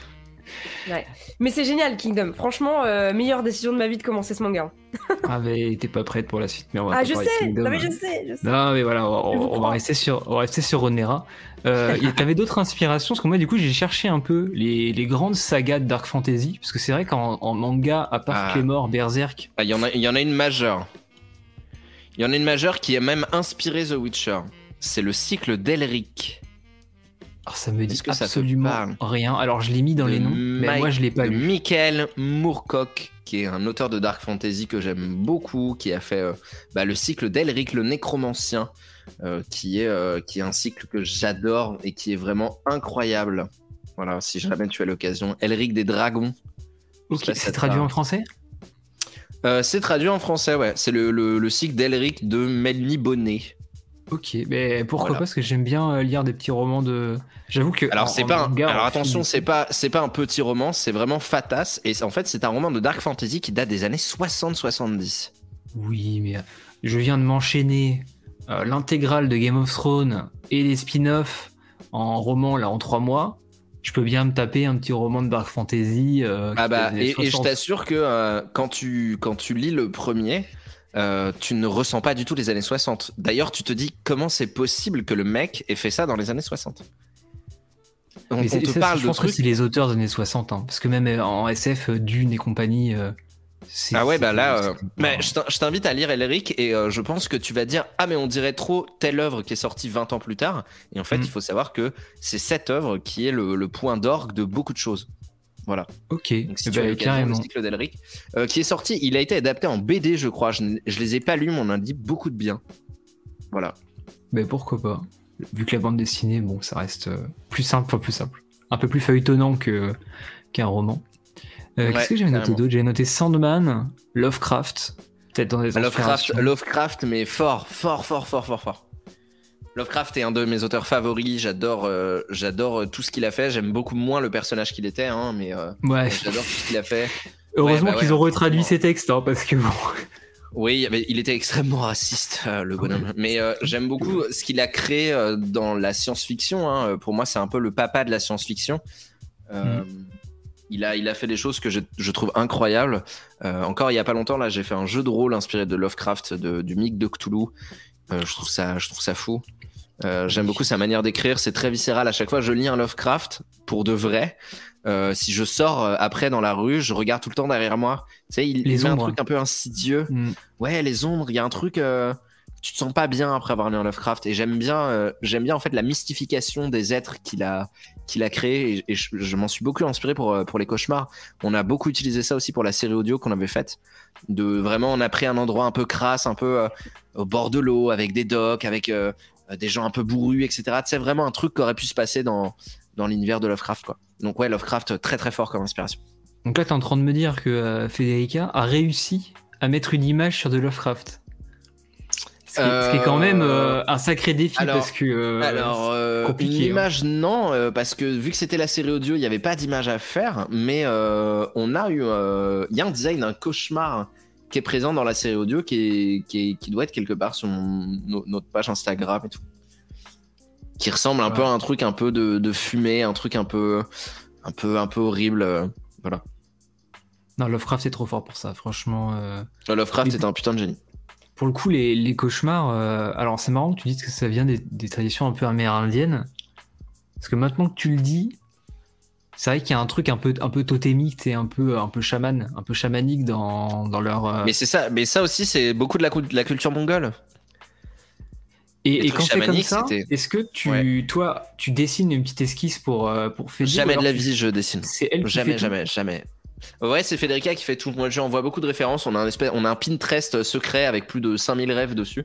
Ouais. Mais c'est génial, Kingdom. Franchement, euh, meilleure décision de ma vie de commencer ce manga. Ah mais t'es pas prête pour la suite, mais on va Ah, pas je parler de sais. Kingdom, Non mais hein. je sais, je sais. Non mais voilà, on, Je vous on- on va crois. rester sur, on va rester sur Ronera. Euh, y- T'avais d'autres inspirations parce que moi du coup j'ai cherché un peu les, les grandes sagas de Dark Fantasy parce que c'est vrai qu'en en manga, à part Ah. Claymore, Berserk, Ah, il y en a, il y en a une majeure. Il y en a une majeure qui a même inspiré The Witcher. c'est le cycle d'Elric. Alors ça me dit Est-ce que ça te absolument parle rien. Alors je l'ai mis dans De les noms, mais Mike- moi je l'ai pas de lu. Michael Moorcock, qui est un auteur de Dark Fantasy que j'aime beaucoup, qui a fait euh, bah, le cycle d'Elric le Nécromancien, euh, qui, est, euh, qui est un cycle que j'adore et qui est vraiment incroyable. Voilà, si jamais tu as l'occasion. Elric des Dragons. Je Ok, sais pas si ça c'est te traduit parle. en français? Euh, c'est traduit en français, ouais. C'est le, le, le cycle d'Elric de Melny Bonnet. Ok, mais pourquoi Voilà. pas, parce que j'aime bien euh, lire des petits romans de... J'avoue que... Alors en- c'est en pas un- manga, alors en attention, film- c'est pas c'est pas un petit roman, c'est vraiment fatas et c'est- en fait c'est un roman de dark fantasy qui date des années soixante soixante-dix. Oui, mais euh, je viens de m'enchaîner euh, l'intégrale de Game of Thrones et les spin-offs en roman là en trois mois. Je peux bien me taper un petit roman de dark fantasy. euh, Ah qui bah date des et, et je soixante. t'assure que euh, quand tu quand tu lis le premier, euh, tu ne ressens pas du tout les années soixante. D'ailleurs, tu te dis comment c'est possible que le mec ait fait ça dans les années soixante. On, Mais on c'est- te ça, parle je de pense que trucs. c'est les auteurs des années soixante, hein, parce que même euh, en S F, euh, Dune et compagnie. euh, c'est- Ah ouais, bah c'est- là, euh, c'est- mais je t'in- je t'invite à lire Elric et euh, je pense que tu vas dire ah mais on dirait trop telle œuvre qui est sortie vingt ans plus tard. Et en fait, Mm. il faut savoir que c'est cette œuvre qui est le, le point d'orgue de beaucoup de choses. Voilà. Ok, Donc si eh tu as ben, l'occasion, le carrément. cycle d'Elric, euh, qui est sorti, il a été adapté en B D, je crois. Je, n- je les ai pas lus, mais on en a dit beaucoup de bien. Voilà. Mais pourquoi pas? Vu que la bande dessinée, bon, ça reste euh, plus simple, enfin plus simple, un peu plus feuilletonnant que qu'un roman. Euh, Ouais, Qu'est-ce que j'avais noté carrément. d'autre? J'avais noté Sandman, Lovecraft, peut-être dans des Lovecraft, inspirations. Lovecraft, mais fort, fort, fort, fort, fort, fort. Lovecraft est un de mes auteurs favoris. J'adore, euh, j'adore euh, tout ce qu'il a fait. J'aime beaucoup moins le personnage qu'il était, hein, mais euh, Ouais. j'adore tout ce qu'il a fait. Heureusement Ouais, bah qu'ils ouais, ont retraduit absolument. ces textes, hein, parce que bon. Oui, mais il était extrêmement raciste, euh, le bonhomme. Mais euh, j'aime beaucoup ce qu'il a créé euh, dans la science-fiction. Hein. Pour moi, c'est un peu le papa de la science-fiction. Euh, il, a, il a fait des choses que je, je trouve incroyables. Euh, encore il y a pas longtemps, là, j'ai fait un jeu de rôle inspiré de Lovecraft, de, du mythe de Cthulhu. Euh, je trouve ça, je trouve ça fou. Euh, j'aime beaucoup sa manière d'écrire, c'est très viscéral. À chaque fois, je lis un Lovecraft pour de vrai. Euh, si je sors euh, après dans la rue, je regarde tout le temps derrière moi. Tu sais, il, Les il met un ombres. truc un peu insidieux. Mm. Ouais, les ombres, il y a un truc. Euh, tu te sens pas bien après avoir lu un Lovecraft. Et j'aime bien, euh, j'aime bien en fait la mystification des êtres qu'il a, qu'il a créés. Et, et je, je m'en suis beaucoup inspiré pour, euh, pour les cauchemars. On a beaucoup utilisé ça aussi pour la série audio qu'on avait faite. De vraiment, on a pris un endroit un peu crasse, un peu euh, au bord de l'eau, avec des docks, avec euh, des gens un peu bourrus, et cetera. C'est vraiment un truc qui aurait pu se passer dans, dans l'univers de Lovecraft, quoi. Donc ouais, Lovecraft, très très fort comme inspiration. Donc là, t'es en train de me dire que euh, Federica a réussi à mettre une image sur de Lovecraft. Ce qui, est, ce qui est quand même euh, un sacré défi alors- parce que. euh, Alors, euh, compliqué, une hein. image, non, euh, parce que vu que c'était la série audio, il n'y avait pas d'image à faire, mais euh, on a eu. euh, Il y a un design d'un cauchemar qui est présent dans la série audio qui, est, qui, est- qui doit être quelque part sur mon- no- notre page Instagram et tout. Qui ressemble un Ouais. peu à un truc un peu de, de fumée, un truc un peu, un peu, un peu horrible. euh, voilà. Non, Lovecraft c'est trop fort pour ça, franchement. euh, Lovecraft Mais- est un putain de génie. Pour le coup, les, les cauchemars. euh, Alors, c'est marrant que tu dises que ça vient des, des traditions un peu amérindiennes. Parce que maintenant que tu le dis, c'est vrai qu'il y a un truc un peu, un peu totémique, et un peu, un peu chaman, un peu chamanique dans, dans leur. euh, Mais c'est ça, mais ça aussi, c'est beaucoup de la, cou- de la culture mongole. les Et, et trucs quand c'est comme chamaniques, ça, c'était- est-ce que tu, Ouais. toi, tu dessines une petite esquisse pour, euh, pour Fédé, ou Jamais de alors la tu- vie, je dessine. C'est elle qui Jamais, fait tout jamais, jamais. Ouais, c'est Federica qui fait tout. Moi, je lui envoie beaucoup de références. On a un, espèce, on a un Pinterest secret avec plus de cinq mille rêves dessus.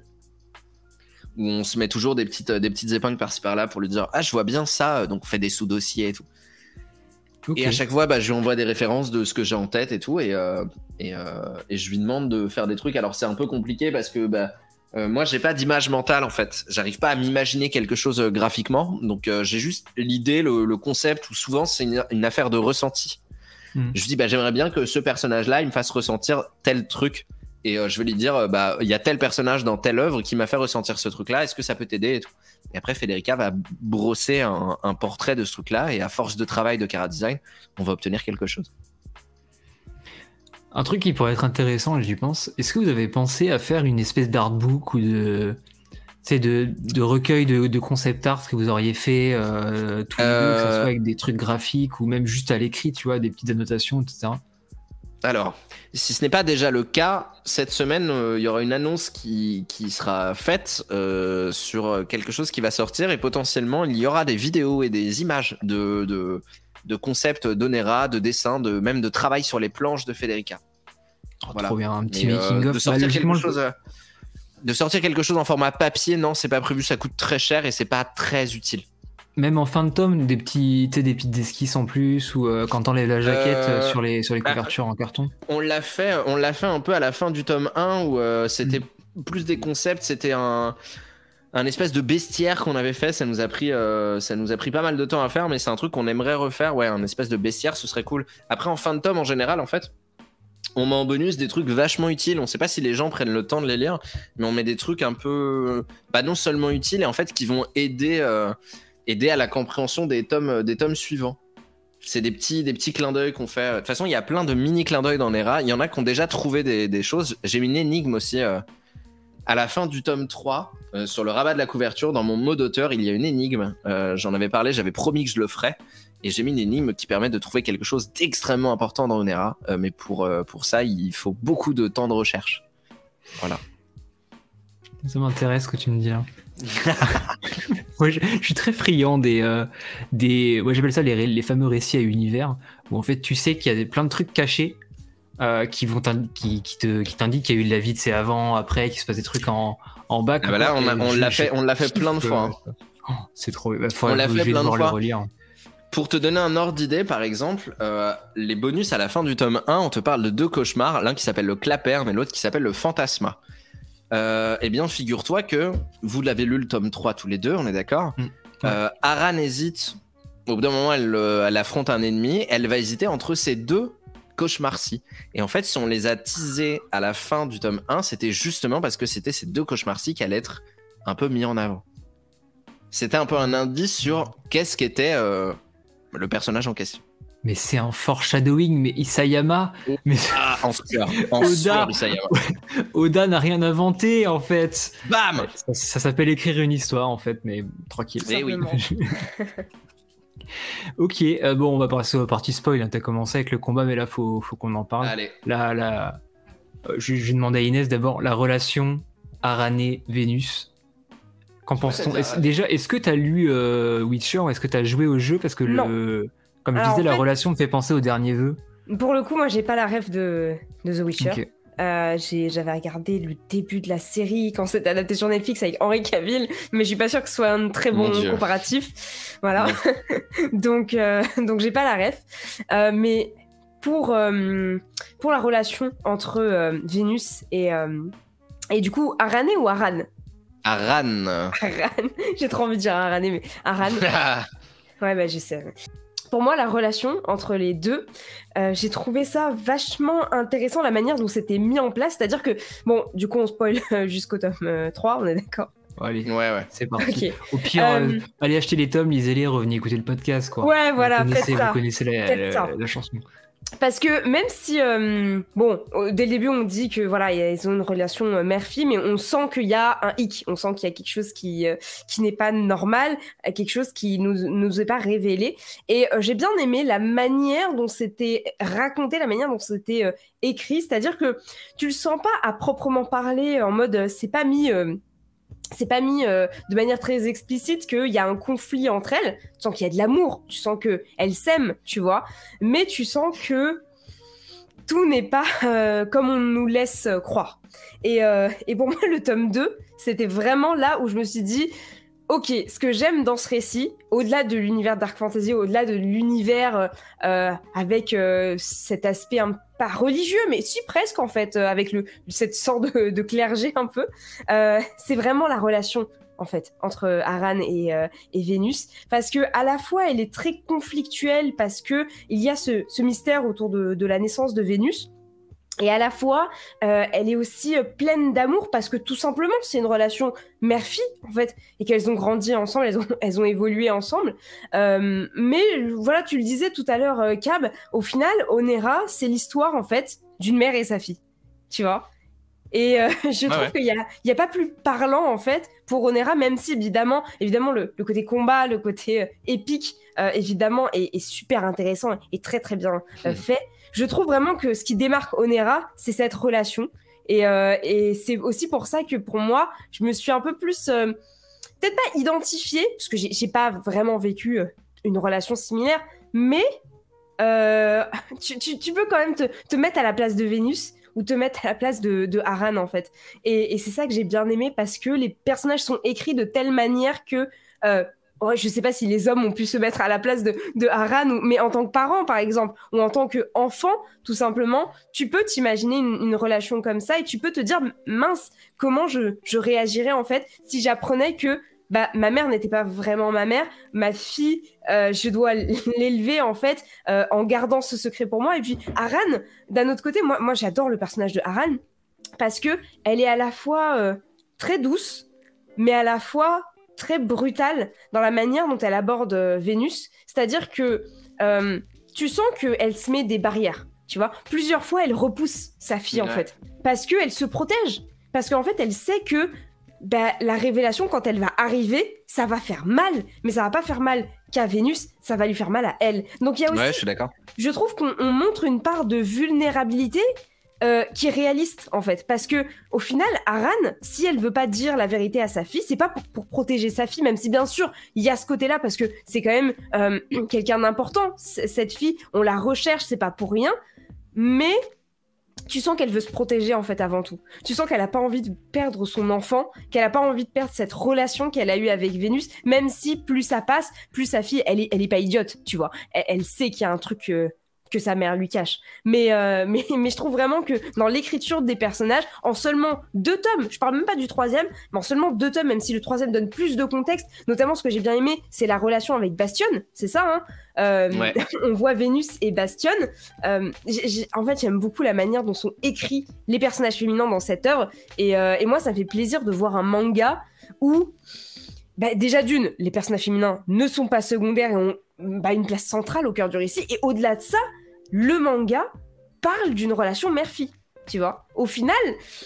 Où on se met toujours des petites, des petites épingles par-ci par-là pour lui dire ah, je vois bien ça. Donc, on fait des sous-dossiers et tout. Ok. Et à chaque fois, bah, je lui envoie des références de ce que j'ai en tête et tout. Et, euh, et, euh, et je lui demande de faire des trucs. Alors, c'est un peu compliqué parce que bah, euh, moi, j'ai pas d'image mentale en fait. J'arrive pas à m'imaginer quelque chose euh, graphiquement. Donc, euh, j'ai juste l'idée, le, le concept où souvent, c'est une, une affaire de ressenti. Hmm. Je lui dis, bah, j'aimerais bien que ce personnage-là, il me fasse ressentir tel truc. Et euh, je vais lui dire, euh, bah, il y a tel personnage dans telle œuvre qui m'a fait ressentir ce truc-là. Est-ce que ça peut t'aider et tout. Et après, Federica va brosser un, un portrait de ce truc-là. Et à force de travail de Cara Design, on va obtenir quelque chose. Un truc qui pourrait être intéressant, j'y pense. Est-ce que vous avez pensé à faire une espèce d'artbook ou de, tu sais, de, de recueil de, de concept art que vous auriez fait euh, tous les deux, que ce Euh, soit avec des trucs graphiques ou même juste à l'écrit, tu vois, des petites annotations, et cetera. Alors, si ce n'est pas déjà le cas, cette semaine, euh, il y aura une annonce qui, qui sera faite euh, sur quelque chose qui va sortir et potentiellement, il y aura des vidéos et des images de, de, de concepts d'Onera, de dessins, de, même de travail sur les planches de Federica. Oh, Voilà. Trop bien, un petit Mais, making euh, of. de sortir Bah, quelque chose... euh, de sortir quelque chose en format papier, non, c'est pas prévu, ça coûte très cher et c'est pas très utile. Même en fin de tome, des, petits, tu sais, des petites esquisses en plus, ou euh, quand t'enlèves la jaquette Euh, euh, sur les, sur les bah, couvertures en carton. On l'a fait, on l'a fait un peu à la fin du tome un où euh, c'était Mm. plus des concepts, c'était un, un espèce de bestiaire qu'on avait fait. Ça nous a pris, euh, ça nous a pris pas mal de temps à faire, mais c'est un truc qu'on aimerait refaire. Ouais, un espèce de bestiaire, ce serait cool. Après, en fin de tome, en général, en fait, on met en bonus des trucs vachement utiles. On sait pas si les gens prennent le temps de les lire, mais on met des trucs un peu, bah, non seulement utiles, et en fait qui vont aider, euh, aider à la compréhension des tomes, des tomes suivants. C'est des petits, des petits clins d'œil qu'on fait. De toute façon, il y a plein de mini clins d'œil dans Nera. Il y en a qui ont déjà trouvé des, des choses. J'ai mis une énigme aussi euh, à la fin du tome trois, euh, sur le rabat de la couverture. Dans mon mot d'auteur, il y a une énigme. Euh, j'en avais parlé, j'avais promis que je le ferais. Et j'ai mis une énigme qui permet de trouver quelque chose d'extrêmement important dans Onera. Euh, mais pour, euh, pour ça, il faut beaucoup de temps de recherche. Voilà. Ça m'intéresse ce que tu me dis là. Moi, je, je suis très friand des, euh, des ouais, j'appelle ça les, ré- les fameux récits à univers, où en fait tu sais qu'il y a des, plein de trucs cachés euh, qui vont t'indi- qui, qui te qui t'indiquent qu'il y a eu de la vie de ces avant, après, qu'il se passe des trucs en en bas. Ah bah là, on, a- on l'a fait, on l'a fait plein de fois. hein. Oh, c'est trop. Bah, On l'a fait plein de fois. Relire. Pour te donner un ordre d'idée, par exemple, euh, les bonus à la fin du tome un, on te parle de deux cauchemars, l'un qui s'appelle le claperne et l'autre qui s'appelle le fantasma. Euh, eh bien, figure-toi que vous l'avez lu le tome trois tous les deux, on est d'accord. Mm. Ouais. euh, Aran hésite, au bout d'un moment, elle, euh, elle affronte un ennemi, elle va hésiter entre ces deux cauchemars-ci. Et en fait, si on les a teasés à la fin du tome un, c'était justement parce que c'était ces deux cauchemars-ci qui allaient être un peu mis en avant. C'était un peu un indice sur qu'est-ce qu'était euh, le personnage en question. Mais c'est un foreshadowing, mais Isayama. Oh. Mais Ah, en sueur, en Oda. sueur, Isayama. Oda n'a rien inventé en fait. Bam. Ça, ça s'appelle écrire une histoire en fait, mais tranquille. Mais oui. Ok, euh, bon, on va passer aux parties spoil. Hein. T'as commencé avec le combat, mais là, faut, faut qu'on en parle. Allez. Là, là, euh, je, je vais demander à Inès d'abord la relation Arané-Vénus. Qu'en pense-t-on c'est-à-dire, Est-ce- Déjà, est-ce que t'as lu euh, Witcher ou est-ce que t'as joué au jeu? Parce que, le, comme Alors, je disais, en la fait- relation me fait penser au dernier vœu. Pour le coup, moi, j'ai pas la ref de, de The Witcher. Ok. Euh, j'ai- J'avais regardé le début de la série quand c'était adapté sur Netflix avec Henry Cavill, mais je suis pas sûre que ce soit un très Mon bon Dieu. comparatif. Voilà. donc, euh, donc j'ai pas la ref. Euh, mais pour, euh, pour la relation entre euh, Vénus et, euh, et du coup, Arané ou Aran Aran. Aran. J'ai trop envie de dire Arané, mais Aran. Ouais, bah, je sais. Pour moi, la relation entre les deux, euh, j'ai trouvé ça vachement intéressant, la manière dont c'était mis en place. C'est-à-dire que, bon, du coup, on spoil euh, jusqu'au tome euh, trois, on est d'accord. Bon, allez, Ouais, ouais. c'est parti. Ok. Au pire, Euh, euh, allez acheter les tomes, lisez-les, revenez écouter le podcast. Quoi. Ouais, voilà, vous faites connaissez, ça. Vous connaissez la, Faites la- ça. la chanson. Parce que même si, euh, bon, euh, dès le début, on dit que voilà, ils ont une relation euh, mère-fille, mais on sent qu'il y a un hic, on sent qu'il y a quelque chose qui, euh, qui n'est pas normal, euh, quelque chose qui nous, nous est pas révélé. Et euh, j'ai bien aimé la manière dont c'était raconté, la manière dont c'était euh, écrit, c'est-à-dire que tu le sens pas à proprement parler en mode, euh, c'est pas mis. euh, c'est pas mis euh, de manière très explicite qu'il y a un conflit entre elles. Tu sens qu'il y a de l'amour, tu sens qu'elles s'aiment, tu vois. Mais tu sens que tout n'est pas euh, comme on nous laisse euh, croire. Et, euh, et pour moi, le tome deux, c'était vraiment là où je me suis dit, ok, ce que j'aime dans ce récit, au-delà de l'univers Dark Fantasy, au-delà de l'univers euh, avec euh, cet aspect un pas religieux, mais si presque en fait, euh, avec le, cette sorte de, de clergé un peu, euh, c'est vraiment la relation en fait entre Aran et, euh, et Vénus, parce que à la fois elle est très conflictuelle parce que il y a ce, ce mystère autour de, de la naissance de Vénus. Et à la fois, euh, elle est aussi euh, pleine d'amour parce que tout simplement, c'est une relation mère-fille, en fait, et qu'elles ont grandi ensemble, elles ont, elles ont évolué ensemble. Euh, mais voilà, tu le disais tout à l'heure, euh, Cab, au final, Onera, c'est l'histoire, en fait, d'une mère et sa fille, tu vois. Et euh, je trouve ouais. qu'il y a, il y a pas plus parlant en fait pour Onera, même si évidemment, évidemment le, le côté combat, le côté euh, épique, euh, évidemment, est, est super intéressant et très très bien euh, Hmm. fait. Je trouve vraiment que ce qui démarque Onera, c'est cette relation. Et, euh, et c'est aussi pour ça que pour moi, je me suis un peu plus, euh, peut-être pas identifiée, parce que j'ai, j'ai pas vraiment vécu euh, une relation similaire, mais euh, tu, tu, tu peux quand même te, te mettre à la place de Vénus ou te mettre à la place de, de Aran en fait. Et, et c'est ça que j'ai bien aimé parce que les personnages sont écrits de telle manière que euh, ouais, je sais pas si les hommes ont pu se mettre à la place de, de Aran, ou, mais en tant que parent par exemple, ou en tant qu'enfant tout simplement, tu peux t'imaginer une, une relation comme ça et tu peux te dire mince, comment je, je réagirais en fait si j'apprenais que bah, ma mère n'était pas vraiment ma mère, ma fille, euh, je dois l'élever en fait euh, en gardant ce secret pour moi. Et puis Aran, d'un autre côté, moi, moi j'adore le personnage de Aran parce que elle est à la fois euh, très douce, mais à la fois très brutale dans la manière dont elle aborde euh, Vénus. C'est-à-dire que euh, tu sens qu'elle se met des barrières, tu vois. Plusieurs fois, elle repousse sa fille Ouais. en fait parce qu'elle se protège, parce qu'en fait, elle sait que bah, la révélation, quand elle va arriver, ça va faire mal, mais ça va pas faire mal qu'à Vénus, ça va lui faire mal à elle. Donc il y a aussi, Ouais, je suis d'accord. je trouve qu'on on montre une part de vulnérabilité euh, qui est réaliste en fait, parce que au final, Aran, si elle veut pas dire la vérité à sa fille, c'est pas pour, pour protéger sa fille, même si bien sûr il y a ce côté-là, parce que c'est quand même euh, quelqu'un d'important. C- cette fille, on la recherche, c'est pas pour rien, mais tu sens qu'elle veut se protéger en fait avant tout. Tu sens qu'elle a pas envie de perdre son enfant, qu'elle a pas envie de perdre cette relation qu'elle a eue avec Vénus, même si plus ça passe, plus sa fille, elle est, elle est pas idiote, tu vois. Elle, elle sait qu'il y a un truc euh, que sa mère lui cache. Mais, euh, mais, mais je trouve vraiment que dans l'écriture des personnages, en seulement deux tomes, je parle même pas du troisième, mais en seulement deux tomes, même si le troisième donne plus de contexte, notamment ce que j'ai bien aimé, c'est la relation avec Bastion, c'est ça, hein. Euh, Ouais. On voit Vénus et Bastion. Euh, j'ai- j'ai- en fait, j'aime beaucoup la manière dont sont écrits les personnages féminins dans cette œuvre. Et, euh, et moi, ça me fait plaisir de voir un manga où, bah, déjà d'une, les personnages féminins ne sont pas secondaires et ont bah, une place centrale au cœur du récit. Et au-delà de ça, le manga parle d'une relation mère-fille. Tu vois, au final.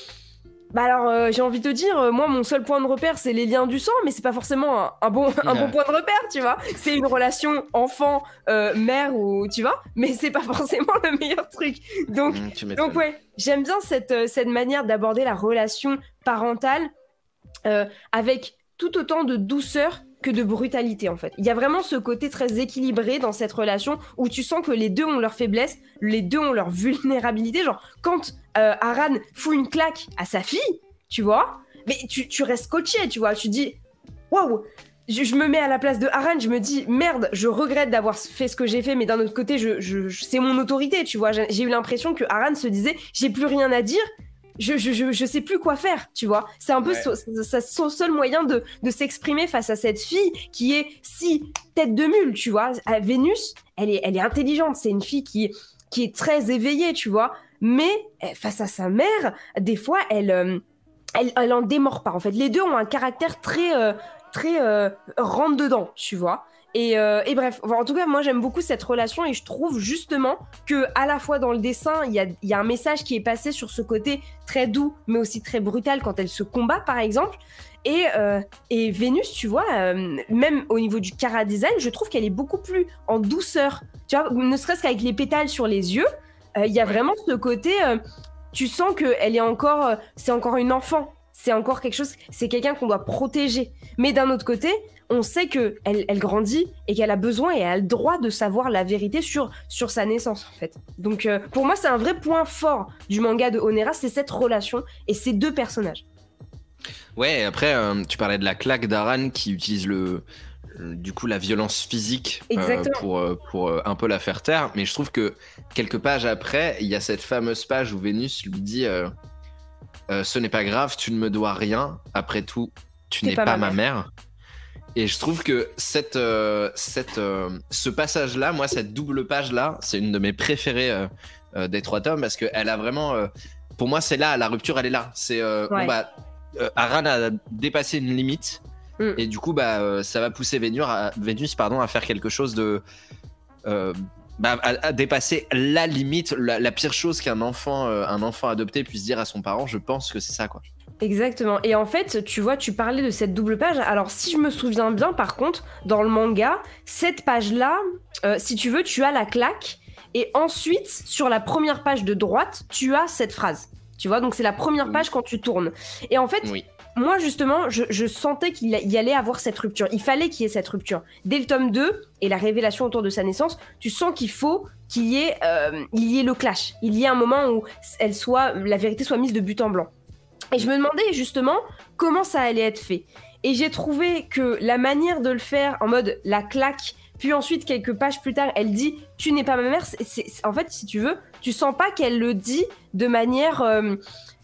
Bah alors, euh, j'ai envie de te dire, euh, moi, mon seul point de repère, c'est les liens du sang, mais c'est pas forcément un, un bon, un bon point de repère, tu vois. C'est une relation enfant-mère, ou tu vois, mais c'est pas forcément le meilleur truc. Donc, Mmh, tu m'étonnes. donc ouais, j'aime bien cette, euh, cette manière d'aborder la relation parentale euh, avec tout autant de douceur que de brutalité, en fait. Il y a vraiment ce côté très équilibré dans cette relation où tu sens que les deux ont leurs faiblesses, les deux ont leur vulnérabilité. Genre, quand euh, Aran fout une claque à sa fille, tu vois, mais tu, tu restes scotché, tu vois, tu dis, waouh, je, je me mets à la place de Aran, je me dis, merde, je regrette d'avoir fait ce que j'ai fait, mais d'un autre côté, je, je, je- c'est mon autorité, tu vois. J'ai j'ai eu l'impression que Aran se disait, j'ai plus rien à dire, je, je, je, je sais plus quoi faire, tu vois. C'est un peu Ouais. so- so- son seul moyen de, de s'exprimer face à cette fille qui est si tête de mule, tu vois. À Vénus, elle est, elle est intelligente, c'est une fille qui, qui est très éveillée, tu vois. Mais eh, face à sa mère, des fois, elle, euh, elle, elle en démord pas. En fait, les deux ont un caractère très, euh, très euh, rentre dedans, tu vois. Et, euh, et bref, enfin, en tout cas, moi j'aime beaucoup cette relation et je trouve justement que à la fois dans le dessin, il y a, il y a un message qui est passé sur ce côté très doux, mais aussi très brutal quand elle se combat, par exemple. Et, euh, et Vénus, tu vois, euh, même au niveau du chara design, je trouve qu'elle est beaucoup plus en douceur. Tu vois, ne serait-ce qu'avec les pétales sur les yeux, euh, il y a Ouais. vraiment ce côté, euh, tu sens qu'elle est encore, euh, c'est encore une enfant. C'est encore quelque chose, c'est quelqu'un qu'on doit protéger. Mais d'un autre côté, on sait qu'elle elle grandit et qu'elle a besoin et elle a le droit de savoir la vérité sur, sur sa naissance, en fait. Donc, euh, pour moi, c'est un vrai point fort du manga de Onera, c'est cette relation et ces deux personnages. Ouais, et après, euh, tu parlais de la claque d'Aran qui utilise le, le- du coup la violence physique euh, Exactement. pour, euh, pour euh, un peu la faire taire. Mais je trouve que quelques pages après, il y a cette fameuse page où Vénus lui dit euh, euh, ce n'est pas grave, tu ne me dois rien. Après tout, tu T'es n'es pas pas, ma ma mère. Et je trouve que cette, euh, cette, euh, ce passage-là, moi, cette double page-là, c'est une de mes préférées euh, euh, des trois tomes parce qu'elle a vraiment. Euh, pour moi, c'est là, la rupture, elle est là. C'est. Euh, Ouais. bon, bah, euh, Aran a dépassé une limite Mm. et du coup, bah, euh, ça va pousser Vénus, à, Vénus pardon, à faire quelque chose de. Euh, bah, à, à dépasser la limite, la, la pire chose qu'un enfant, euh, un enfant adopté puisse dire à son parent. Je pense que c'est ça, quoi. Exactement. Et en fait, tu vois, tu parlais de cette double page. Alors, si je me souviens bien, par contre, dans le manga, cette page-là, euh, si tu veux, tu as la claque. Et ensuite, sur la première page de droite, tu as cette phrase. Tu vois, donc c'est la première page quand tu tournes. Et en fait, Oui. moi, justement, je, je sentais qu'il y allait avoir cette rupture. Il fallait qu'il y ait cette rupture. Dès le tome deux, et la révélation autour de sa naissance, tu sens qu'il faut qu'il y ait, euh, il y ait le clash. Il y ait un moment où elle soit, la vérité soit mise de but en blanc. Et je me demandais justement comment ça allait être fait. Et j'ai trouvé que la manière de le faire en mode la claque, puis ensuite quelques pages plus tard, elle dit « tu n'es pas ma mère », c'est, c'est, en fait, si tu veux, tu sens pas qu'elle le dit de manière... Euh,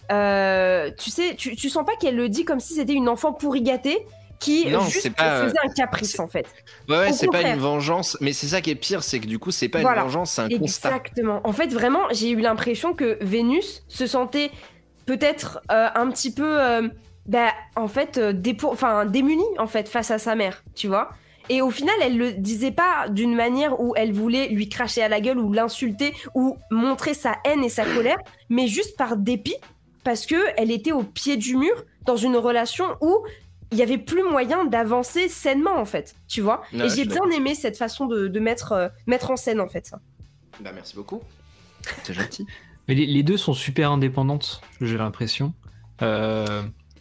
euh, tu sais, tu, tu sens pas qu'elle le dit comme si c'était une enfant pourri gâtée qui Non, juste c'est pas, faisait un caprice, c'est- en fait. Ouais, ouais, Au c'est pas contraire. une vengeance, mais c'est ça qui est pire, c'est que du coup, c'est pas Voilà. une vengeance, c'est un constat. Exactement. En fait, vraiment, j'ai eu l'impression que Vénus se sentait peut-être euh, un petit peu, euh, bah, en fait, euh, dépour- enfin, démunie en fait face à sa mère, tu vois. Et au final, elle le disait pas d'une manière où elle voulait lui cracher à la gueule ou l'insulter ou montrer sa haine et sa colère, mais juste par dépit, parce que elle était au pied du mur dans une relation où il y avait plus moyen d'avancer sainement en fait, tu vois. Ouais, et je j'ai suis bien d'accord. aimé cette façon de, de mettre, euh, mettre en scène en fait ça. Bah, merci beaucoup. C'est gentil. Mais les, les deux sont super indépendantes, j'ai l'impression. Euh,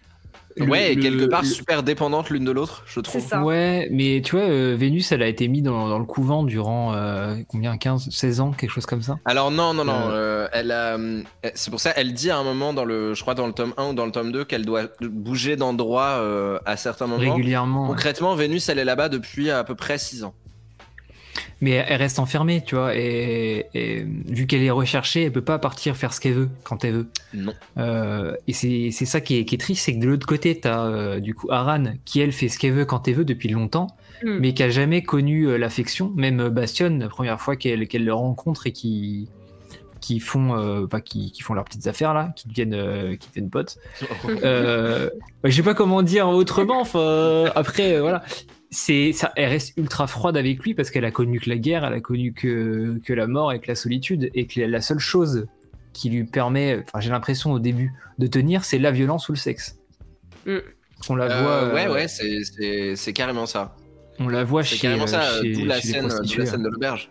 le- Ouais, et le- quelque part le- super dépendantes l'une de l'autre, je trouve. C'est ça. Ouais, mais tu vois, euh, Vénus, elle a été mise dans, dans le couvent durant euh, combien, quinze, seize ans, quelque chose comme ça. Alors non, non, non, Euh. euh, elle a, euh, c'est pour ça, elle dit à un moment dans le, je crois dans le tome un ou dans le tome deux qu'elle doit bouger d'endroit euh, à certains moments. Régulièrement. ouais. Concrètement, Vénus, elle est là-bas depuis à peu près six ans. Mais elle reste enfermée, tu vois, et, et vu qu'elle est recherchée, elle peut pas partir faire ce qu'elle veut quand elle veut. Non. Euh, et c'est c'est ça qui est, qui est triste, c'est que de l'autre côté, t'as euh, du coup Aran qui elle fait ce qu'elle veut quand elle veut depuis longtemps, Mm. mais qui a jamais connu euh, l'affection. Même euh, Bastion, la première fois qu'elle qu'elle le rencontre et qui qui font euh, bah, qui, qui font leurs petites affaires là, qui deviennent euh, qui deviennent potes. Euh, bah, je sais pas comment dire autrement. Enfin, après, euh, voilà, c'est ça. Elle reste ultra froide avec lui parce qu'elle a connu que la guerre, elle a connu que que la mort et que la solitude, et que la seule chose qui lui permet, enfin, j'ai l'impression au début de tenir, c'est la violence ou le sexe. Mm. On la Euh, voit. ouais, euh, ouais, c'est, c'est, c'est carrément ça. On la voit C'est chez, carrément ça. euh, chez- D'où la chez les scène, d'où prostituées, la scène hein. de l'auberge.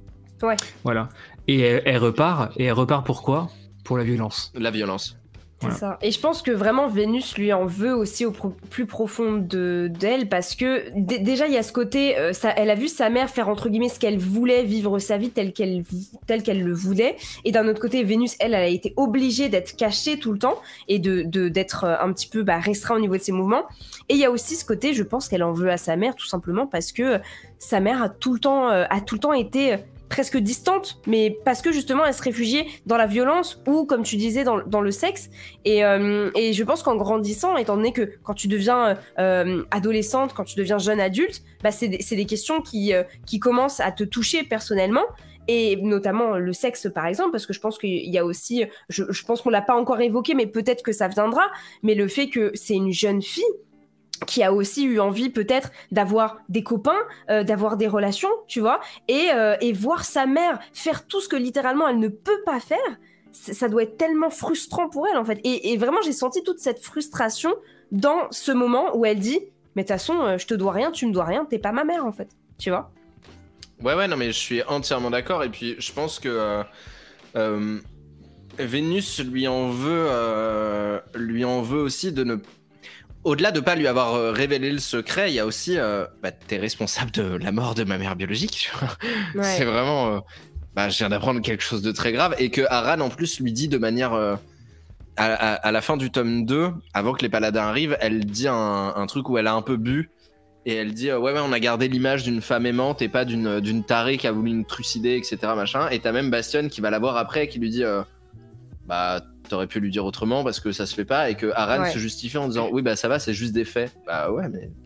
Voilà. Et elle, elle repart. Et elle repart pourquoi? Pour la violence. La violence. C'est Voilà. ça. Et je pense que vraiment Vénus lui en veut aussi au pro- plus profond de d'elle parce que d- déjà il y a ce côté, euh, ça, elle a vu sa mère faire entre guillemets ce qu'elle voulait, vivre sa vie telle qu'elle telle qu'elle le voulait. Et d'un autre côté, Vénus, elle, elle a été obligée d'être cachée tout le temps et de de- d'être euh, un petit peu bah, restreint au niveau de ses mouvements. Et il y a aussi ce côté, je pense qu'elle en veut à sa mère tout simplement parce que euh, sa mère a tout le temps euh, a tout le temps été euh, presque distante, mais parce que justement elle se réfugiait dans la violence ou comme tu disais dans, dans le sexe. Et, euh, et je pense qu'en grandissant, étant donné que quand tu deviens euh, adolescente, quand tu deviens jeune adulte, bah c'est des, c'est des questions qui, euh, qui commencent à te toucher personnellement. Et notamment le sexe par exemple, parce que je pense qu'il y a aussi, je, je pense qu'on l'a pas encore évoqué, mais peut-être que ça viendra, mais le fait que c'est une jeune fille qui a aussi eu envie peut-être d'avoir des copains, euh, d'avoir des relations, tu vois, et, euh, et voir sa mère faire tout ce que littéralement elle ne peut pas faire, c- ça doit être tellement frustrant pour elle en fait. Et, et vraiment j'ai senti toute cette frustration dans ce moment où elle dit « mais de toute façon, euh, je te dois rien, tu me dois rien, t'es pas ma mère en fait », tu vois. Ouais, ouais, non, mais je suis entièrement d'accord. Et puis, je pense que euh, euh, Vénus lui en veut, euh, lui en veut aussi de ne. Au-delà de pas lui avoir euh, révélé le secret, il y a aussi, euh, bah, t'es responsable de la mort de ma mère biologique. Tu vois. Ouais. C'est vraiment, euh, bah, je viens d'apprendre quelque chose de très grave et que Aran en plus lui dit de manière, euh, à, à- à la fin du tome deux, avant que les paladins arrivent, elle dit un, un truc où elle a un peu bu. Et elle dit euh, ouais ouais on a gardé l'image d'une femme aimante et pas d'une d'une tarée qui a voulu nous trucider, etc, machin. Et t'as même Bastion qui va la voir après qui lui dit euh, bah t'aurais pu lui dire autrement parce que ça se fait pas. Et que Aran Ouais. se justifie en disant oui bah ça va, c'est juste des faits. Bah ouais mais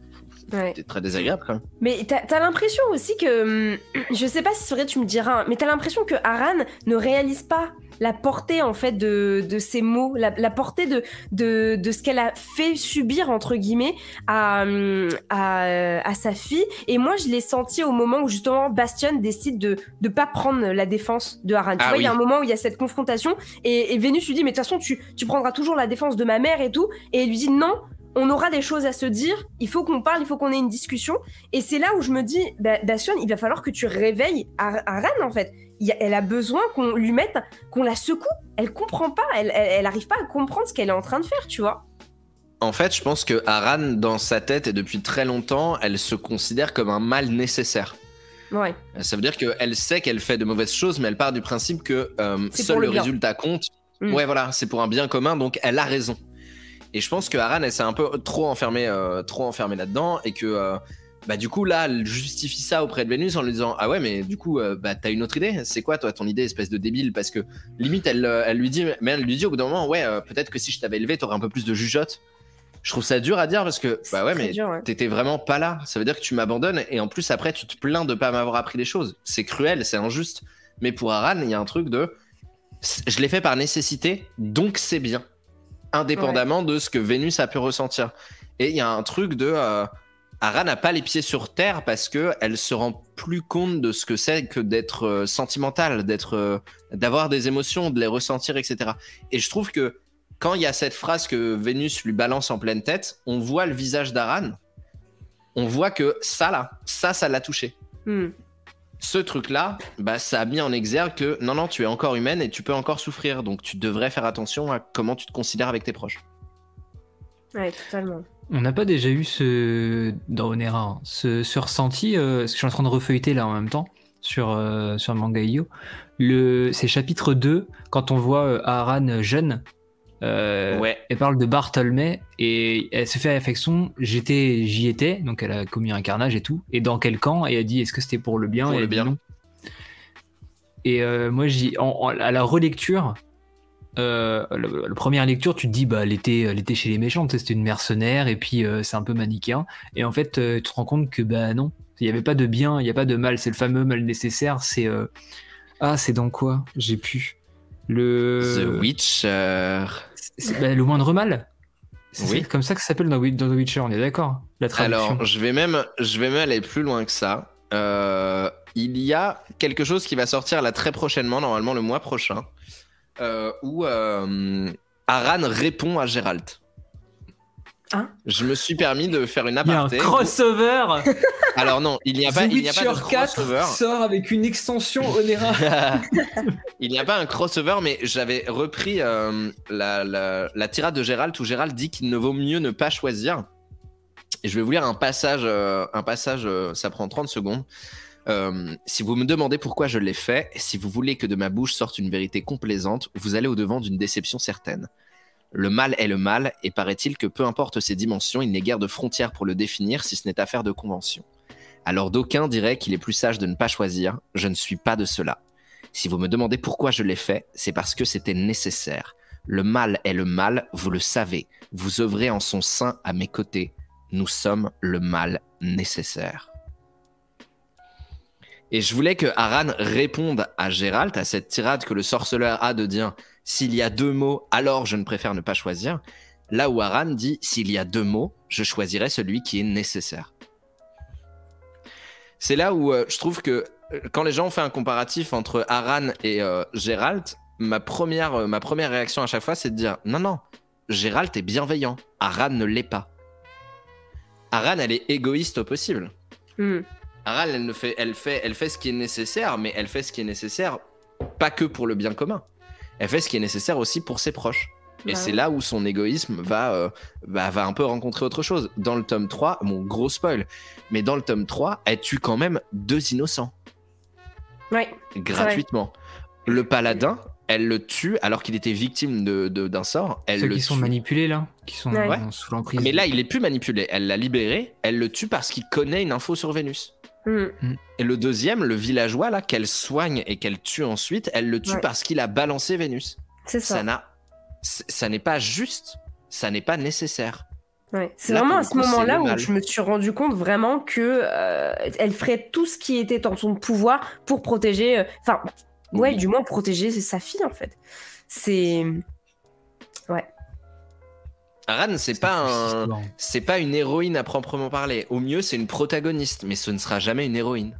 Ouais. C'était très désagréable quand même. Mais t'as, t'as l'impression aussi que, hum, je sais pas si c'est vrai, tu me diras, hein, mais t'as l'impression que Aran ne réalise pas la portée en fait de, de ces mots, la, la portée de, de, de ce qu'elle a fait subir entre guillemets à, hum, à, à sa fille. Et moi je l'ai senti au moment où justement Bastion décide de ne pas prendre la défense de Aran. Tu Ah vois, il oui. y a un moment où il y a cette confrontation et, et Vénus lui dit mais de toute façon tu, tu prendras toujours la défense de ma mère et tout. Et elle lui dit non. On aura des choses à se dire, il faut qu'on parle, il faut qu'on ait une discussion. Et c'est là où je me dis, bah, Bastion, il va falloir que tu réveilles Aran, en fait. Il y a, elle a besoin qu'on lui mette, qu'on la secoue. Elle comprend pas, elle, elle, elle arrive pas à comprendre ce qu'elle est en train de faire, tu vois. En fait, je pense que Aran, dans sa tête et depuis très longtemps, elle se considère comme un mal nécessaire. Ouais. Ça veut dire qu'elle sait qu'elle fait de mauvaises choses, mais elle part du principe que euh, C'est seul pour le, le bien. résultat compte. Mm. Ouais, voilà, c'est pour un bien commun, donc elle a raison. Et je pense que Aran, elle s'est un peu trop enfermée, euh, trop enfermée là-dedans, et que euh, bah, du coup, là, elle justifie ça auprès de Vénus en lui disant ah ouais, mais du coup, euh, bah, t'as une autre idée. C'est quoi, toi, ton idée, espèce de débile? Parce que limite, elle, euh, elle lui dit, mais elle lui dit au bout d'un moment, ouais, euh, peut-être que si je t'avais élevé, t'aurais un peu plus de jugeote. Je trouve ça dur à dire parce que bah ouais, Très mais dur, ouais. t'étais vraiment pas là. Ça veut dire que tu m'abandonnes et en plus après, tu te plains de pas m'avoir appris des choses. C'est cruel, c'est injuste. Mais pour Aran, il y a un truc de, je l'ai fait par nécessité, donc c'est bien. Indépendamment ouais. de ce que Vénus a pu ressentir. Et il y a un truc de... Euh, Aran n'a pas les pieds sur terre parce qu'elle se rend plus compte de ce que c'est que d'être euh, sentimentale, d'être, euh, d'avoir des émotions, de les ressentir, et cetera. Et je trouve que quand il y a cette phrase que Vénus lui balance en pleine tête, on voit le visage d'Aran, on voit que ça là, ça, ça l'a touché. Mm. Ce truc-là, bah, ça a mis en exergue que non, non, tu es encore humaine et tu peux encore souffrir. Donc tu devrais faire attention à comment tu te considères avec tes proches. Ouais, totalement. On n'a pas déjà eu ce, dans Onera, hein, ce, ce ressenti, euh, ce que je suis en train de refeuilleter là en même temps, sur, euh, sur Mangaio. Le, c'est chapitre deux, quand on voit euh, Aran jeune, euh, ouais. elle parle de Bartholmé et elle se fait affection, j'étais, j'y étais, donc elle a commis un carnage et tout, et dans quel camp, et elle dit est-ce que c'était pour le bien, pour et le elle dit bien. Non. Et euh, moi, j'y, en, en, à la relecture, euh, la, la première lecture, tu te dis bah elle était, elle était chez les méchants, c'était une mercenaire, et puis euh, c'est un peu manichéen, et en fait, euh, tu te rends compte que bah non, il n'y avait pas de bien, il n'y a pas de mal, c'est le fameux mal nécessaire, c'est euh... ah c'est dans quoi, j'ai pu le The Witcher. C'est, bah, le moindre mal. C'est oui. comme ça que ça s'appelle dans, dans The Witcher, on est d'accord? La traduction. Alors, je vais même, je vais même aller plus loin que ça. Euh, il y a quelque chose qui va sortir là très prochainement, normalement le mois prochain, euh, où euh, Aran répond à Geralt. Hein? Je me suis permis de faire une aparté. Il y a un crossover. Alors non, il n'y a pas, The il n'y a pas de Witcher quatre crossover. sort avec une extension Onera. Il n'y a pas un crossover, mais j'avais repris euh, la, la, la tirade de Geralt où Geralt dit qu'il ne vaut mieux ne pas choisir. Et je vais vous lire un passage, euh, un passage, euh, ça prend trente secondes. Euh, si vous me demandez pourquoi je l'ai fait, si vous voulez que de ma bouche sorte une vérité complaisante, vous allez au-devant d'une déception certaine. Le mal est le mal, et paraît-il que peu importe ses dimensions, il n'est guère de frontières pour le définir si ce n'est affaire de convention. Alors d'aucuns diraient qu'il est plus sage de ne pas choisir, je ne suis pas de cela. Si vous me demandez pourquoi je l'ai fait, c'est parce que c'était nécessaire. Le mal est le mal, vous le savez, vous œuvrez en son sein à mes côtés, nous sommes le mal nécessaire. Et je voulais que Aran réponde à Geralt, à cette tirade que le sorceleur a de dire « S'il y a deux mots, alors je ne préfère ne pas choisir », là où Aran dit « S'il y a deux mots, je choisirai celui qui est nécessaire ». C'est là où euh, je trouve que euh, quand les gens ont fait un comparatif entre Aran et euh, Geralt, ma première, euh, ma première réaction à chaque fois, c'est de dire « Non, non, Geralt est bienveillant, Aran ne l'est pas ». Aran, elle est égoïste au possible. Mm. Aran, elle, ne fait, elle, fait, elle fait ce qui est nécessaire, mais elle fait ce qui est nécessaire pas que pour le bien commun. Elle fait ce qui est nécessaire aussi pour ses proches. Et Bah c'est oui. là où son égoïsme va, euh, va, va un peu rencontrer autre chose. Dans le tome trois, mon gros spoil, mais dans le tome trois, elle tue quand même deux innocents. Ouais. Gratuitement. Le paladin, elle le tue alors qu'il était victime de, de, d'un sort. Elle Ceux le qui sont tue. manipulés là, qui sont Ouais. euh, sous l'emprise. Mais là, il est plus manipulé. Elle l'a libéré. Elle le tue parce qu'il connaît une info sur Vénus. Mm. Et le deuxième, le villageois là, qu'elle soigne et qu'elle tue ensuite, elle le tue Ouais. parce qu'il a balancé Vénus. C'est ça. Ça n'a, ça n'est pas juste. Ça n'est pas nécessaire. Ouais. C'est Là, vraiment pour à le ce coup, c'est moment-là le où mal. je me suis rendu compte vraiment que euh, elle ferait tout ce qui était en son pouvoir pour protéger, euh, enfin, ouais, Oui. du moins protéger sa fille en fait. C'est, ouais. Aran, c'est C'est pas toute un, cette histoire. c'est pas une héroïne à proprement parler. Au mieux, c'est une protagoniste, mais ce ne sera jamais une héroïne.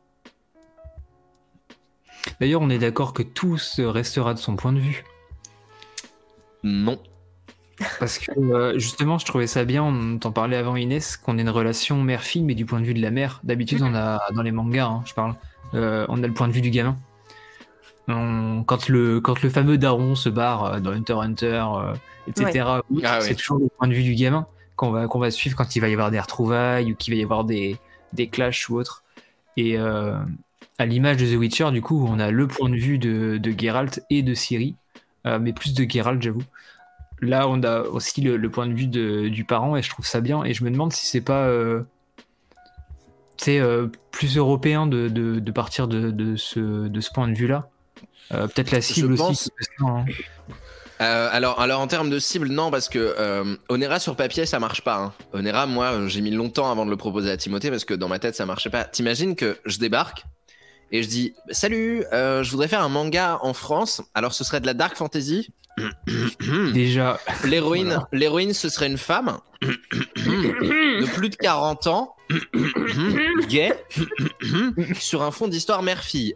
D'ailleurs, on est d'accord que tout se restera de son point de vue. Non. Parce que euh, justement, je trouvais ça bien, on t'en parlait avant Inès, qu'on ait une relation mère-fille, mais du point de vue de la mère. D'habitude, on a, dans les mangas, hein, je parle, euh, on a le point de vue du gamin. On- quand, le, quand le fameux daron se barre euh, dans Hunter x Hunter, euh, et cetera, oui, Ah c'est ouais. toujours le point de vue du gamin qu'on va, qu'on va suivre quand il va y avoir des retrouvailles ou qu'il va y avoir des, des clashs ou autre. Et euh, à l'image de The Witcher, du coup, on a le point de vue de, de Geralt et de Ciri, euh, mais plus de Geralt, j'avoue. Là, on a aussi le, le point de vue de- du parent et je trouve ça bien. Et je me demande si c'est pas euh, tu sais, euh, plus européen de, de, de partir de, de, ce, de ce point de vue-là. Euh, Peut-être la cible Je aussi. pense- qui fait ça, hein. Euh, alors, alors en termes de cible, non, parce que euh, Onera sur papier, ça marche pas. Hein. Onera, moi, euh, j'ai mis longtemps avant de le proposer à Timothée parce que dans ma tête, ça marchait pas. T'imagines que je débarque et je dis salut, euh, je voudrais faire un manga en France. Alors, ce serait de la dark fantasy. Déjà, L'héroïne, Voilà. l'héroïne, ce serait une femme de plus de quarante ans, gay, sur un fond d'histoire mère-fille.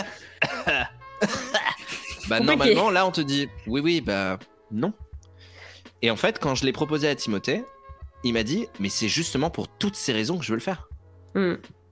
Bah Compliqué. normalement, là, on te dit oui, oui, bah non. Et en fait, quand je l'ai proposé à Timothée, il m'a dit mais c'est justement pour toutes ces raisons que je veux le faire. Hmm.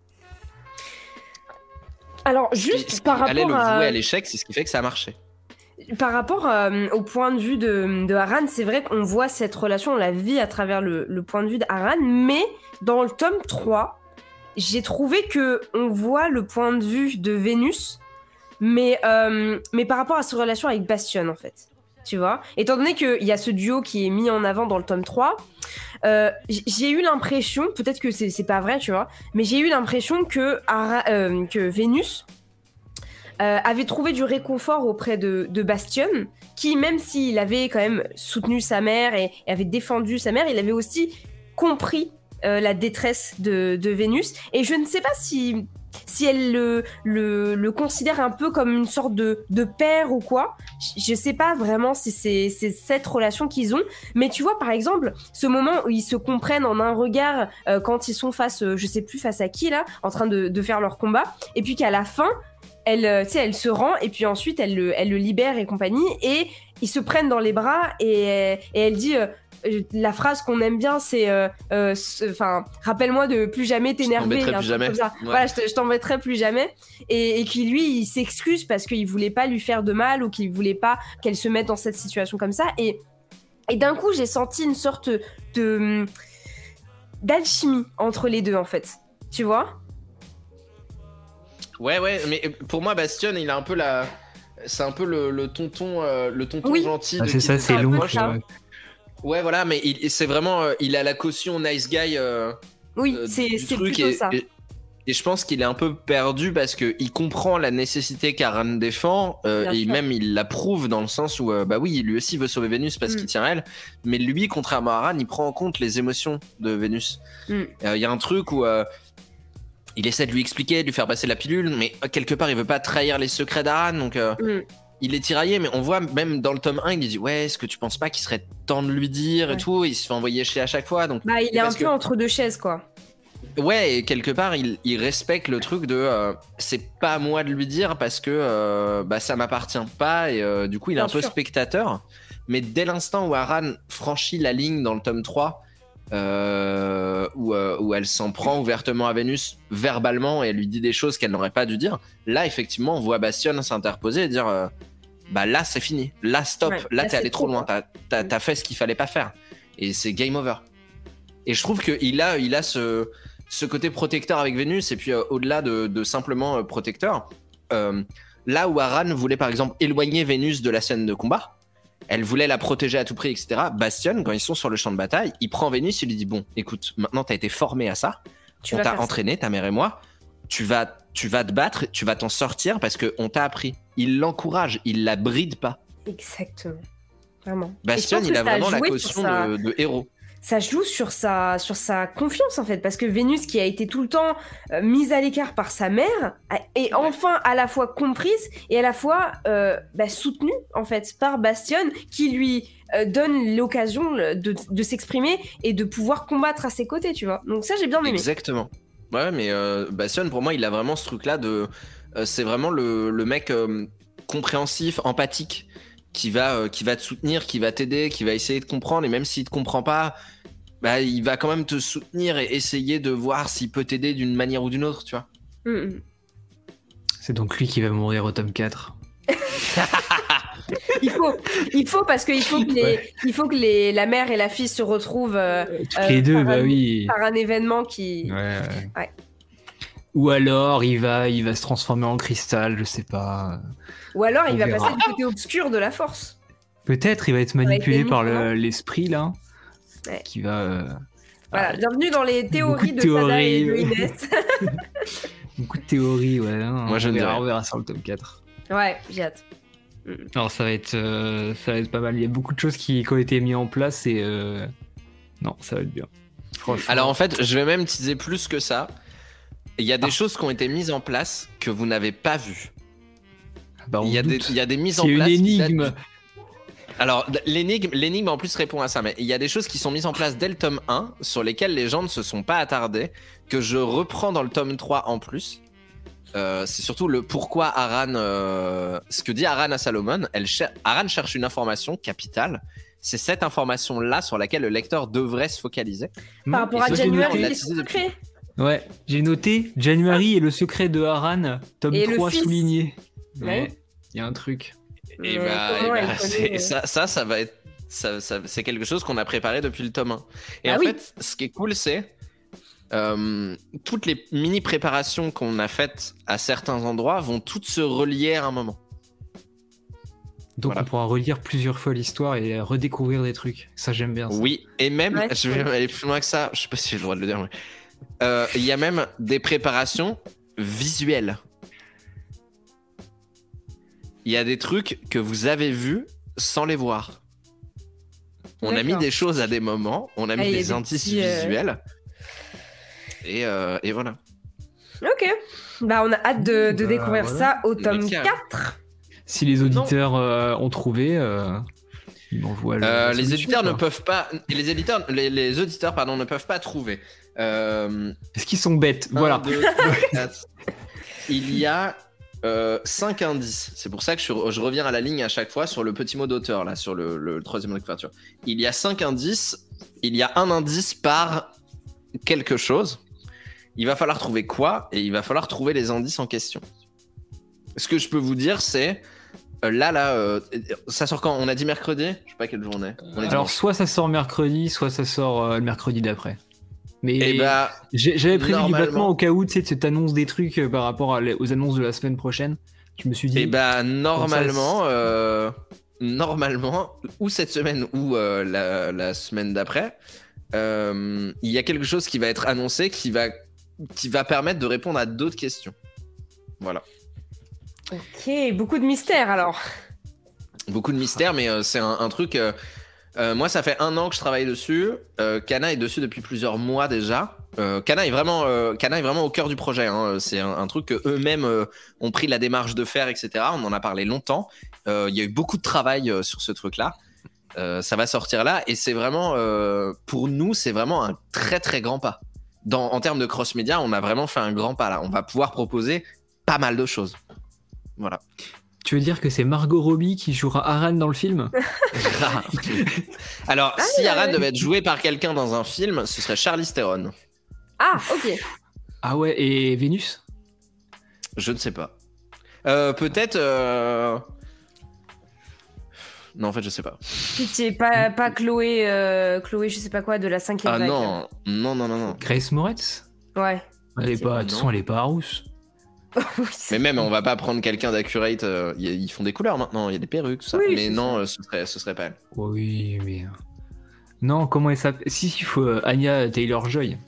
Alors, Ce qui- juste ce qui par allait rapport le vouer à, à l'échec, c'est ce qui fait que ça a marché. par rapport euh, au point de vue de, de Aran, c'est vrai qu'on voit cette relation, on la vit à travers le, le point de vue d'Aran, mais dans le tome trois, j'ai trouvé que on voit le point de vue de Vénus, mais, euh, mais par rapport à sa relation avec Bastion, en fait. Tu vois, étant donné qu'il y a ce duo qui est mis en avant dans le tome trois, euh, j- j'ai eu l'impression, peut-être que c'est c'est pas vrai, tu vois, mais j'ai eu l'impression que, Ara- euh, que Vénus euh, avait trouvé du réconfort auprès de, de Bastion, qui, même s'il avait quand même soutenu sa mère et, et avait défendu sa mère, il avait aussi compris euh, la détresse de, de Vénus. Et je ne sais pas si, si elle le, le, le considère un peu comme une sorte de, de père ou quoi. Je ne sais pas vraiment si c'est c'est cette relation qu'ils ont. Mais tu vois, par exemple, ce moment où ils se comprennent en un regard euh, quand ils sont face, euh, je sais plus face à qui là, en train de, de faire leur combat, et puis qu'à la fin, elle, euh, tu sais, elle se rend et puis ensuite elle le, elle le libère et compagnie, et ils se prennent dans les bras et, et elle dit euh, euh, la phrase qu'on aime bien, c'est euh, euh, enfin rappelle-moi de plus jamais t'énerver, t'embêterai un plus truc jamais. comme ça. Ouais. Voilà, je, te- je t'embêterai plus jamais. Et, et qui lui, il s'excuse parce qu'il voulait pas lui faire de mal ou qu'il voulait pas qu'elle se mette dans cette situation comme ça. Et, et d'un coup, j'ai senti une sorte de d'alchimie entre les deux en fait. Tu vois? Ouais, ouais, mais pour moi, Bastion, il a un peu la. C'est un peu le, le tonton, euh, le tonton Oui. gentil. ah, de c'est qui ça, te c'est parle. l'oncle. Moi, je- euh, Ouais, voilà, mais il, c'est vraiment. euh, il a la caution nice guy. euh, Oui, euh, c'est du c'est truc plutôt et, ça. et- et je pense qu'il est un peu perdu parce qu'il comprend la nécessité qu'Aran défend euh, Bien et sûr. même il l'approuve dans le sens où, euh, bah oui, lui aussi veut sauver Vénus parce Mm. qu'il tient à elle, mais lui, contrairement à Aran, il prend en compte les émotions de Vénus. Mm. Euh, Il y a un truc où euh, il essaie de lui expliquer, de lui faire passer la pilule, mais euh, quelque part, il veut pas trahir les secrets d'Aran, donc euh, Mm. il est tiraillé, mais on voit même dans le tome un, il lui dit ouais, est-ce que tu penses pas qu'il serait temps de lui dire et Ouais. tout, il se fait envoyer chier à chaque fois, donc Bah, il est un parce peu que- entre deux chaises, quoi. ouais, et quelque part, il, il respecte le truc de euh, c'est pas à moi de lui dire parce que euh, bah, ça m'appartient pas, et euh, du coup, il est Bien un peu sûr. spectateur. Mais dès l'instant où Aran franchit la ligne dans le tome trois, euh, où, euh, où elle s'en prend ouvertement à Vénus verbalement et elle lui dit des choses qu'elle n'aurait pas dû dire, là, effectivement, on voit Bastion s'interposer et dire euh, bah là, c'est fini, là, stop, Ouais, là, là, t'es allé c'est trop trop, loin, quoi. t'as, t'as, t'as fait ce qu'il fallait pas faire. Et c'est game over. Et je trouve qu'il a, il a ce, ce côté protecteur avec Vénus, et puis euh, au-delà de, de simplement euh, protecteur, euh, là où Aran voulait par exemple éloigner Vénus de la scène de combat, elle voulait la protéger à tout prix, et cetera. Bastion, quand ils sont sur le champ de bataille, il prend Vénus, il lui dit bon, écoute, maintenant t'as été formé à ça, Tu on vas t'a faire ça. entraîné, ta mère et moi, tu vas, tu vas te battre, tu vas t'en sortir parce qu'on t'a appris. Il l'encourage, il la bride pas. Exactement. Vraiment. Et je Bastion, pense il que a ça vraiment la joué caution sur sa- de, de héros. ça joue sur sa, sur sa confiance en fait, parce que Vénus, qui a été tout le temps euh, mise à l'écart par sa mère, a- est enfin à la fois comprise et à la fois euh, bah, soutenue en fait par Bastion, qui lui euh, donne l'occasion de, de s'exprimer et de pouvoir combattre à ses côtés, tu vois. Donc ça, j'ai bien aimé. Exactement. Ouais, mais euh, Bastion, pour moi, il a vraiment ce truc-là de. euh, c'est vraiment le, le mec euh, compréhensif, empathique, qui va, euh, qui va te soutenir, qui va t'aider, qui va essayer de comprendre, et même s'il te comprend pas, bah, il va quand même te soutenir et essayer de voir s'il peut t'aider d'une manière ou d'une autre, tu vois. Mm. C'est donc lui qui va mourir au tome quatre. Il faut, il faut parce qu'il faut que, les, Ouais. il faut que les, la mère et la fille se retrouvent euh, Toutes euh, les deux, par bah un- oui. par un événement qui. Ouais, ouais. Ouais. Ou alors il va, il va se transformer en cristal, je sais pas. Ou alors il On va verra. passer du côté obscur de la force. Peut-être il va être va être manipulé béni, par non le- l'esprit là, Ouais. qui va. euh, Voilà, ah, bienvenue dans les théories de beaucoup de Sada et de théories. Inès. beaucoup de théories, ouais. hein, Moi, je on ne dis verra, rien. on verra sur le tome quatre. Ouais, j'ai hâte. Alors ça va être, euh, ça va être pas mal. Il y a beaucoup de choses qui, qui ont été mises en place et euh, non, ça va être bien. Franchement. Alors en fait, je vais même teaser plus que ça. Il y a des Ah. choses qui ont été mises en place que vous n'avez pas vues. bah, on Il y, a se des- doute. il y a des mises en C'est une place. qui datent- énigme. Alors, l'énigme, l'énigme en plus répond à ça, mais il y a des choses qui sont mises en place dès le tome un, sur lesquelles les gens ne se sont pas attardés, que je reprends dans le tome trois en plus. Euh, c'est surtout le pourquoi Aran, euh, ce que dit Aran à Salomon. Elle cher- Aran cherche une information capitale. C'est cette information-là sur laquelle le lecteur devrait se focaliser. Par rapport à Et ça, January, on l'a il est teasé depuis. secret. Ouais, j'ai noté January et le secret de Haran, tome Et le trois fils. souligné. Ouais. Ouais, il y a un truc. Et Mais bah, comment et elle bah, connaît, c'est- euh ça, ça, ça va être, ça, ça- c'est quelque chose qu'on a préparé depuis le tome un. Et Ah en oui. fait, ce qui est cool, c'est euh, toutes les mini préparations qu'on a faites à certains endroits vont toutes se relier à un moment. Donc Voilà. on pourra relire plusieurs fois l'histoire et redécouvrir des trucs. Ça j'aime bien. Ça. Oui, et même, Ouais, je vais ouais. aller plus loin que ça. Je sais pas si j'ai le droit de le dire, mais euh, il y a même des préparations visuelles. Il y a des trucs que vous avez vus sans les voir. On a mis D'accord. des choses à des moments, on a mis Ah, il y a des des indices petits, euh, visuels. Et, euh, et voilà. Ok. Bah, on a hâte de, de Bah, découvrir voilà. ça au Mais tome carrément. quatre. Si les auditeurs euh, ont trouvé, euh, ils m'envoient. le- Euh, la les solution, éditeurs ne quoi. peuvent pas, les éditeurs, les, les auditeurs pardon, ne peuvent pas trouver. Euh, Est-ce qu'ils sont bêtes un, Voilà. deux, trois, quatre. Il y a euh, cinq indices. C'est pour ça que je, je reviens à la ligne à chaque fois sur le petit mot d'auteur, là, sur le, le troisième mot de couverture. Il y a cinq indices. Il y a un indice par quelque chose. Il va falloir trouver quoi et il va falloir trouver les indices en question. Ce que je peux vous dire, c'est euh, là, là, euh, ça sort quand? On a dit mercredi? Je sais pas quelle journée. On est Alors dimanche. soit ça sort mercredi, soit ça sort euh, le mercredi d'après. Mais Et bah, j'ai- j'avais prévu du normalement- battement au cas où tu sais, tu t'annonces des trucs euh, par rapport à les- aux annonces de la semaine prochaine. Je me suis dit. et bah, normalement, euh, normalement, ou cette semaine ou euh, la, la semaine d'après, euh, il y a quelque chose qui va être annoncé qui va, qui va permettre de répondre à d'autres questions. Voilà. Ok, beaucoup de mystères alors. Beaucoup de mystères, mais euh, c'est un, un truc. euh, euh, moi, ça fait un an que je travaille dessus. Euh, Kana est dessus depuis plusieurs mois déjà. Euh, Kana est vraiment, euh, Kana est vraiment au cœur du projet. Hein. C'est un, un truc que eux-mêmes euh, ont pris la démarche de faire, et cetera. On en a parlé longtemps. Euh, Il y a eu beaucoup de travail euh, sur ce truc-là. Euh, ça va sortir là, et c'est vraiment, euh, pour nous, c'est vraiment un très très grand pas. Dans, en termes de cross-média, on a vraiment fait un grand pas là. On va pouvoir proposer pas mal de choses. Voilà. Tu veux dire que c'est Margot Robbie qui jouera Haran dans le film? Alors, Ah, si ouais, Aran ouais. devait être joué par quelqu'un dans un film, ce serait Charlize Theron. Ah, ok. Ah ouais, et Vénus? Je ne sais pas. Euh, Peut-être. euh, Non, en fait, je sais pas. Pitié, pas, pas Chloé, euh, Chloé, je sais pas quoi, de la cinquième Ah vague. non, non, non, non, non. Grace Moretz? Ouais. Elle est C'est pas, de pas, toute non. façon, elle est pas rousse. Oui, c'est- Mais même, on va pas prendre quelqu'un d'accurate. euh, y a- Ils font des couleurs maintenant, il y a des perruques, tout ça. Oui, Mais c'est non, ça. euh, ce serait, ce serait pas elle. Oui, mais. euh, Non, comment elle s'appelle? Si, si, il faut euh, Anya Taylor-Joy.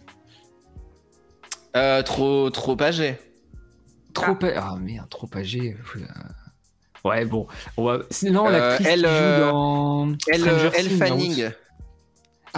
Euh, trop, trop âgé. Trop. Ah. Ah, merde, trop âgée. euh, Ouais, bon. On va... Sinon, Euh, l'actrice elle, qui joue euh, dans. Elle, Stranger euh, Elle Things, en Fanning. route.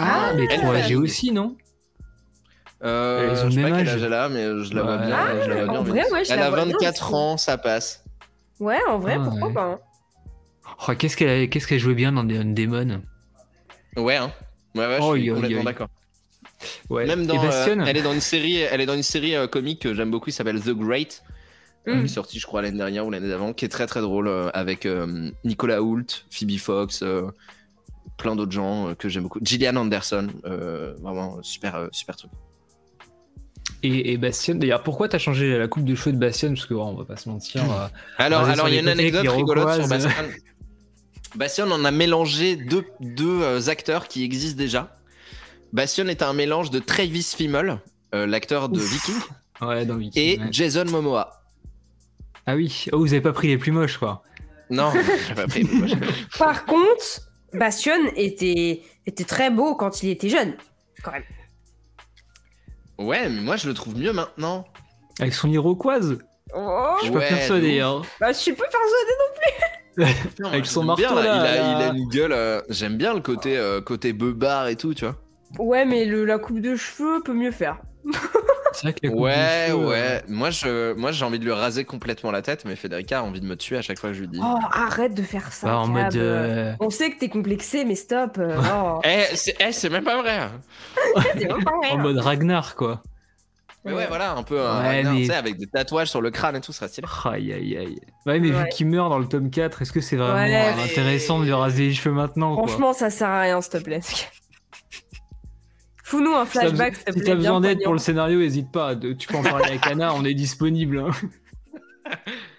Ah, mais elle trois fait- G aussi, non? Euh, Ils ont je sais le pas même quel âge. âge elle a, mais je la vois Ouais. bien. Ah, je la vois bien en mais- vrai, ouais, je Elle la a vois bien vingt-quatre aussi. ans, ça passe. Ouais, en vrai, Ah, pourquoi ouais. pas. hein. Oh, qu'est-ce qu'elle qu'est-ce qu'elle jouait bien dans Demon. Ouais, hein. Ouais, ouais, je Oh, suis yo, complètement yo. d'accord. Ouais. Même Et dans, euh, Bastion. elle est dans une série, elle est dans une série euh, comique que j'aime beaucoup, qui s'appelle The Great, euh, Mm. qui est sortie, je crois, l'année dernière ou l'année d'avant, qui est très très drôle euh, avec euh, Nicolas Hoult, Phoebe Fox, euh, plein d'autres gens euh, que j'aime beaucoup. Gillian Anderson, euh, vraiment euh, super euh, super truc. Et, et Bastion, d'ailleurs, pourquoi t'as changé la coupe de cheveux de Bastion? Parce que, oh, on va pas se mentir. euh, Alors, Rasé alors sur il y a les une côtés avec anecdote les rigolote sur roquoises. Bastion. Bastion, on a mélangé deux, deux euh, acteurs qui existent déjà. Bastion est un mélange de Travis Fimmel, euh, l'acteur de Ouf. Viking, Ouais, dans Viking. et ouais. Jason Momoa. Ah oui, oh, vous avez pas pris les plus moches, quoi. Non, j'ai pas pris. moi, j'ai- Par contre, Bastion était, était très beau quand il était jeune, quand même. Ouais, mais moi je le trouve mieux maintenant. Avec son iroquoise. Oh, Je suis pas Ouais, persuadé, de hein. bah, je suis peu persuadée. Putain, Avec moi, son j'aime marteau, bien, là, il, a, là. il a une gueule. euh, J'aime bien le côté, euh, côté beubard et tout, tu vois. Ouais, mais le, la coupe de cheveux peut mieux faire. C'est vrai que la coupe de Ouais, cheveux, ouais. euh, Moi, je, moi, j'ai envie de lui raser complètement la tête, mais Federica a envie de me tuer à chaque fois que je lui dis. Oh, arrête de faire ça. bah, en Cab. mode. euh, On sait que t'es complexé, mais stop. euh, oh. Eh, c'est eh, c'est même pas vrai. hein. C'est vraiment pas vrai, En hein. mode Ragnar, quoi. Mais ouais, voilà, un peu un Ouais, Ragnar, mais- tu sais, avec des tatouages sur le crâne et tout, ça serait stylé. Aïe, aïe, aïe. Ouais, mais Ouais. vu qu'il meurt dans le tome quatre, est-ce que c'est vraiment Ouais, euh, mais- intéressant de lui raser les cheveux maintenant, quoi? Franchement, ça sert à rien, s'il te plaît. Fous-nous un Si t'as flashback, s'il te si plaît. t'as bien besoin d'aide poignant. pour le scénario, n'hésite pas. de- Tu peux en parler avec Anna, on est disponible. hein.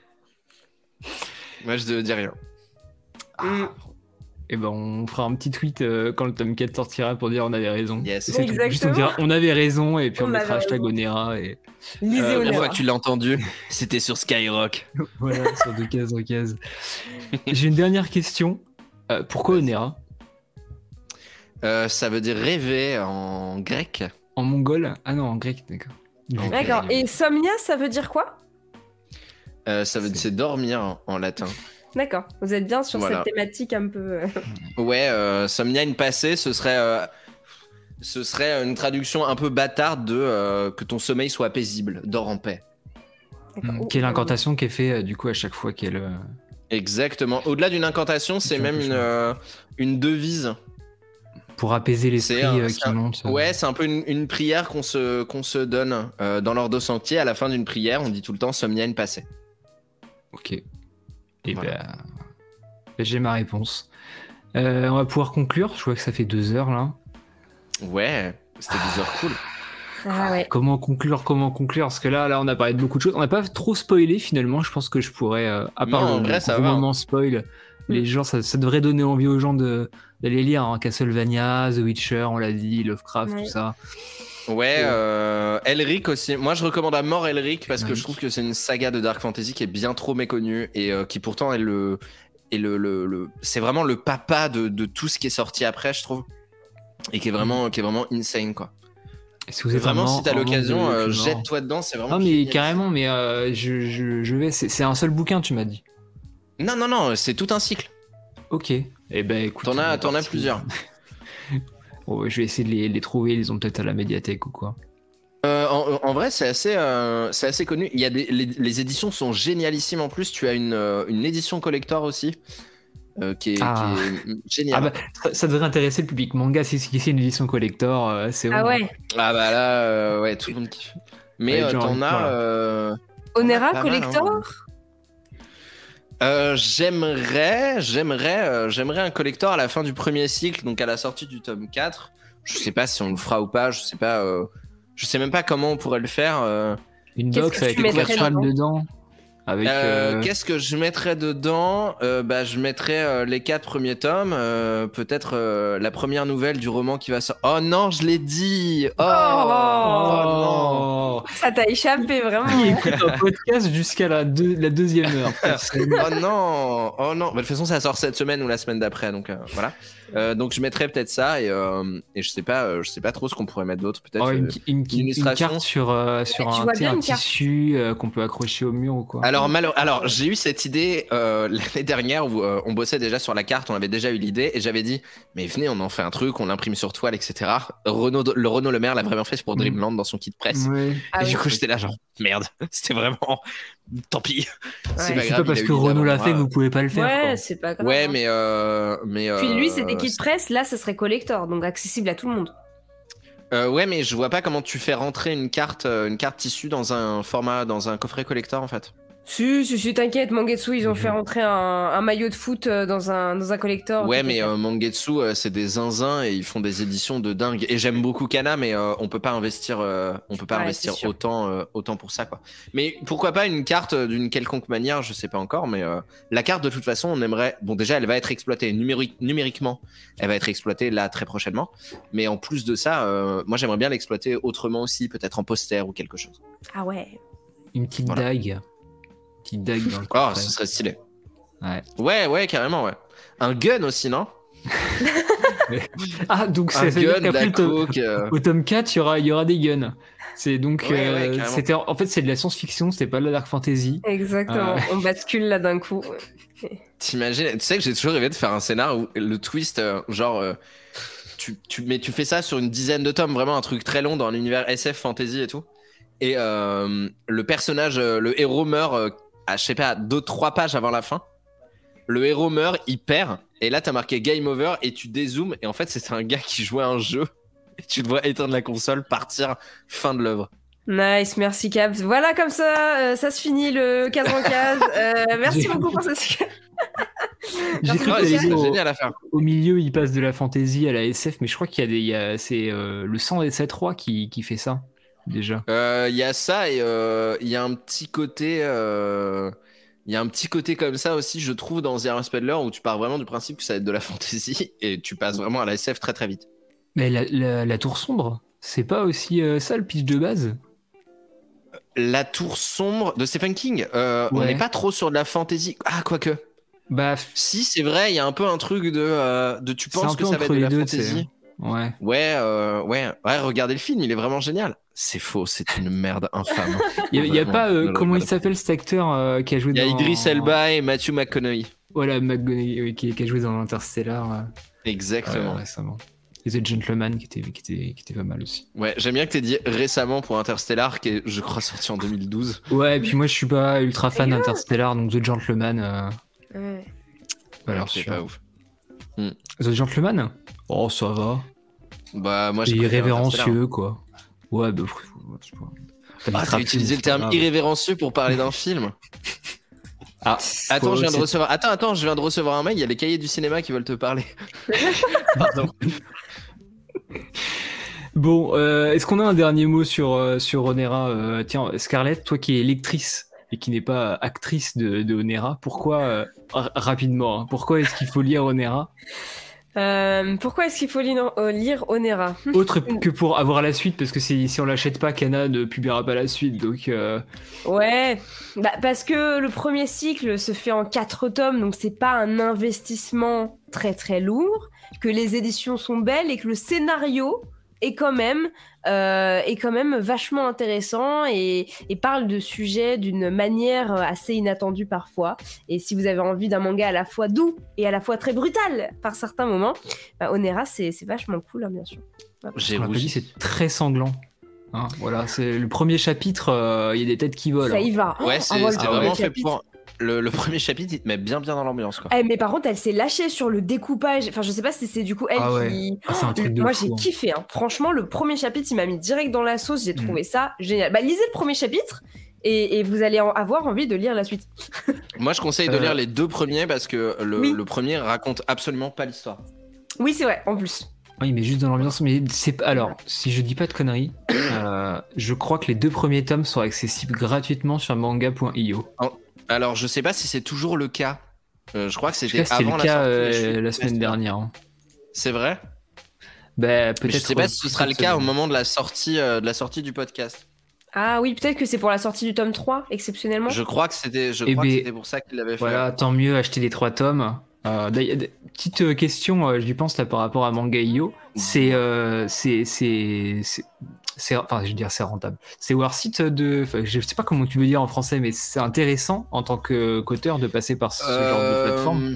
Moi, je dis rien. Mm. Et ben, on fera un petit tweet euh, quand le tome quatre sortira pour dire on avait raison. Yes. Et c'est tout. Juste on Exactement. dira on avait raison et puis on, On mettra avait hashtag raison. Onera et Lisez Euh, au La nez. fois que tu l'as entendu, c'était sur Skyrock. voilà, sur de case en case. J'ai une dernière question. Euh, pourquoi Vas-y. Onera? Euh, ça veut dire rêver en grec. En mongol? Ah non, en grec, d'accord. En grec. D'accord. Et Somnia, ça veut dire quoi? Euh, ça veut dire c'est dormir en, en latin. D'accord. Vous êtes bien sur Voilà. cette thématique un peu. euh, Ouais, euh, Somnia in passé, ce serait, euh, ce serait une traduction un peu bâtarde de euh, que ton sommeil soit paisible, dors en paix. d'accord. Hmm, Oh, Quelle oh, incantation qui est fait euh, du coup à chaque fois qu'elle. euh, Exactement. Au-delà d'une incantation, c'est C'est même quelque une, chose. euh, une devise. Pour apaiser l'esprit C'est un- euh, c'est qui un- monte. Ouais, c'est un peu une, une prière qu'on se, qu'on se donne euh, dans l'ordre sanctier. À la fin d'une prière, on dit tout le temps Somnia in passé. Ok. Et Voilà. ben. ben, j'ai ma réponse. Euh, on va pouvoir conclure. Je vois que ça fait deux heures là. Ouais, c'était des heures cool. Ah ouais. Comment conclure, comment conclure? Parce que là, là, on a parlé de beaucoup de choses. On n'a pas trop spoilé finalement. Je pense que je pourrais, euh, à part Non, en le, vrai, le ça gros va, hein. moment spoil, les gens, ça, ça devrait donner envie aux gens de d'aller lire hein, Castlevania, The Witcher, on l'a dit, Lovecraft, Ouais. tout ça. Ouais, euh, Elric aussi. Moi, je recommande à mort Elric parce que Elric. je trouve que c'est une saga de Dark Fantasy qui est bien trop méconnue et euh, qui pourtant est le, est le, le, le- c'est vraiment le papa de, de tout ce qui est sorti après, je trouve, et qui est vraiment, qui est vraiment insane quoi. Si vous êtes Vraiment, un si mort- t'as un membre l'occasion, de- euh, de- jette-toi dedans, c'est vraiment. Non mais génial. carrément, mais euh, je, je, je vais. C'est c'est un seul bouquin, tu m'as dit. Non, non, non, c'est tout un cycle. Ok. Eh ben écoute. T'en on as, est t'en as parti. plusieurs. Bon, ouais, je vais essayer de les, les trouver. Ils ont peut-être à la médiathèque ou quoi. Euh, en, en vrai, c'est assez, euh, c'est assez connu. Il y a des, les, les éditions sont génialissimes en plus. Tu as une, euh, une édition collector aussi, euh, qui, est, Ah. qui est géniale. Ah bah, ça, ça devrait intéresser le public manga si c'est une édition collector. euh, c'est Ah bon. ouais. Ah bah là, euh, ouais, tout le monde kiffe. Mais Ouais, euh, genre, t'en voilà. as. euh, Onera pas mal, Collector. hein. euh, j'aimerais, j'aimerais, euh, j'aimerais un collector à la fin du premier cycle, donc à la sortie du tome quatre. Je sais pas si on le fera ou pas. Je sais pas. euh, je sais même pas comment on pourrait le faire. euh. Une Qu'est-ce box que avec tu des mettrais couvertures dedans dedans. Avec. Euh, euh, Qu'est-ce que je mettrais dedans? Euh, Bah, je mettrais euh, les quatre premiers tomes. euh, Peut-être euh, la première nouvelle du roman qui va sortir. Oh non, je l'ai dit. Oh, oh non. Ça t'a échappé vraiment. Qui écoute un podcast jusqu'à la, deux- la deuxième heure. Personne. Oh non, oh non. Bah, de toute façon, ça sort cette semaine ou la semaine d'après, donc euh, voilà. Euh, donc je mettrais peut-être ça et, euh, et je sais pas, euh, je sais pas trop ce qu'on pourrait mettre d'autre. Peut-être. Oh, une, euh, une- une illustration. carte sur, euh, sur tu un, vois tu sais, bien un une carte. tissu euh, qu'on peut accrocher au mur ou quoi. Alors, malo- alors j'ai eu cette idée euh, l'année dernière où euh, on bossait déjà sur la carte, on avait déjà eu l'idée et j'avais dit mais venez on en fait un truc, on l'imprime sur toile, et cetera. Renaud, le Renaud Le Maire l'a vraiment fait pour Dreamland dans son kit presse. Ouais. Ah et oui. du coup j'étais là genre merde, c'était vraiment tant pis. Ouais. pas C'est grave, pas il parce a eu que l'idée Renault avant l'a moi. fait que vous pouvez pas le faire. Ouais, quoi. c'est pas grave. Ouais hein. mais euh, mais Puis lui, euh, c'est des kits presse, là, ça serait collector, donc accessible à tout le monde. euh, ouais mais je vois pas comment tu fais rentrer une carte euh, une carte tissu dans un format dans un coffret collector en fait. Si, si, si, t'inquiète, Mangetsu, ils ont Mhm. fait rentrer un, un maillot de foot euh, dans un, dans un collector. Ouais, tout est mais fait. euh, Mangetsu, euh, c'est des zinzins et ils font des éditions de dingue. Et j'aime beaucoup Kana, mais euh, on peut pas investir, euh, on peut pas Ouais, investir c'est sûr. autant, euh, autant pour ça, quoi. Mais pourquoi pas une carte euh, d'une quelconque manière, je sais pas encore, mais euh, la carte de toute façon, on aimerait. Bon, déjà, elle va être exploitée numérique, numériquement, elle va être exploitée là très prochainement. Mais en plus de ça, euh, moi j'aimerais bien l'exploiter autrement aussi, peut-être en poster ou quelque chose. Ah ouais. Une petite Voilà. dague. Une petite dague dans le Oh, coffret. ce serait stylé. Ouais. Ouais, ouais, carrément, ouais. Un gun aussi, non? Ah, donc Un ça veut dire gun, de qu'après la le to- coke. euh, au tome quatre, il y aura, il y aura des guns. C'est donc. Ouais, ouais, euh, carrément. c'était, en fait, c'est de la science-fiction, c'était pas de la dark fantasy. Exactement, Euh. on bascule là d'un coup. T'imagines, tu sais que j'ai toujours rêvé de faire un scénar où le twist, euh, genre, euh, tu, tu, mais tu fais ça sur une dizaine de tomes, vraiment un truc très long dans l'univers S F fantasy et tout. Et euh, le personnage, euh, le héros meurt euh, à, je sais pas, deux, trois pages avant la fin. Le héros meurt, il perd, et là t'as marqué game over et tu dézoomes, et en fait c'était un gars qui jouait à un jeu, et tu dois éteindre la console, partir, fin de l'œuvre. Nice, merci Cap. Voilà comme ça, euh, ça se finit le cadre en case. Euh, merci J'ai- beaucoup pour cette. J'ai cru Ah, que c'est t'allais dire au, génial à faire. au milieu, il passe de la fantasy à la S F, mais je crois qu'il y a des. il y a- c'est euh, le cent sept roi qui, qui fait ça, déjà. Il euh, y a ça et il euh, y a un petit côté, il euh, y a un petit côté comme ça aussi, je trouve, dans The Iron Spedler où tu pars vraiment du principe que ça va être de la fantasy et tu passes vraiment à la S F très très vite. Mais la, la, la tour sombre, c'est pas aussi euh, ça le pitch de base? La tour sombre de Stephen King, euh, on Ouais. n'est pas trop sur de la fantasy. Ah, quoique. Bah, Si, c'est vrai, il y a un peu un truc de, euh, de tu C'est un penses peu que ça va être entre de les la deux, fantasy. ouais. Ouais, euh, ouais, ouais, regardez le film, il est vraiment génial. C'est faux, c'est une merde infâme. Il y a, il y a Vraiment, pas. euh, ne le comment il regardez s'appelle cet acteur euh, qui a joué Il y a dans. Idris Elba et Matthew McConaughey. Voilà, McGonaghy, oui, qui, qui a joué dans Interstellar euh, Exactement. euh, récemment. Et The Gentleman qui était, qui, était, qui était pas mal aussi. Ouais, j'aime bien que t'aies dit récemment pour Interstellar, qui est, je crois, sorti en deux mille douze. Ouais, et puis moi je suis pas ultra fan Regarde. d'Interstellar, donc The Gentleman. Euh, Ouais. pas l'air c'est sûr. pas ouf. The Gentleman. Oh, ça va. Bah, moi, C'est je préfère irrévérencieux, quoi. Ouais, bah, pff, ouais, je sais pas. Interstellar. Ah, t'as Rapide, utilisé c'est le pas terme grave. irrévérencieux pour parler d'un film. Ah, Attends, faut- je viens de c'est- recevoir. Attends, attends, je viens de recevoir un mail. Il y a les cahiers du cinéma qui veulent te parler. Pardon. Bon, euh, est-ce qu'on a un dernier mot sur, euh, sur Onera euh, Tiens, Scarlett, toi qui es lectrice et qui n'est pas actrice de, de Onera, pourquoi, euh, ra- rapidement, hein, pourquoi est-ce qu'il faut lire Onera Euh, pourquoi est-ce qu'il faut lire, euh, lire Onera? autre que pour avoir la suite, parce que si, si on l'achète pas, Kana ne publiera pas la suite, donc euh, Ouais, bah, parce que le premier cycle se fait en quatre tomes, donc c'est pas un investissement très très lourd, que les éditions sont belles et que le scénario est quand même, euh, est quand même vachement intéressant et, et parle de sujets d'une manière assez inattendue parfois. Et si vous avez envie d'un manga à la fois doux et à la fois très brutal par certains moments, bah, Onera c'est c'est vachement cool, hein, bien sûr. J'ai on l'a pas dit, rougi. c'est très sanglant. Hein, voilà, c'est le premier chapitre, euh, il y a des têtes qui volent. Ça hein. y va. Ouais, Oh, c'est on voit le c'était premier vraiment fait chapitre. pour. Le, le premier chapitre, il te met bien bien dans l'ambiance, quoi. Eh, mais par contre, elle s'est lâchée sur le découpage. Enfin, je sais pas si c'est du coup elle Ah ouais. qui. Ah, c'est un truc de Moi, fou, j'ai hein. kiffé. Hein. Franchement, le premier chapitre, il m'a mis direct dans la sauce. J'ai Mm. trouvé ça génial. Bah, lisez le premier chapitre et, et vous allez en avoir envie de lire la suite. Moi, je conseille de Euh. lire les deux premiers parce que le, Oui. le premier raconte absolument pas l'histoire. Oui, c'est vrai. En plus. Oui, mais juste dans l'ambiance. Mais c'est pas- alors, si je dis pas de conneries, euh, je crois que les deux premiers tomes sont accessibles gratuitement sur manga point i o. Alors, je sais pas si c'est toujours le cas. Euh, je crois que En tout c'était cas, c'était avant le la cas sortie. euh, mais je suis la pas semaine sûr. dernière. hein. C'est vrai. Bah, Mais peut-être. je sais pas si ce sera le cette cas au semaine. moment de la sortie, euh, de la sortie du podcast. Ah oui, peut-être que c'est pour la sortie du tome trois, exceptionnellement. Je crois que c'était, je Eh crois que ben, c'était pour ça qu'il l'avait fait. Voilà, tant mieux acheter les trois tomes. Euh, d'ailleurs, d- petite euh, question, euh, j'y pense là par rapport à Manga point i o. C'est, euh, c'est, c'est, c'est- c'est, enfin, je veux dire, c'est rentable. C'est worth it de, enfin, je sais pas comment tu veux dire en français, mais c'est intéressant en tant que qu'auteur de passer par ce Euh, genre de plateforme.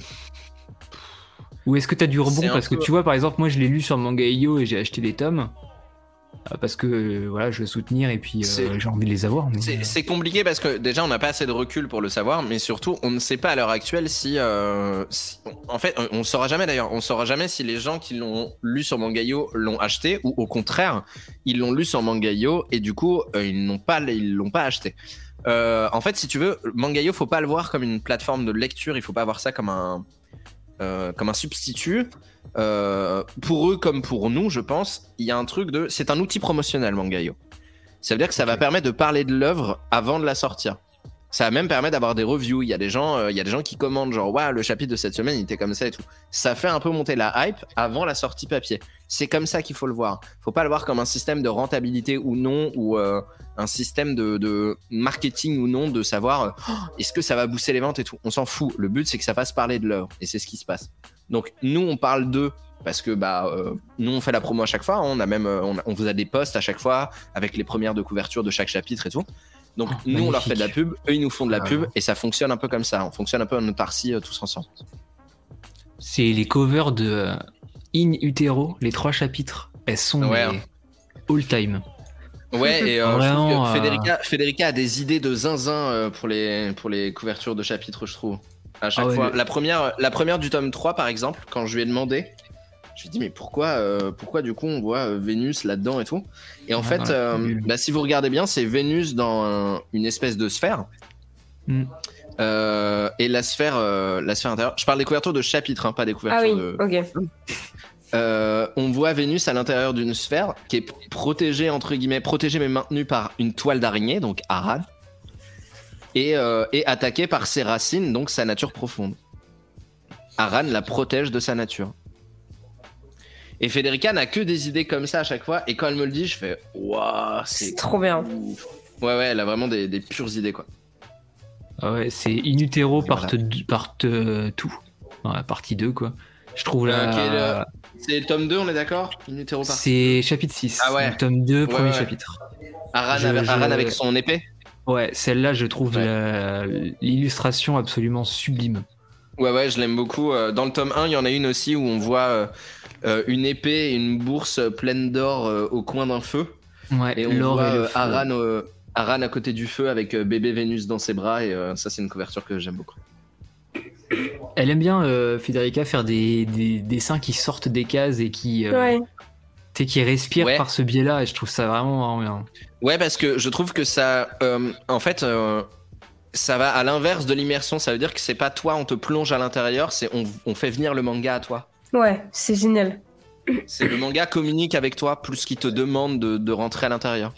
Ou est-ce que t'as du rebond c'est un parce que peu- tu vois, par exemple, moi je l'ai lu sur Manga point i o et j'ai acheté les tomes euh, parce que euh, voilà, je veux soutenir et puis euh, C'est- j'ai envie de les avoir. Mais, C'est euh, c'est compliqué parce que déjà on n'a pas assez de recul pour le savoir, mais surtout on ne sait pas à l'heure actuelle si, euh, si- en fait on ne saura jamais d'ailleurs, on saura jamais si les gens qui l'ont lu sur Mangayo l'ont acheté ou au contraire ils l'ont lu sur Mangayo et du coup euh, ils n'ont pas ils l'ont pas acheté. Euh, en fait si tu veux Mangayo faut pas le voir comme une plateforme de lecture, il faut pas voir ça comme un euh, comme un substitut. Euh, pour eux comme pour nous je pense il y a un truc de c'est un outil promotionnel Mangayo. Ça veut dire que ça Ok. va permettre de parler de l'œuvre avant de la sortir. Ça va même permettre d'avoir des reviews. Il y a des gens, euh, il y a des gens qui commandent genre ouais le chapitre de cette semaine il était comme ça et tout. Ça fait un peu monter la hype avant la sortie papier. C'est comme ça qu'il faut le voir. Faut pas le voir comme un système de rentabilité ou non ou euh, un système de, de marketing ou non de savoir euh, oh, est-ce que ça va booster les ventes et tout. On s'en fout. Le but c'est que ça fasse parler de l'œuvre et c'est ce qui se passe. Donc nous on parle d'eux parce que bah euh, nous on fait la promo à chaque fois. Hein. On a même euh, on, a- on vous a des posts à chaque fois avec les premières de couverture de chaque chapitre et tout. Donc Oh, nous on leur magnifique. fait de la pub, eux ils nous font de la Ah, pub ouais. et ça fonctionne un peu comme ça. On fonctionne un peu en autarcie euh, tous ensemble. c'est les covers de euh, In Utero, les trois chapitres. Elles sont Ouais. mais all time. Ouais et euh, je trouve Vraiment, que euh, Federica, Federica a des idées de zinzin euh, pour les pour les couvertures de chapitres je trouve. À chaque Ah ouais, fois. le- La première la première du tome trois par exemple quand je lui ai demandé. Je lui ai dit mais pourquoi, euh, pourquoi du coup on voit euh, Vénus là-dedans et tout. Et en Ouais, fait, dans la euh, pilule. bah, si vous regardez bien, c'est Vénus dans un- une espèce de sphère. Mm. Euh, et la sphère, euh, la sphère intérieure. Je parle des couvertures de chapitres, hein, pas des Ah couvertures oui, de. ok. Euh, on voit Vénus à l'intérieur d'une sphère qui est protégée entre guillemets, protégée mais maintenue par une toile d'araignée, donc Aran, et, euh, et attaquée par ses racines, donc sa nature profonde. Aran la protège de sa nature. Et Federica n'a que des idées comme ça à chaque fois, et quand elle me le dit, je fais waouh, c'est C'est trop bien. ouf. Ouais, ouais, elle a vraiment des, des pures idées quoi. Ah ouais, c'est In Utero Voilà. part, deux- part euh, tout. Ouais, partie deux, quoi. Je trouve Euh, la... quel, euh, C'est le tome deux, on est d'accord In Utero par- C'est chapitre six. Ah ouais. Donc, tome deux, Ouais, premier ouais. chapitre. Aran, je- avec, je- Aran avec son épée. Ouais, celle-là, je trouve Ouais. la- l'illustration absolument sublime. Ouais, ouais, je l'aime beaucoup. Euh, Dans le tome un, il y en a une aussi où on voit euh, euh, une épée et une bourse pleine d'or euh, au coin d'un feu. Ouais, Et on l'or voit et le euh, feu. Aran, euh, Aran à côté du feu avec euh, bébé Vénus dans ses bras. Et euh, ça, c'est une couverture que j'aime beaucoup. Elle aime bien, euh, Federica, faire des, des dessins qui sortent des cases et qui, euh, Ouais. tu sais, qui respirent Ouais. par ce biais-là. Et je trouve ça vraiment, vraiment bien. Ouais, parce que je trouve que ça. euh, en fait. euh, ça va à l'inverse de l'immersion, ça veut dire que c'est pas toi, on te plonge à l'intérieur, c'est on, on fait venir le manga à toi. Ouais, c'est génial. C'est le manga communique avec toi plus qu'il te demande de, de rentrer à l'intérieur.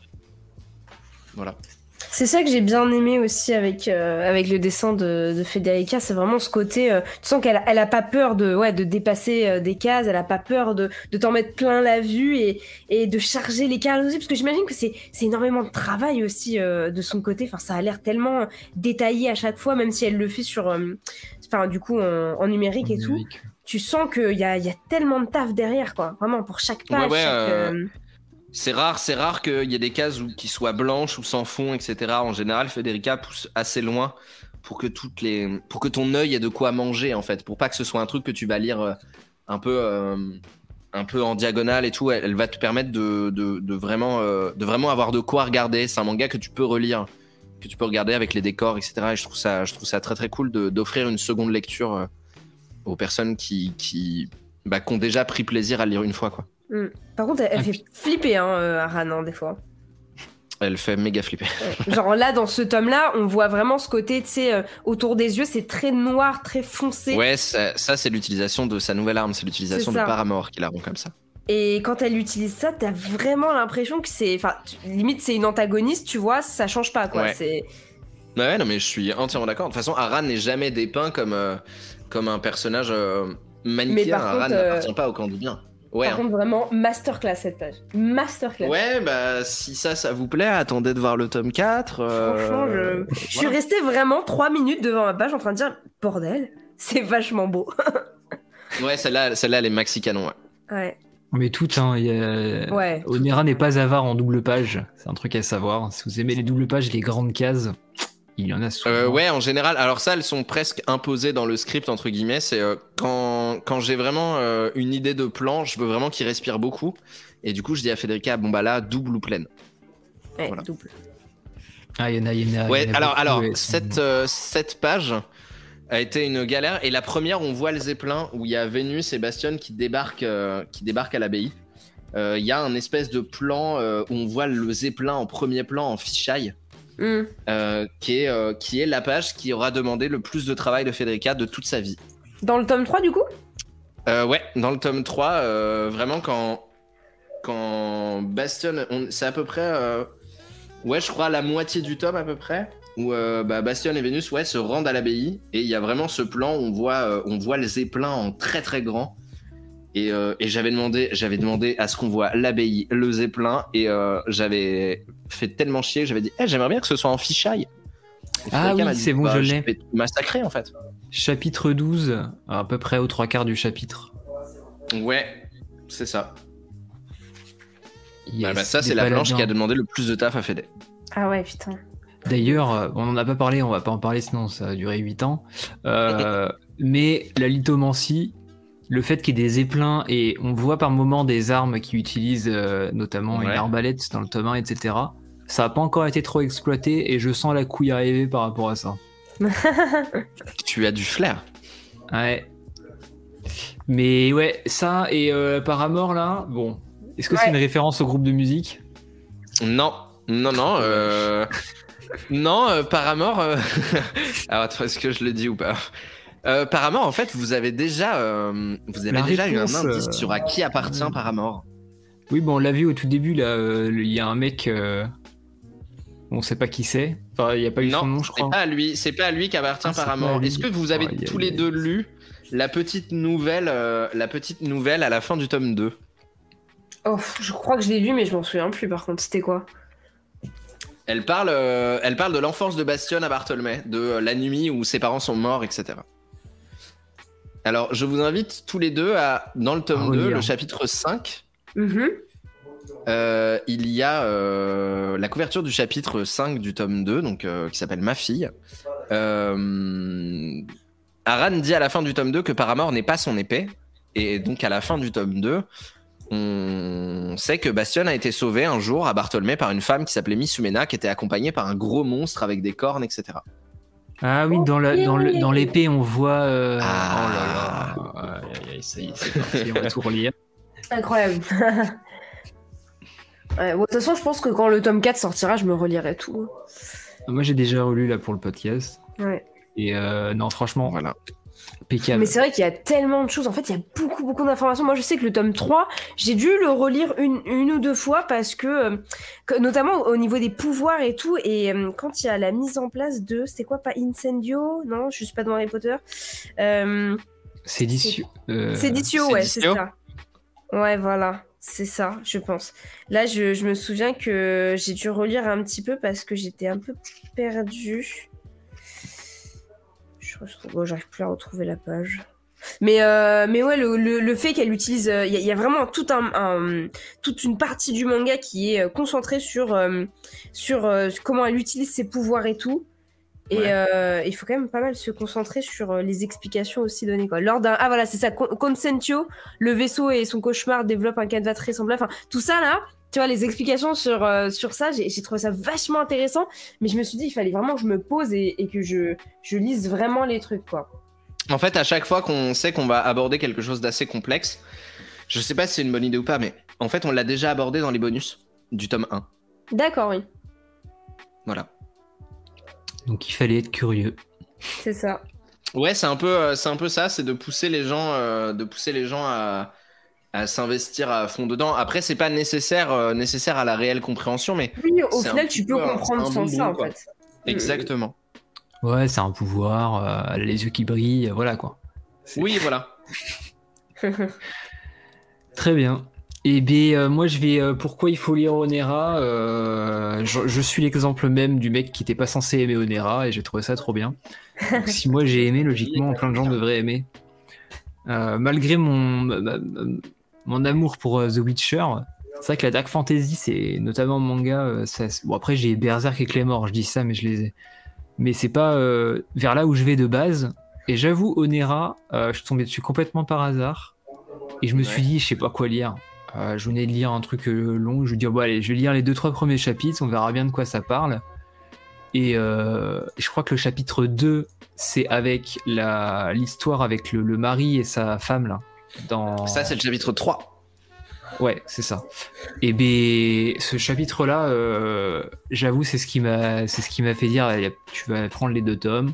Voilà. C'est ça que j'ai bien aimé aussi avec, euh, avec le dessin de, de Federica, c'est vraiment ce côté, euh, tu sens qu'elle a, elle a pas peur de, ouais, de dépasser euh, des cases, elle a pas peur de, de t'en mettre plein la vue et, et de charger les cases aussi, parce que j'imagine que c'est, c'est énormément de travail aussi euh, de son côté, enfin ça a l'air tellement détaillé à chaque fois, même si elle le fait sur, euh, enfin du coup en, en numérique et tout, Numérique. tu sens qu'il y a, il y a tellement de taf derrière, quoi, vraiment pour chaque page. Ouais, ouais, chaque, euh, euh, C'est rare, c'est rare qu'il y ait des cases où, qui soient blanches ou sans fond, et cetera. En général, Federica pousse assez loin pour que toutes les, pour que ton œil ait de quoi manger en fait, pour pas que ce soit un truc que tu vas lire euh, un peu, euh, un peu en diagonale et tout. Elle, elle va te permettre de, de, de vraiment, euh, de vraiment avoir de quoi regarder. C'est un manga que tu peux relire, que tu peux regarder avec les décors, et cetera. Et je trouve ça, je trouve ça très très cool de, d'offrir une seconde lecture euh, aux personnes qui, qui, bah, qui ont déjà pris plaisir à le lire une fois quoi. hmm. Par contre, elle, elle Ah, fait puis- flipper, hein, euh, Aran, hein, des fois. Elle fait méga flipper. Ouais. Genre là, dans ce tome-là, on voit vraiment ce côté, tu sais, euh, autour des yeux, c'est très noir, très foncé. Ouais, ça, ça, c'est l'utilisation de sa nouvelle arme, c'est l'utilisation C'est de ça. Paramore qui la rend comme ça. Et quand elle utilise ça, t'as vraiment l'impression que c'est... Enfin, tu- limite, c'est une antagoniste, tu vois, ça change pas, quoi. Ouais. C'est... Ouais, non, mais je suis entièrement d'accord. De toute façon, Aran n'est jamais dépeint comme, euh, comme un personnage euh, manichéen. par Aran contre, n'appartient euh, pas au camp du bien. Ouais, Par hein. contre, vraiment, masterclass, cette page. Masterclass. Ouais, bah si ça, ça vous plaît, attendez de voir le tome quatre. euh, Franchement, je, je suis voilà. restée vraiment trois minutes devant ma page en train de dire, bordel, c'est vachement beau. Ouais, celle-là, celle-là, elle est maxi canon. Ouais. Ouais. Mais tout, hein, il y a... Ouais. Onera n'est pas avare en double page, c'est un truc à savoir. Si vous aimez les doubles pages, les grandes cases, il y en a souvent. Euh, ouais, en général. Alors ça, elles sont presque imposées dans le script, entre guillemets. C'est euh, quand, quand j'ai vraiment euh, une idée de plan, je veux vraiment qu'il respire beaucoup. Et du coup, je dis à Federica, bon bah là, double ou pleine. Ouais, Voilà. double. Ah, il y en a, il y en a. Ouais, il y en a alors, beaucoup, alors et cette, sont- euh, cette page a été une galère. Et la première, on voit le zeppelin où il y a Vénus et Bastion qui débarquent, euh, qui débarquent à l'abbaye. Euh, Il y a un espèce de plan euh, où on voit le zeppelin en premier plan en fisheye. Mm. Euh, qui, est, euh, qui est la page qui aura demandé le plus de travail de Federica de toute sa vie. Dans le tome trois, du coup Euh, ouais, dans le tome trois, euh, vraiment quand, quand Bastion, on- c'est à peu près, euh, ouais, je crois la moitié du tome à peu près, où euh, bah, Bastion et Vénus ouais, se rendent à l'abbaye, et il y a vraiment ce plan où on voit, euh, on voit le zeppelin en très très grand. Et, euh, et j'avais demandé, j'avais demandé à ce qu'on voit l'abbaye, le zeppelin, et euh, j'avais fait tellement chier que j'avais dit, eh, j'aimerais bien que ce soit en fisheye. Et Ah Federica oui, m'a dit, c'est bon, bah, je je l'ai. vais te massacrer en fait. Chapitre douze, à peu près aux trois quarts du chapitre. Ouais, c'est ça. Yes, Ah bah ça, il c'est est la pas planche qui a là-dedans. demandé le plus de taf à Fede. Ah ouais, putain. D'ailleurs, euh, on n'en a pas parlé, on va pas en parler sinon ça va durer huit ans. Euh, mais la lithomancie, le fait qu'il y ait des zeppelins et on voit par moments des armes qui utilisent euh, notamment une Ouais. arbalète dans le tome un, et cetera. Ça n'a pas encore été trop exploité et je sens la couille arriver par rapport à ça. Tu as du flair. Ouais. Mais ouais, ça et euh, Paramore là, bon. Est-ce que c'est Ouais. une référence au groupe de musique? Non, non, non. Euh... non, euh, Paramore. euh, Alors, attends, est-ce que je le dis ou pas euh, Paramore, en fait, vous avez déjà, euh, vous avez La déjà eu un réponse, indice euh, sur à qui appartient Paramore. Oui, bon, on l'a vu au tout début là, euh, il y a un mec. euh, On sait pas qui c'est. Enfin, il n'y a pas eu son Non, nom, je c'est crois. pas à lui. C'est pas à lui qu'appartient Ah, c'est pas à Paramore. lui. Est-ce que vous avez Oh, y a- tous les y a- deux lu la petite nouvelle, euh, la petite nouvelle à la fin du tome deux? Oh, je crois que je l'ai lu, mais je m'en souviens plus par contre. C'était quoi? Elle parle, euh, elle parle de l'enfance de Bastion à Bartholmay, de euh, la nuit où ses parents sont morts, et cetera. Alors, je vous invite tous les deux à, dans le tome À deux, relire. le chapitre cinq, Mhm. euh, il y a euh, la couverture du chapitre cinq du tome deux, donc, euh, qui s'appelle Ma fille. Euh, Aran dit à la fin du tome deux que Paramore n'est pas son épée, et donc à la fin du tome deux, on sait que Bastion a été sauvé un jour à Bartholmay par une femme qui s'appelait Missumena, qui était accompagnée par un gros monstre avec des cornes, et cetera. Ah oui, dans la- dans le- dans l'épée, on voit. euh, Ah. Oh là là. Aïe, aïe, aïe, ça y est, c'est parti, on va tout relire. Incroyable. Ouais, bon, de toute façon, je pense que quand le tome quatre sortira, je me relirai tout. Moi, j'ai déjà relu là pour le podcast. Ouais. Et euh, non, franchement, Voilà. impeccable. Mais c'est vrai qu'il y a tellement de choses. En fait, il y a beaucoup, beaucoup d'informations. Moi, je sais que le tome trois, j'ai dû le relire une, une ou deux fois parce que, euh, que- notamment au niveau des pouvoirs et tout. Et euh, quand il y a la mise en place de. C'était quoi? Pas Incendio? Non, je suis pas dans Harry Potter. Euh, Sédicio. euh, Sédicio, ouais, c'est Sédicio. ça. Ouais, voilà. C'est ça, je pense. Là, je, je me souviens que j'ai dû relire un petit peu parce que j'étais un peu perdue. Je retrouve... bon, j'arrive plus à retrouver la page. Mais, euh, mais ouais, le, le, le fait qu'elle utilise... Il y, a- y a vraiment tout un, un- toute une partie du manga qui est euh, concentrée sur, euh, sur euh, comment elle utilise ses pouvoirs et tout. Et Ouais. euh, il faut quand même pas mal se concentrer sur euh, les explications aussi données, quoi. Lors d'un... Ah voilà, c'est ça, Con- Consentio, le vaisseau et son cauchemar développent un canevas très semblable. Enfin, tout ça là, tu vois, les explications sur, euh, sur ça, j'ai, j'ai trouvé ça vachement intéressant. Mais je me suis dit, il fallait vraiment que je me pose et, et que je, je lise vraiment les trucs, quoi. En fait, à chaque fois qu'on sait qu'on va aborder quelque chose d'assez complexe, je sais pas si c'est une bonne idée ou pas, mais en fait, on l'a déjà abordé dans les bonus du tome un. D'accord, oui. Voilà. Donc il fallait être curieux. C'est ça. Ouais, c'est un peu, euh, c'est un peu ça, c'est de pousser les gens, euh, de pousser les gens à, à s'investir à fond dedans. Après, c'est pas nécessaire, euh, nécessaire à la réelle compréhension, mais Oui, au c'est un final, petit tu peux peu un- comprendre un sans bonbon, ça, en quoi. fait. Exactement. Ouais, c'est un pouvoir, euh, les yeux qui brillent, voilà quoi. C'est- Oui, voilà. Très bien. Et bien, euh, moi, je vais. euh, pourquoi il faut lire Onera euh, je, je suis l'exemple même du mec qui n'était pas censé aimer Onera et j'ai trouvé ça trop bien. Donc, si moi j'ai aimé, logiquement, plein de gens devraient aimer. Euh, malgré mon, ma- ma- mon amour pour euh, The Witcher. C'est vrai que la dark fantasy, c'est notamment manga. Euh, ça, bon après j'ai Berserk et Claymore, je dis ça, mais je les ai. Mais c'est pas euh, vers là où je vais de base. Et j'avoue, Onera, euh, je suis tombé dessus complètement par hasard. Et je me suis dit, je sais pas quoi lire. Euh, je venais de lire un truc euh, long. Je me dis, oh, bon, allez, je vais lire les deux trois premiers chapitres. On verra bien de quoi ça parle. Et euh, je crois que le chapitre deux, c'est avec la, l'histoire avec le, le mari et sa femme là. Dans... Ça, c'est le chapitre trois. Ouais, c'est ça. Et ben, ce chapitre-là, euh, j'avoue, c'est ce qui m'a, c'est ce qui m'a fait dire, tu vas prendre les deux tomes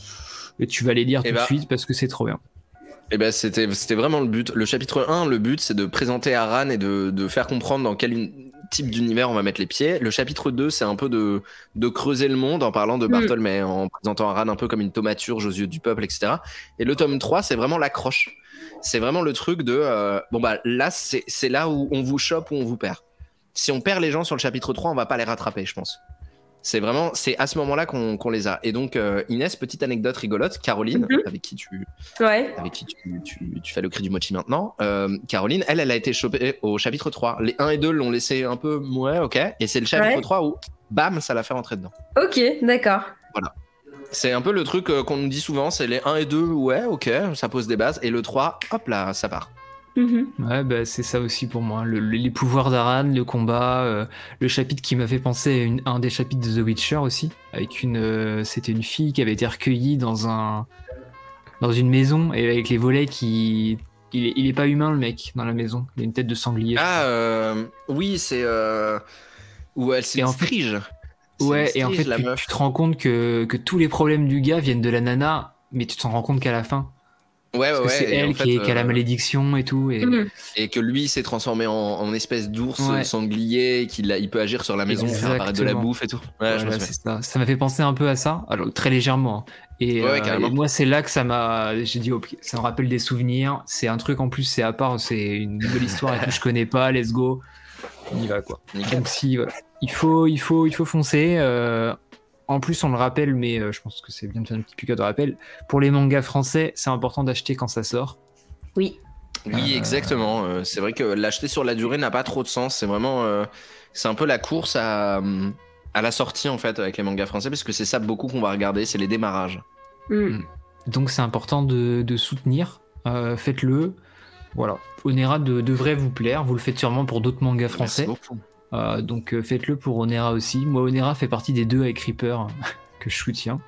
et tu vas les lire et tout bah, de suite parce que c'est trop bien. Et ben, c'était, c'était vraiment le but. Le chapitre un, le but, c'est de présenter Aran et de, de faire comprendre dans quel type d'univers on va mettre les pieds. Le chapitre deux, c'est un peu de, de creuser le monde en parlant de Bartholmé, mmh. en présentant Aran un peu comme une thaumaturge aux yeux du peuple, et cetera. Et le tome trois, c'est vraiment l'accroche. C'est vraiment le truc de euh, bon bah là c'est, c'est là où on vous chope ou on vous perd. Si on perd les gens sur le chapitre trois, on va pas les rattraper, je pense. C'est vraiment c'est à ce moment-là qu'on, qu'on les a. Et donc euh, Inès, petite anecdote rigolote, Caroline, mm-hmm. avec qui tu ouais. avec qui tu, tu, tu fais le cri du mochi maintenant, euh, Caroline, elle elle a été chopée au chapitre trois. Les un et deux l'ont laissé un peu ouais, OK, et c'est le chapitre ouais. trois où bam, ça l'a fait rentrer dedans. OK, d'accord. Voilà. C'est un peu le truc qu'on nous dit souvent, c'est les un et deux, ouais, ok, ça pose des bases, et le trois, hop là, ça part. Mmh. Ouais, bah, c'est ça aussi pour moi. Le, le, les pouvoirs d'Aran, le combat, euh, le chapitre qui m'a fait penser à une, un des chapitres de The Witcher aussi, avec une, euh, c'était une fille qui avait été recueillie dans un, dans une maison, et avec les volets qui... Il est, il est pas humain, le mec, dans la maison. Il a une tête de sanglier. Ah, euh, oui, c'est... Euh... Où elle s'est strige. Ouais, et en fait, tu, tu te rends compte que, que tous les problèmes du gars viennent de la nana, mais tu t'en rends compte qu'à la fin. Ouais, ouais, Parce que c'est ouais, elle en qui, fait, est, qui a la malédiction et tout. Et, mmh. et que lui s'est transformé en, en espèce d'ours ouais. sanglier, qu'il a, il peut agir sur la maison, faire apparaître de la bouffe et tout. Ouais, ouais, je ouais, c'est ça. Ça m'a fait penser un peu à ça, alors très légèrement. Et, ouais, euh, et moi, c'est là que ça m'a. J'ai dit, okay, ça me rappelle des souvenirs. C'est un truc en plus, c'est à part, c'est une nouvelle histoire et tout, je connais pas, let's go. On y va, quoi. Nickel. Donc, si, voilà. il, faut, il, faut, il faut foncer. Euh, En plus, on le rappelle, mais euh, je pense que c'est bien de faire un petit piqueur de rappel. Pour les mangas français, c'est important d'acheter quand ça sort. Oui. Oui, euh... exactement. Euh, c'est vrai que l'acheter sur la durée n'a pas trop de sens. C'est vraiment, euh, c'est un peu la course à, à la sortie en fait avec les mangas français, parce que c'est ça beaucoup qu'on va regarder, c'est les démarrages. Mm. Donc c'est important de, de soutenir. Euh, faites-le. Voilà. Onera de, devrait vous plaire. Vous le faites sûrement pour d'autres mangas français. Merci beaucoup. Euh, donc euh, faites-le pour Onera aussi. Moi, Onera fait partie des deux avec Reaper que je soutiens.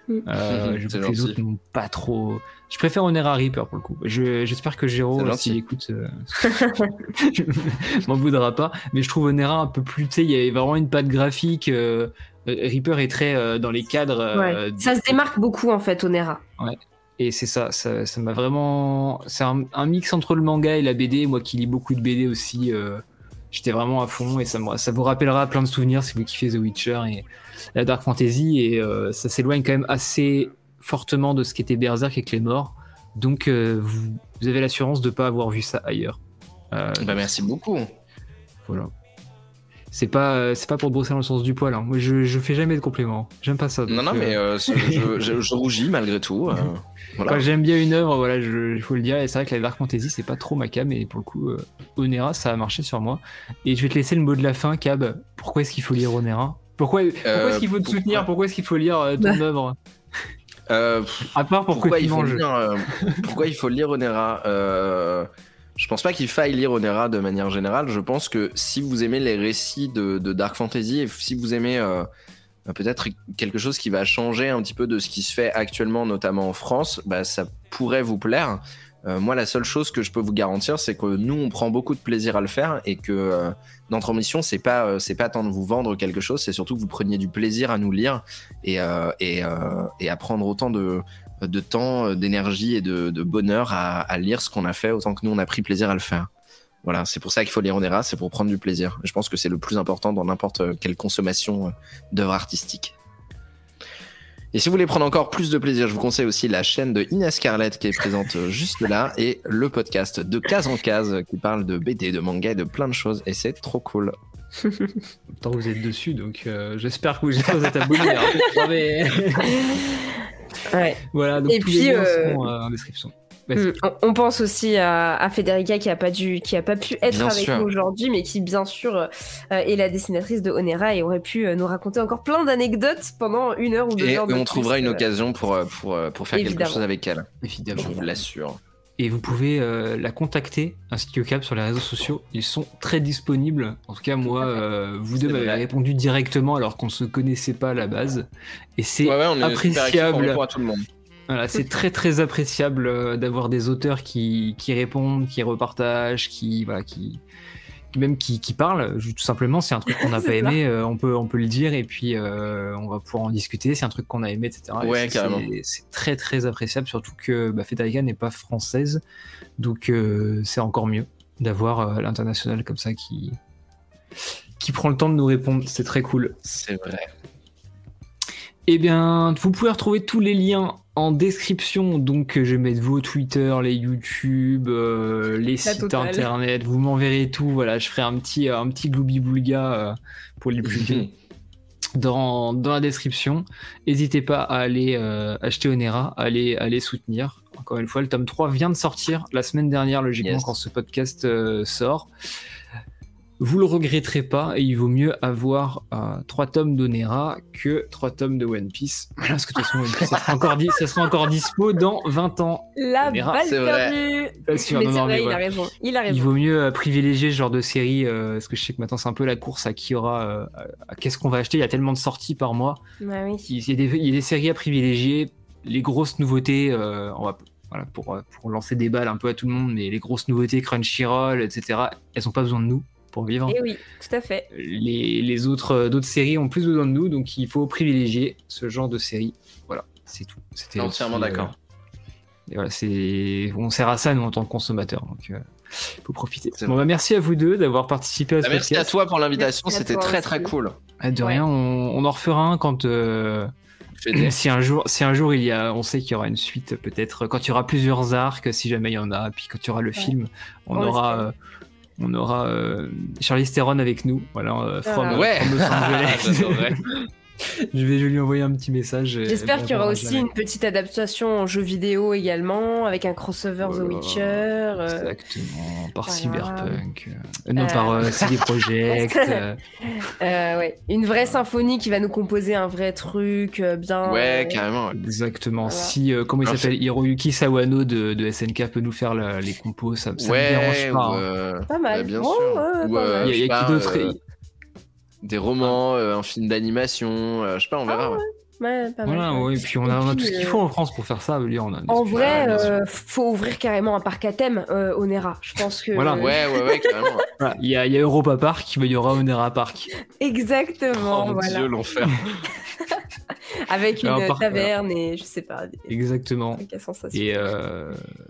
Euh, je vois que les autres n'ont pas trop. Je préfère Onera à Reaper pour le coup. Je, j'espère que Géraud, s'il écoute, euh... m'en voudra pas. Mais je trouve Onera un peu plus. Tu sais, il y avait vraiment une patte graphique. Euh... Reaper est très euh, dans les cadres. Euh, ouais. Ça se démarque beaucoup en fait, Onera. Ouais. Et c'est ça, ça, ça m'a vraiment. C'est un, un mix entre le manga et la B D. Moi qui lis beaucoup de B D aussi. Euh... J'étais vraiment à fond et ça, me, ça vous rappellera plein de souvenirs si vous kiffez The Witcher et la Dark Fantasy, et euh, ça s'éloigne quand même assez fortement de ce qu'était Berserk et Claymore, donc euh, vous, vous avez l'assurance de ne pas avoir vu ça ailleurs. Euh, bah merci beaucoup. Voilà. C'est pas, c'est pas pour te brosser dans le sens du poil, hein. Moi je, je fais jamais de compléments, j'aime pas ça. Donc, non non euh... mais euh, je, je, je rougis malgré tout. Euh, voilà. Quand j'aime bien une œuvre, voilà, il faut le dire, et c'est vrai que la Dark Fantasy c'est pas trop ma cam, et pour le coup euh, Onera ça a marché sur moi. Et je vais te laisser le mot de la fin, Cab. Pourquoi est-ce qu'il faut lire Onera? Pourquoi, pourquoi euh, est-ce qu'il faut te pourquoi... soutenir? Pourquoi est-ce qu'il faut lire euh, ton bah. œuvre? euh, À part pourquoi, pourquoi il il faut mange. lire, euh, pourquoi il faut lire Onera? euh... Je pense pas qu'il faille lire Onera de manière générale. Je pense que si vous aimez les récits de, de Dark Fantasy, et si vous aimez euh, peut-être quelque chose qui va changer un petit peu de ce qui se fait actuellement, notamment en France, bah, ça pourrait vous plaire. Euh, moi, la seule chose que je peux vous garantir, c'est que nous, on prend beaucoup de plaisir à le faire, et que euh, notre ambition, c'est pas, euh, c'est pas tant de vous vendre quelque chose, c'est surtout que vous preniez du plaisir à nous lire et, euh, et, euh, et à prendre autant de... de temps, d'énergie et de, de bonheur à, à lire ce qu'on a fait, autant que nous on a pris plaisir à le faire. Voilà, c'est pour ça qu'il faut lire Onera, c'est pour prendre du plaisir. Je pense que c'est le plus important dans n'importe quelle consommation d'œuvres artistiques. Et si vous voulez prendre encore plus de plaisir, je vous conseille aussi la chaîne de Inès Scarlett qui est présente juste là, et le podcast de Case en Case qui parle de B D, de manga et de plein de choses, et c'est trop cool. Pourtant vous êtes dessus, donc euh, j'espère que vous êtes abonnés. Hein. mais... Ouais. Voilà, donc et tous puis, les liens euh... seront euh, en description. Mmh. On pense aussi à, à Federica qui a pas dû, qui a pas pu être Bien avec sûr. nous aujourd'hui, mais qui bien sûr euh, est la dessinatrice de Onera et aurait pu euh, nous raconter encore plein d'anecdotes pendant une heure ou deux Et heures. de on plus, trouvera une euh, occasion pour, pour, pour faire Évidemment. quelque chose avec elle. Évidemment. Je vous l'assure. Et vous pouvez euh, la contacter ainsi que Cap sur les réseaux sociaux. Ils sont très disponibles. En tout cas, moi, euh, vous deux C'est m'avez vrai. répondu directement alors qu'on ne se connaissait pas à la base. Et c'est Ouais, ouais, on est super actifs, on appréciable. répond à tout le monde. Voilà, c'est très très appréciable euh, d'avoir des auteurs qui, qui répondent, qui repartagent, qui voilà, qui, qui même qui, qui parlent. Juste, tout simplement, c'est un truc qu'on n'a C'est pas ça. aimé, euh, on peut on peut le dire et puis euh, on va pouvoir en discuter. C'est un truc qu'on a aimé, et cetera. Et Ouais, c'est- carrément. c'est- C'est très très appréciable, surtout que bah, Federica n'est pas française, donc euh, c'est encore mieux d'avoir euh, l'international comme ça qui qui prend le temps de nous répondre. C'est très cool. C'est vrai. Eh bien, vous pouvez retrouver tous les liens en description. Donc, je vais mettre vos Twitter, les YouTube, euh, les sites totale. internet. Vous m'enverrez tout. Voilà, je ferai un petit, un petit gloubi-boulga euh, pour les plus vieux dans, dans la description. N'hésitez pas à aller euh, acheter Onera, à aller, à aller soutenir. Encore une fois, le tome trois vient de sortir la semaine dernière, logiquement, Yes. quand ce podcast euh, sort. Vous le regretterez pas, et il vaut mieux avoir euh, trois tomes d'Onera que trois tomes de One Piece. Voilà, parce que de toute façon, One Piece, ça sera encore, di- ça sera encore dispo dans vingt ans. La Onera, balle c'est vrai. perdue. Pas sûr, Mais non, c'est non, vrai, mais il voilà. a raison. Il a Il raison. vaut mieux euh, privilégier ce genre de série, euh, parce que je sais que maintenant c'est un peu la course à qui aura, euh, à, à qu'est-ce qu'on va acheter. Il y a tellement de sorties par mois. Bah oui. Il y a des, il y a des séries à privilégier. Les grosses nouveautés, euh, on va, voilà, pour, euh, pour lancer des balles un peu à tout le monde, mais les grosses nouveautés, Crunchyroll, et cetera, elles n'ont pas besoin de nous pour vivre. Et oui, tout à fait. Les, les autres euh, d'autres séries ont plus besoin de nous, donc il faut privilégier ce genre de série. Voilà, c'est tout. C'était le Entièrement petit, d'accord. euh, et voilà, c'est, on sert à ça nous en tant que consommateurs, donc il faut profiter. C'est Bon, vrai. bah, merci à vous deux d'avoir participé à ce Bah, merci à podcast. toi pour l'invitation, Merci à c'était toi très aussi. très cool. Ah, de Ouais. rien, on, on en refera un quand. euh, Fédé. Si un jour, si un jour il y a, on sait qu'il y aura une suite, peut-être quand il y aura plusieurs arcs, si jamais il y en a, puis quand il y aura le film, on, On aura, l'espère. euh, on aura euh, Charlize Theron avec nous, voilà, euh, from, Ah. Ouais. from Los Angeles. J'adorerais. je vais, je vais lui envoyer un petit message. et J'espère elle qu'il y aura répondra aussi jamais. une petite adaptation en jeu vidéo également, avec un crossover The Voilà. Witcher. euh, Exactement, par voilà. Cyberpunk, euh, non Euh. par euh, C D Projekt. euh, euh, ouais. Une vraie symphonie qui va nous composer un vrai truc euh, bien. Ouais, euh, carrément. ouais. exactement. Voilà. Si, euh, comment il Alors, s'appelle, Hiroyuki Sawano de, de S N K peut nous faire la- les compos, ça, ça Ouais, me dérange pas. ou, hein. euh, Pas mal. bah, bien Oh, sûr. ouais, Ou, pas euh, mal. Il y a, je il y a sais qui pas, d'autre euh, des romans, euh, un film d'animation, euh, je sais pas, on verra. ouais. Ouais, pas mal. Voilà, ouais. ouais, et puis on a, Et on a puis, tout ce qu'il euh, faut en France pour faire ça. je veux dire, on a- En Ouais, vrai, bien sûr. euh, faut ouvrir carrément un parc à thème, euh, Onera. Je pense que. Voilà. Ouais, ouais, ouais, carrément. Voilà, il y a, il y a Europa Park, mais il y aura Onera Park. Exactement, Oh mon voilà. dieu, l'enfer. Avec une Alors, par- taverne et je sais pas, des Exactement. trucs à sensation. Et euh...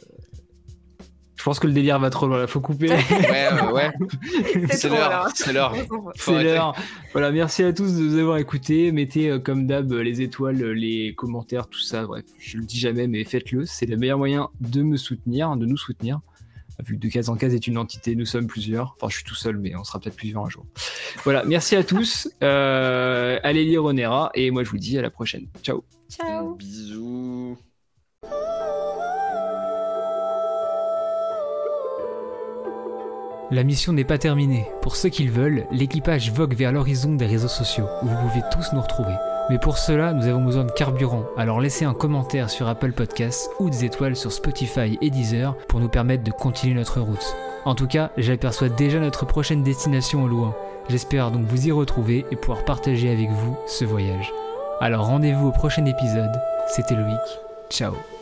je pense que le délire va trop loin, là, faut couper. Ouais, ouais, ouais. C'est C'est trop, l'heure, là. c'est l'heure. On Faut C'est arrêter. l'heure. Voilà, merci à tous de nous avoir écoutés. Mettez euh, comme d'hab euh, les étoiles, euh, les commentaires, tout ça. Bref, je le dis jamais, mais faites-le. C'est le meilleur moyen de me soutenir, de nous soutenir. Vu que de case en case est une entité, nous sommes plusieurs. Enfin, je suis tout seul, mais on sera peut-être plusieurs un jour. Voilà, merci à tous. Euh, allez lire Onera et moi je vous dis à la prochaine. Ciao. Ciao. Bisous. La mission n'est pas terminée. Pour ceux qui le veulent, l'équipage vogue vers l'horizon des réseaux sociaux, où vous pouvez tous nous retrouver. Mais pour cela, nous avons besoin de carburant, alors laissez un commentaire sur Apple Podcasts ou des étoiles sur Spotify et Deezer pour nous permettre de continuer notre route. En tout cas, j'aperçois déjà notre prochaine destination au loin. J'espère donc vous y retrouver et pouvoir partager avec vous ce voyage. Alors rendez-vous au prochain épisode. C'était Loïc. Ciao.